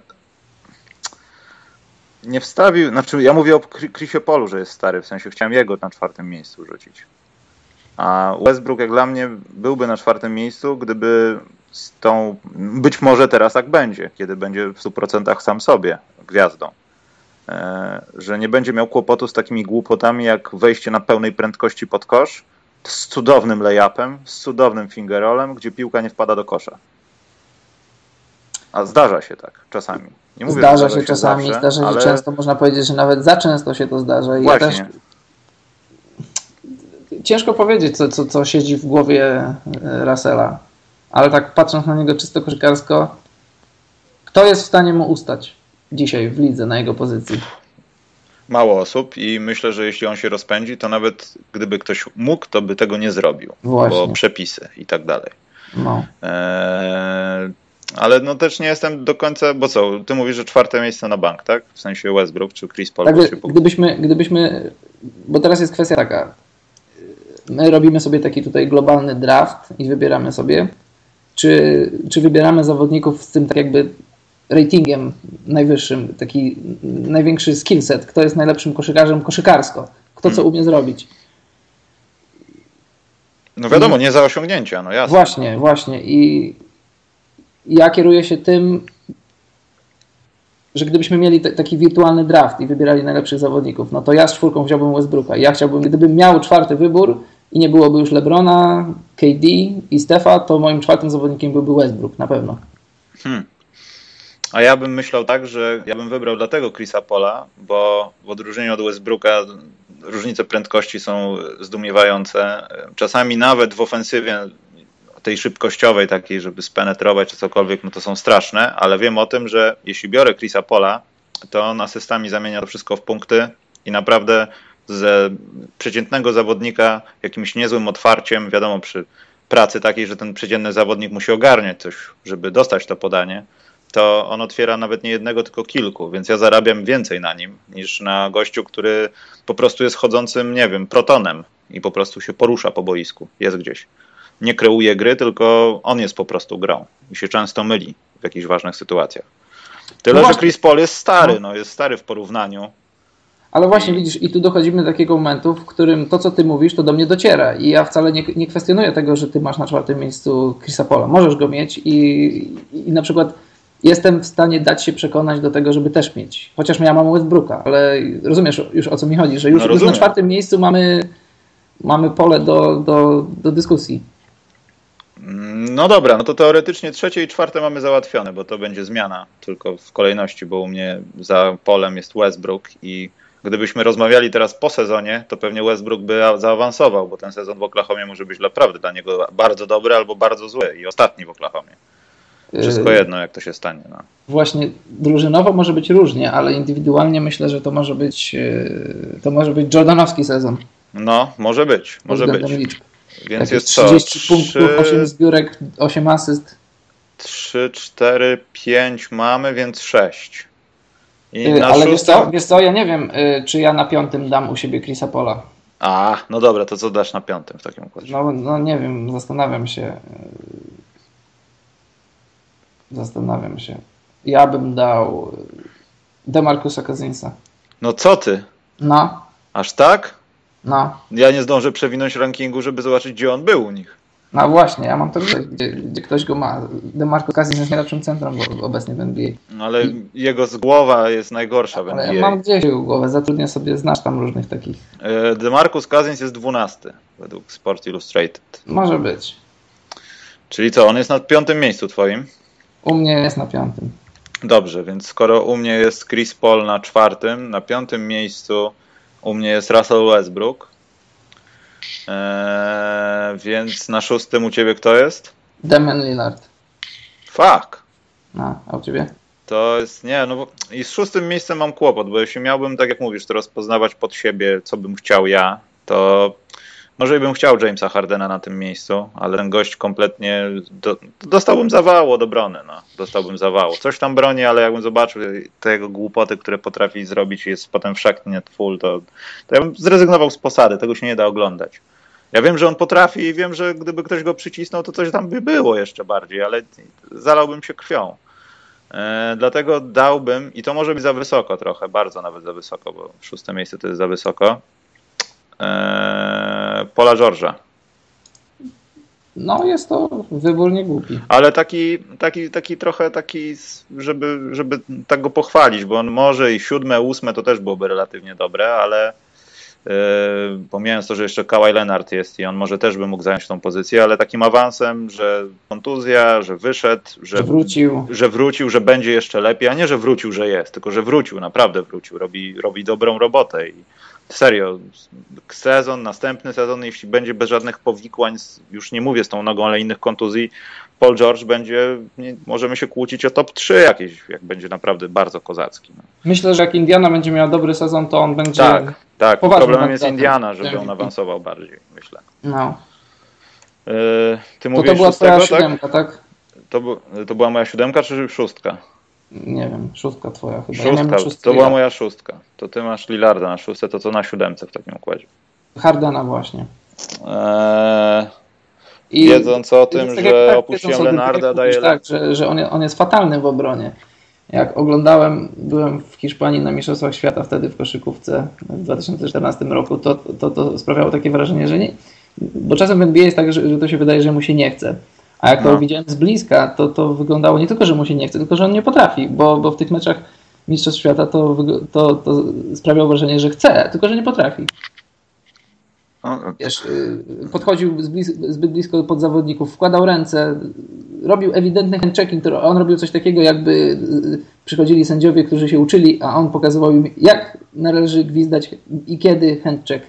Speaker 2: nie wstawił, znaczy ja mówię o Chrisie Paulu, że jest stary, w sensie chciałem jego na 4. miejscu rzucić. A Westbrook jak dla mnie byłby na 4. miejscu, gdyby z tą, być może teraz tak będzie, kiedy będzie w 100% sam sobie gwiazdą. Że nie będzie miał kłopotu z takimi głupotami jak wejście na pełnej prędkości pod kosz, z cudownym lay-upem, z cudownym fingerrollem, gdzie piłka nie wpada do kosza. A zdarza się tak czasami. Nie mówię,
Speaker 3: zdarza się czasami,
Speaker 2: zawsze,
Speaker 3: zdarza się
Speaker 2: ale...
Speaker 3: często, można powiedzieć, że nawet za często się to zdarza. I
Speaker 2: właśnie.
Speaker 3: Ja też... Ciężko powiedzieć, co siedzi w głowie Russella, ale tak patrząc na niego czysto koszykarsko, kto jest w stanie mu ustać dzisiaj w lidze na jego pozycji?
Speaker 2: Mało osób i myślę, że jeśli on się rozpędzi, to nawet gdyby ktoś mógł, to by tego nie zrobił.
Speaker 3: Właśnie.
Speaker 2: Bo przepisy i tak dalej.
Speaker 3: No.
Speaker 2: Ale no też nie jestem do końca, bo co, ty mówisz, że 4. miejsce na bank, tak? W sensie Westbrook czy Chris Paul?
Speaker 3: Tak, gdybyśmy, bo teraz jest kwestia taka, my robimy sobie taki tutaj globalny draft i wybieramy sobie, czy wybieramy zawodników z tym tak jakby ratingiem najwyższym, taki największy skill set, kto jest najlepszym koszykarzem koszykarsko, kto co umie zrobić. No
Speaker 2: wiadomo, nie za osiągnięcia, no jasne.
Speaker 3: Właśnie. I ja kieruję się tym, że gdybyśmy mieli taki wirtualny draft i wybierali najlepszych zawodników, no to ja z 4 wziąłbym Westbrooka. Ja chciałbym, gdybym miał 4. wybór i nie byłoby już LeBrona, KD i Stefa, to moim 4. zawodnikiem byłby Westbrook, na pewno.
Speaker 2: A ja bym myślał tak, że ja bym wybrał dlatego Chrisa Paula, bo w odróżnieniu od Westbrooka różnice prędkości są zdumiewające. Czasami nawet w ofensywie tej szybkościowej takiej, żeby spenetrować czy cokolwiek, no to są straszne, ale wiem o tym, że jeśli biorę Chrisa Paula, to on asystami zamienia to wszystko w punkty i naprawdę z przeciętnego zawodnika jakimś niezłym otwarciem, wiadomo, przy pracy takiej, że ten przeciętny zawodnik musi ogarniać coś, żeby dostać to podanie, to on otwiera nawet nie jednego, tylko kilku, więc ja zarabiam więcej na nim niż na gościu, który po prostu jest chodzącym, nie wiem, protonem i po prostu się porusza po boisku, jest gdzieś. Nie kreuje gry, tylko on jest po prostu grą i się często myli w jakichś ważnych sytuacjach. Tyle, że Chris Paul jest stary, jest stary w porównaniu.
Speaker 3: Ale właśnie widzisz, i tu dochodzimy do takiego momentu, w którym to, co ty mówisz, to do mnie dociera i ja wcale nie kwestionuję tego, że ty masz na 4. miejscu Chrisa Paula. Możesz go mieć i na przykład jestem w stanie dać się przekonać do tego, żeby też mieć. Chociaż ja mam Westbrooka, ale rozumiesz już, o co mi chodzi, że już na 4. miejscu mamy pole do dyskusji.
Speaker 2: No dobra, no to teoretycznie 3. i 4. mamy załatwione, bo to będzie zmiana tylko w kolejności, bo u mnie za polem jest Westbrook i gdybyśmy rozmawiali teraz po sezonie, to pewnie Westbrook by zaawansował, bo ten sezon w Oklahomie może być naprawdę dla niego bardzo dobry albo bardzo zły i ostatni w Oklahomie. Wszystko jedno, jak to się stanie. No.
Speaker 3: Właśnie drużynowo może być różnie, ale indywidualnie myślę, że to może być jordanowski sezon.
Speaker 2: No, może być.
Speaker 3: Liczb.
Speaker 2: Więc jest
Speaker 3: 30 punktów, 8 zbiórek, 8 asyst.
Speaker 2: 3, 4, 5 mamy, więc 6.
Speaker 3: Ale wiesz co, ja nie wiem, czy ja na 5. dam u siebie Chrisa Paula.
Speaker 2: No dobra, to co dasz na 5. w takim układzie?
Speaker 3: No nie wiem, zastanawiam się. Ja bym dał DeMarcusa Cousinsa.
Speaker 2: No co ty?
Speaker 3: No.
Speaker 2: Aż tak?
Speaker 3: No.
Speaker 2: Ja nie zdążę przewinąć rankingu, żeby zobaczyć, gdzie on był u nich.
Speaker 3: No właśnie, ja mam to gdzie ktoś go ma. DeMarcus Cousins jest najlepszym centrum obecnie w NBA.
Speaker 2: No ale jego głowa jest najgorsza w NBA.
Speaker 3: Ale ja mam gdzieś jego głowę, zatrudnię sobie, znasz tam różnych takich.
Speaker 2: DeMarcus Cousins jest 12 według Sport Illustrated.
Speaker 3: Może być.
Speaker 2: Czyli co, on jest na 5. miejscu twoim?
Speaker 3: U mnie jest na 5.
Speaker 2: Dobrze, więc skoro u mnie jest Chris Paul na 4., na 5. miejscu u mnie jest Russell Westbrook, więc na 6. u ciebie kto jest?
Speaker 3: Damian Lillard.
Speaker 2: Fuck.
Speaker 3: No, a u ciebie?
Speaker 2: To jest, i z 6. miejscem mam kłopot, bo jeśli miałbym, tak jak mówisz, to rozpoznawać pod siebie, co bym chciał ja, to może bym chciał Jamesa Hardena na tym miejscu, ale ten gość kompletnie, dostałbym zawału od obrony, dostałbym zawału. Coś tam broni, ale jakbym zobaczył te jego głupoty, które potrafi zrobić i jest potem wszak net full, to ja bym zrezygnował z posady, tego się nie da oglądać. Ja wiem, że on potrafi i wiem, że gdyby ktoś go przycisnął, to coś tam by było jeszcze bardziej, ale zalałbym się krwią. Dlatego dałbym, i to może być za wysoko trochę, bardzo nawet za wysoko, bo 6. miejsce to jest za wysoko, Paula George'a.
Speaker 3: No jest to wybór niegłupi.
Speaker 2: Ale taki trochę taki, żeby tak go pochwalić, bo on może i 7., 8. to też byłoby relatywnie dobre, ale pomijając to, że jeszcze Kawhi Leonard jest i on może też by mógł zająć tą pozycję, ale takim awansem, że kontuzja, że wyszedł, że wrócił, że będzie jeszcze lepiej, a nie, że wrócił, że jest, tylko że wrócił, naprawdę wrócił, robi dobrą robotę i serio, następny sezon, jeśli będzie bez żadnych powikłań, już nie mówię z tą nogą, ale innych kontuzji, Paul George możemy się kłócić o top 3 jakieś, jak będzie naprawdę bardzo kozacki.
Speaker 3: Myślę, że jak Indiana będzie miała dobry sezon, to on będzie
Speaker 2: Tak. Problemem jest Indiana, żeby on awansował bardziej, myślę.
Speaker 3: No.
Speaker 2: Ty mówisz
Speaker 3: to była twoja 7, tak?
Speaker 2: To była moja 7 czy 6?
Speaker 3: Nie wiem, 6 twoja chyba.
Speaker 2: 6, to była moja 6. To ty masz Lillarda na 6, to co na 7 w takim układzie?
Speaker 3: Hardena właśnie.
Speaker 2: Wiedząc o tym, że opuściłem Leonarda, daje...
Speaker 3: Tak, że on jest fatalny w obronie. Jak byłem w Hiszpanii na Mistrzostwach Świata wtedy w koszykówce w 2014 roku, to sprawiało takie wrażenie, że nie... Bo czasem w NBA jest tak, że to się wydaje, że mu się nie chce. A jak to widziałem z bliska, to wyglądało nie tylko, że mu się nie chce, tylko że on nie potrafi, bo w tych meczach Mistrzostw Świata to sprawiało wrażenie, że chce, tylko że nie potrafi. Wiesz, podchodził zbyt blisko pod zawodników, wkładał ręce, robił ewidentny handchecking, on robił coś takiego, jakby przychodzili sędziowie, którzy się uczyli, a on pokazywał im, jak należy gwizdać i kiedy handcheck.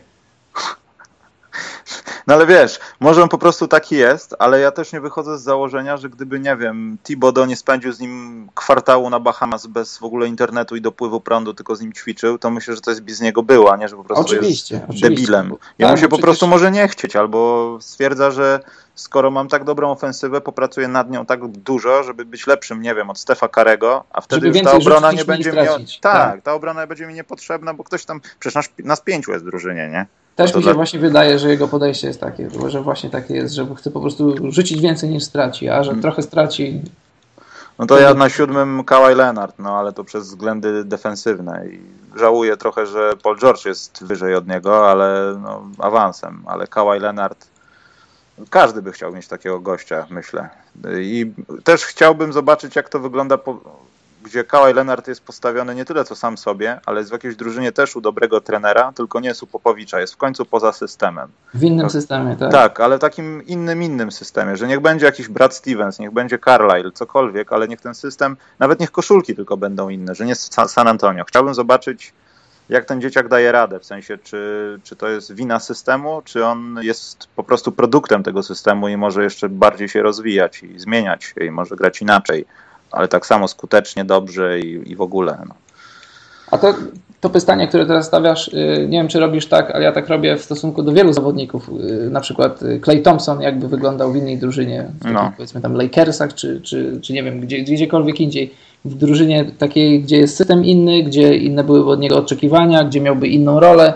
Speaker 2: No ale wiesz, może on po prostu taki jest, ale ja też nie wychodzę z założenia, że gdyby, nie wiem, Thibodeau nie spędził z nim kwartału na Bahamas bez w ogóle internetu i dopływu prądu, tylko z nim ćwiczył, to myślę, że to jest z niego było, a nie, że po prostu jest debilem. Jemu się po prostu może nie chcieć, albo stwierdza, że skoro mam tak dobrą ofensywę, popracuję nad nią tak dużo, żeby być lepszym, nie wiem, od Stefa Carego, a wtedy już ta obrona nie będzie mi... Tak, ta obrona będzie mi niepotrzebna, bo ktoś tam, przecież nas 5 jest w drużynie, nie?
Speaker 3: Też mi się właśnie wydaje, że jego podejście jest takie, że właśnie takie jest, że chce po prostu rzucić więcej niż straci, a że trochę straci...
Speaker 2: No to ja na 7 Kawhi Leonard, no ale to przez względy defensywne i żałuję trochę, że Paul George jest wyżej od niego, ale no, awansem, ale Kawhi Leonard, każdy by chciał mieć takiego gościa, myślę. I też chciałbym zobaczyć, jak to wygląda, gdzie Kawhi Leonard jest postawiony nie tyle co sam sobie, ale jest w jakiejś drużynie też u dobrego trenera, tylko nie jest u Popowicza, jest w końcu poza systemem.
Speaker 3: W innym systemie, tak?
Speaker 2: Tak, ale takim innym systemie, że niech będzie jakiś Brad Stevens, niech będzie Carlisle, cokolwiek, ale niech ten system, nawet niech koszulki tylko będą inne, że nie San Antonio. Chciałbym zobaczyć, jak ten dzieciak daje radę, w sensie czy to jest wina systemu, czy on jest po prostu produktem tego systemu i może jeszcze bardziej się rozwijać i zmieniać się i może grać inaczej, ale tak samo skutecznie, dobrze i w ogóle. No.
Speaker 3: A to pytanie, które teraz stawiasz, nie wiem, czy robisz tak, ale ja tak robię w stosunku do wielu zawodników. Na przykład Klay Thompson jakby wyglądał w innej drużynie, powiedzmy tam Lakersach, czy nie wiem, gdziekolwiek indziej. W drużynie takiej, gdzie jest system inny, gdzie inne były od niego oczekiwania, gdzie miałby inną rolę.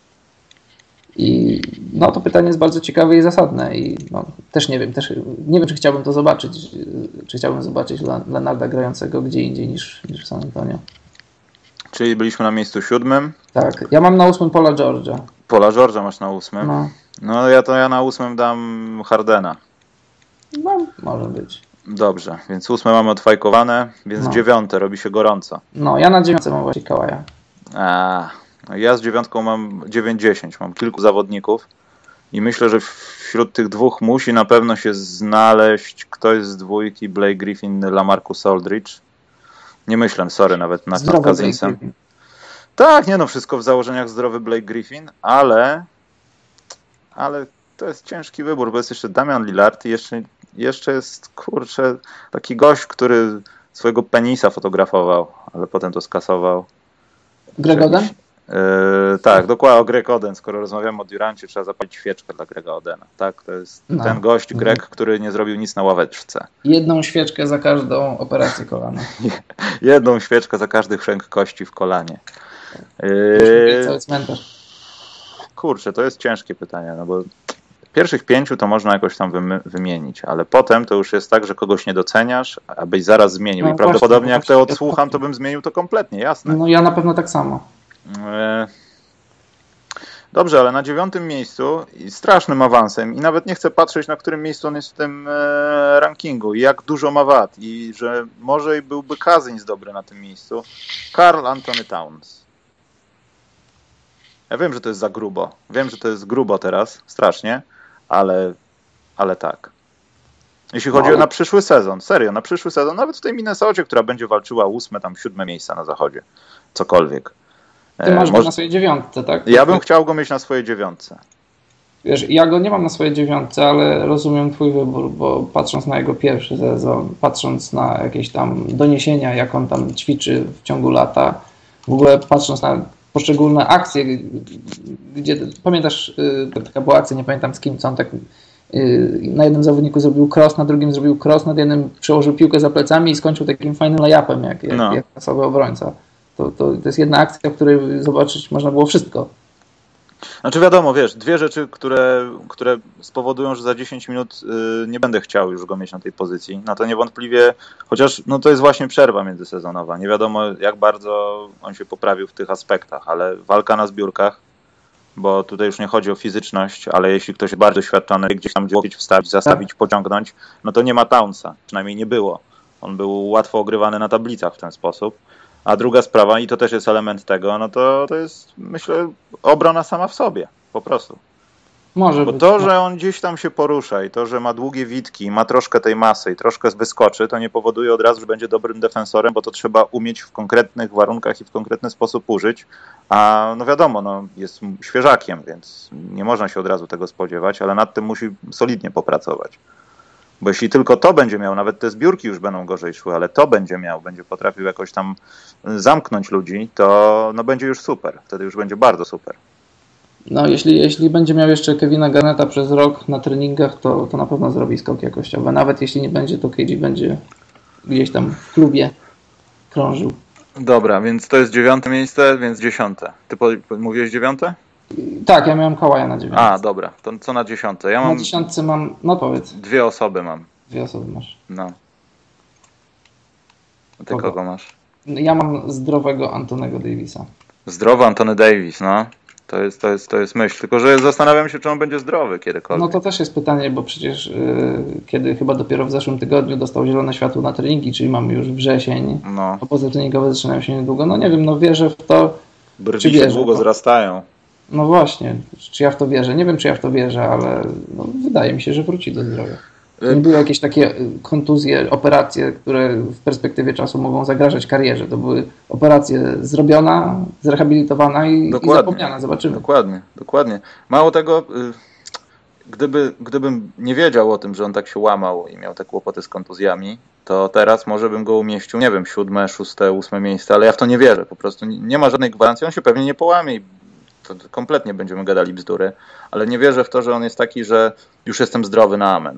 Speaker 3: I no to pytanie jest bardzo ciekawe i zasadne i no, też nie wiem, czy chciałbym to zobaczyć, czy chciałbym zobaczyć Leonarda grającego gdzie indziej niż w San Antonio.
Speaker 2: Czyli byliśmy na miejscu 7.
Speaker 3: Tak, ja mam na 8 Paula George'a.
Speaker 2: Paula George'a masz na 8? No ja na 8 dam Hardena.
Speaker 3: No, może być.
Speaker 2: Dobrze, więc 8 mamy odfajkowane, więc 9 robi się gorąco.
Speaker 3: No, ja na 9 mam właśnie Kawaja.
Speaker 2: Ja z 9 mam 9-10, mam kilku zawodników i myślę, że wśród tych dwóch musi na pewno się znaleźć ktoś z dwójki, Blake Griffin, LaMarcus Aldridge. Nie myślę, sorry, nawet nad Cousinsem. Tak, wszystko w założeniach zdrowy Blake Griffin, ale to jest ciężki wybór, bo jest jeszcze Damian Lillard i jeszcze jest, kurczę, taki gość, który swojego penisa fotografował, ale potem to skasował.
Speaker 3: Greg Oden?
Speaker 2: Tak, dokładnie, o Greg Oden. Skoro rozmawiamy o Durancie, trzeba zapalić świeczkę dla Grega Odena. Tak, to jest ten gość, Greg, który nie zrobił nic na ławeczce.
Speaker 3: Jedną świeczkę za każdą operację kolana.
Speaker 2: Jedną świeczkę za każdy chrzęk kości w kolanie.
Speaker 3: Cały cmentarz.
Speaker 2: Kurczę, to jest ciężkie pytanie, no bo pierwszych 5 to można jakoś tam wymienić, ale potem to już jest tak, że kogoś nie doceniasz, abyś zaraz zmienił. I prawdopodobnie jak to odsłucham, to bym zmienił to kompletnie, jasne.
Speaker 3: No ja na pewno tak samo.
Speaker 2: Dobrze, ale na 9 miejscu i strasznym awansem i nawet nie chcę patrzeć, na którym miejscu on jest w tym rankingu i jak dużo ma wad i że może i byłby Cousins dobry na tym miejscu. Karl Anthony Towns. Ja wiem, że to jest za grubo. Wiem, że to jest grubo teraz, strasznie, ale tak. Jeśli chodzi na przyszły sezon, serio, na przyszły sezon, nawet w tej Minnesocie, która będzie walczyła 8, tam 7 miejsca na zachodzie, cokolwiek.
Speaker 3: Ty masz go na swojej 9, tak?
Speaker 2: Ja bym chciał go mieć na swojej 9.
Speaker 3: Wiesz, ja go nie mam na swojej 9, ale rozumiem twój wybór, bo patrząc na jego pierwszy sezon, patrząc na jakieś tam doniesienia, jak on tam ćwiczy w ciągu lata, w ogóle patrząc na poszczególne akcje, gdzie, pamiętasz, taka była akcja, nie pamiętam z kim, co on tak na jednym zawodniku zrobił cross, na drugim zrobił cross, nad jednym przełożył piłkę za plecami i skończył takim fajnym layupem, jak klasowy obrońca. To jest jedna akcja, w której zobaczyć można było wszystko.
Speaker 2: Znaczy wiadomo, wiesz, dwie rzeczy, które spowodują, że za 10 minut nie będę chciał już go mieć na tej pozycji. No to niewątpliwie, chociaż to jest właśnie przerwa międzysezonowa. Nie wiadomo, jak bardzo on się poprawił w tych aspektach, ale walka na zbiórkach bo tutaj już nie chodzi o fizyczność, ale jeśli ktoś jest bardzo doświadczony, gdzieś tam łokieć wstawić, zastawić, pociągnąć, no to nie ma Townsa, przynajmniej nie było. On był łatwo ogrywany na tablicach w ten sposób. A druga sprawa, i to też jest element tego, no to jest, myślę, obrona sama w sobie, po prostu.
Speaker 3: Może
Speaker 2: Bo
Speaker 3: być.
Speaker 2: to, że on gdzieś tam się porusza i to, że ma długie witki, ma troszkę tej masy i troszkę wyskoczy, to nie powoduje od razu, że będzie dobrym defensorem, bo to trzeba umieć w konkretnych warunkach i w konkretny sposób użyć. A no wiadomo, no, jest świeżakiem, więc nie można się od razu tego spodziewać, ale nad tym musi solidnie popracować. Bo jeśli tylko to będzie miał, nawet te zbiórki już będą gorzej szły, ale to będzie miał, będzie potrafił jakoś tam zamknąć ludzi, to no będzie już super. Wtedy już będzie bardzo super.
Speaker 3: No, jeśli będzie miał jeszcze Kevina Garnetta przez rok na treningach, to na pewno zrobi skok jakościowy. Nawet jeśli nie będzie, to KG będzie gdzieś tam w klubie krążył.
Speaker 2: Dobra, więc to jest 9. miejsce, więc 10. Ty mówiłeś 9?
Speaker 3: Tak, ja miałem Kawaja na 9.
Speaker 2: A, dobra, to co na 10? Ja mam
Speaker 3: Na 10 mam, no powiedz.
Speaker 2: 2 osoby mam.
Speaker 3: 2 osoby masz.
Speaker 2: No. A ty kogo masz?
Speaker 3: Ja mam zdrowego Antonego Davisa.
Speaker 2: Zdrowy Antony Davis, no. To jest myśl. Tylko że zastanawiam się, czy on będzie zdrowy kiedykolwiek.
Speaker 3: No to też jest pytanie, bo przecież kiedy chyba dopiero w zeszłym tygodniu dostał zielone światło na treningi, czyli mamy już wrzesień,
Speaker 2: No.
Speaker 3: obozy treningowe zaczynają się niedługo. No nie wiem, no wierzę w to.
Speaker 2: Brwi się długo zrastają.
Speaker 3: No właśnie, czy ja w to wierzę? Nie wiem, czy ja w to wierzę, ale no, wydaje mi się, że wróci do zdrowia. To nie były jakieś takie kontuzje, operacje, które w perspektywie czasu mogą zagrażać karierze. To były operacje zrobiona, zrehabilitowana i zapomniana. Zobaczymy.
Speaker 2: Dokładnie. Mało tego, gdybym nie wiedział o tym, że on tak się łamał i miał te kłopoty z kontuzjami, to teraz może bym go umieścił, nie wiem, 7., 6., 8. miejsce, ale ja w to nie wierzę. Po prostu nie ma żadnej gwarancji. On się pewnie nie połamie i to kompletnie będziemy gadali bzdury, ale nie wierzę w to, że on jest taki, że już jestem zdrowy na amen.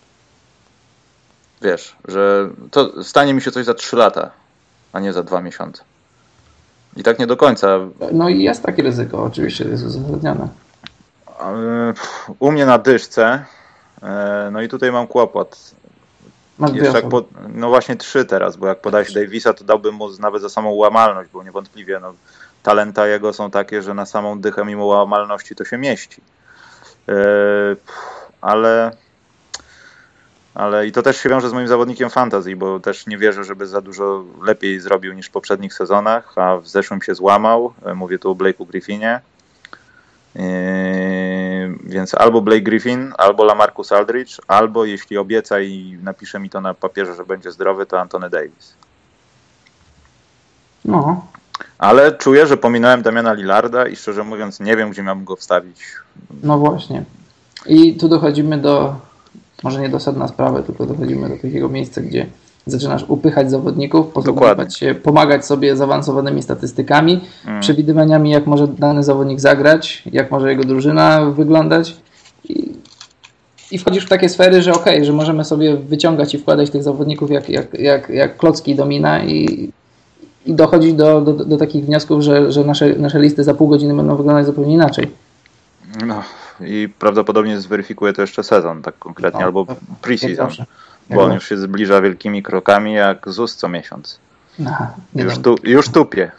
Speaker 2: Wiesz, że to stanie mi się coś za 3 lata, a nie za 2 miesiące. I tak nie do końca.
Speaker 3: No i jest takie ryzyko, oczywiście, jest uzasadnione.
Speaker 2: U mnie na dyszce, no i tutaj mam kłopot.
Speaker 3: Masz
Speaker 2: Jeszcze no właśnie 3 teraz, bo jak podałeś Davisa, to dałbym mu nawet za samą łamalność, bo niewątpliwie no, talenta jego są takie, że na samą dychę mimo łamalności to się mieści. Ale i to też się wiąże z moim zawodnikiem fantasy, bo też nie wierzę, żeby za dużo lepiej zrobił niż w poprzednich sezonach, a w zeszłym się złamał. Mówię tu o Blake'u Griffinie. Więc albo Blake Griffin, albo LaMarcus Aldridge, albo jeśli obieca i napisze mi to na papierze, że będzie zdrowy, to Anthony Davis.
Speaker 3: No.
Speaker 2: Ale czuję, że pominąłem Damiana Lillarda i szczerze mówiąc nie wiem, gdzie miałbym go wstawić.
Speaker 3: No właśnie. I tu dochodzimy do, może nie do sedna sprawy, tylko dochodzimy do takiego miejsca, gdzie zaczynasz upychać zawodników, pomagać sobie zaawansowanymi statystykami, przewidywaniami, jak może dany zawodnik zagrać, jak może jego drużyna wyglądać i wchodzisz w takie sfery, że okej, że możemy sobie wyciągać i wkładać tych zawodników jak klocki domina i dochodzić do takich wniosków, że nasze listy za pół godziny będą wyglądać zupełnie inaczej.
Speaker 2: No i prawdopodobnie zweryfikuje to jeszcze sezon, tak konkretnie, albo pre-season. Bo on już się zbliża wielkimi krokami jak ZUS co miesiąc. Już tupie.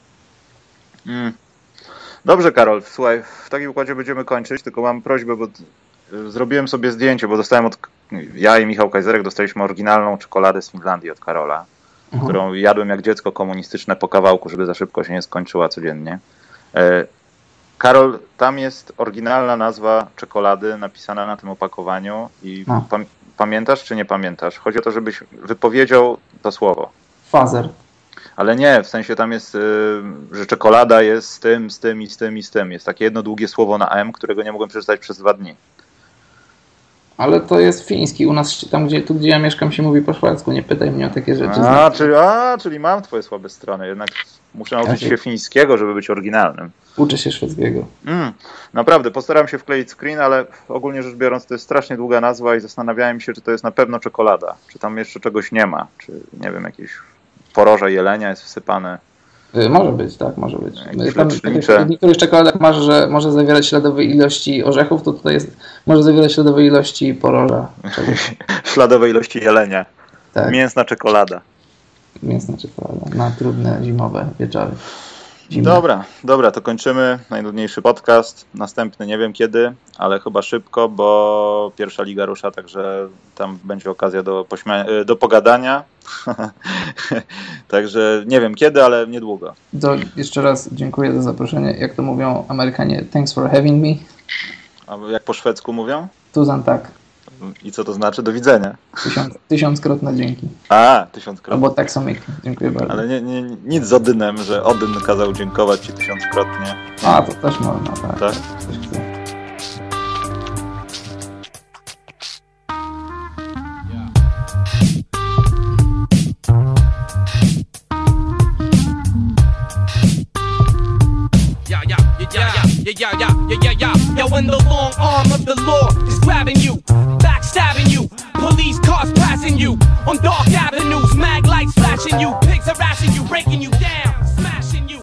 Speaker 2: Dobrze, Karol, słuchaj, w takim układzie będziemy kończyć, tylko mam prośbę, bo zrobiłem sobie zdjęcie, bo dostałem ja i Michał Kajzerek dostaliśmy oryginalną czekoladę z Finlandii od Karola, którą jadłem jak dziecko komunistyczne po kawałku, żeby za szybko się nie skończyła codziennie. Karol, tam jest oryginalna nazwa czekolady napisana na tym opakowaniu i pamiętasz czy nie pamiętasz? Chodzi o to, żebyś wypowiedział to słowo.
Speaker 3: Fazer.
Speaker 2: Ale nie, w sensie tam jest, że czekolada jest z tym, z tym i z tym i z tym. Jest takie jedno długie słowo na M, którego nie mogłem przeczytać przez 2 dni.
Speaker 3: Ale to jest fiński. U nas, gdzie ja mieszkam, się mówi po szwedzku. Nie pytaj mnie o takie rzeczy.
Speaker 2: Czyli mam twoje słabe strony. Jednak muszę nauczyć się fińskiego, żeby być oryginalnym.
Speaker 3: Uczę się szwedzkiego.
Speaker 2: Naprawdę, postaram się wkleić screen, ale ogólnie rzecz biorąc to jest strasznie długa nazwa i zastanawiałem się, czy to jest na pewno czekolada. Czy tam jeszcze czegoś nie ma. Czy, nie wiem, jakieś poroże jelenia jest wsypane.
Speaker 3: Może być, tak, może być. Tam, w niektórych czekoladach masz, że może zawierać śladowe ilości orzechów, to tutaj może zawierać śladowe ilości poroża.
Speaker 2: Śladowe ilości jelenia. Tak. Mięsna czekolada.
Speaker 3: Mięsna czekolada na trudne zimowe wieczory. zimne.
Speaker 2: Dobra, to kończymy najnudniejszy podcast. Następny nie wiem kiedy, ale chyba szybko, bo pierwsza liga rusza, także tam będzie okazja do pogadania. Także nie wiem kiedy, ale niedługo.
Speaker 3: To jeszcze raz dziękuję za zaproszenie. Jak to mówią Amerykanie, thanks for having me.
Speaker 2: A jak po szwedzku mówią?
Speaker 3: Tusen tak.
Speaker 2: I co to znaczy? Do widzenia.
Speaker 3: 1000-krotne dzięki.
Speaker 2: 1000-krotne.
Speaker 3: Albo tak samyk. Dziękuję bardzo.
Speaker 2: Ale nic z Odynem, że Odyn kazał dziękować ci 1000-krotnie.
Speaker 3: To też można, tak.
Speaker 2: Tak?
Speaker 3: Ktoś chce.
Speaker 4: Yo, when the long arm of the law is grabbing you, backstabbing you, police cars passing you on dark avenues, mag lights flashing you, pigs harassing you, breaking you down.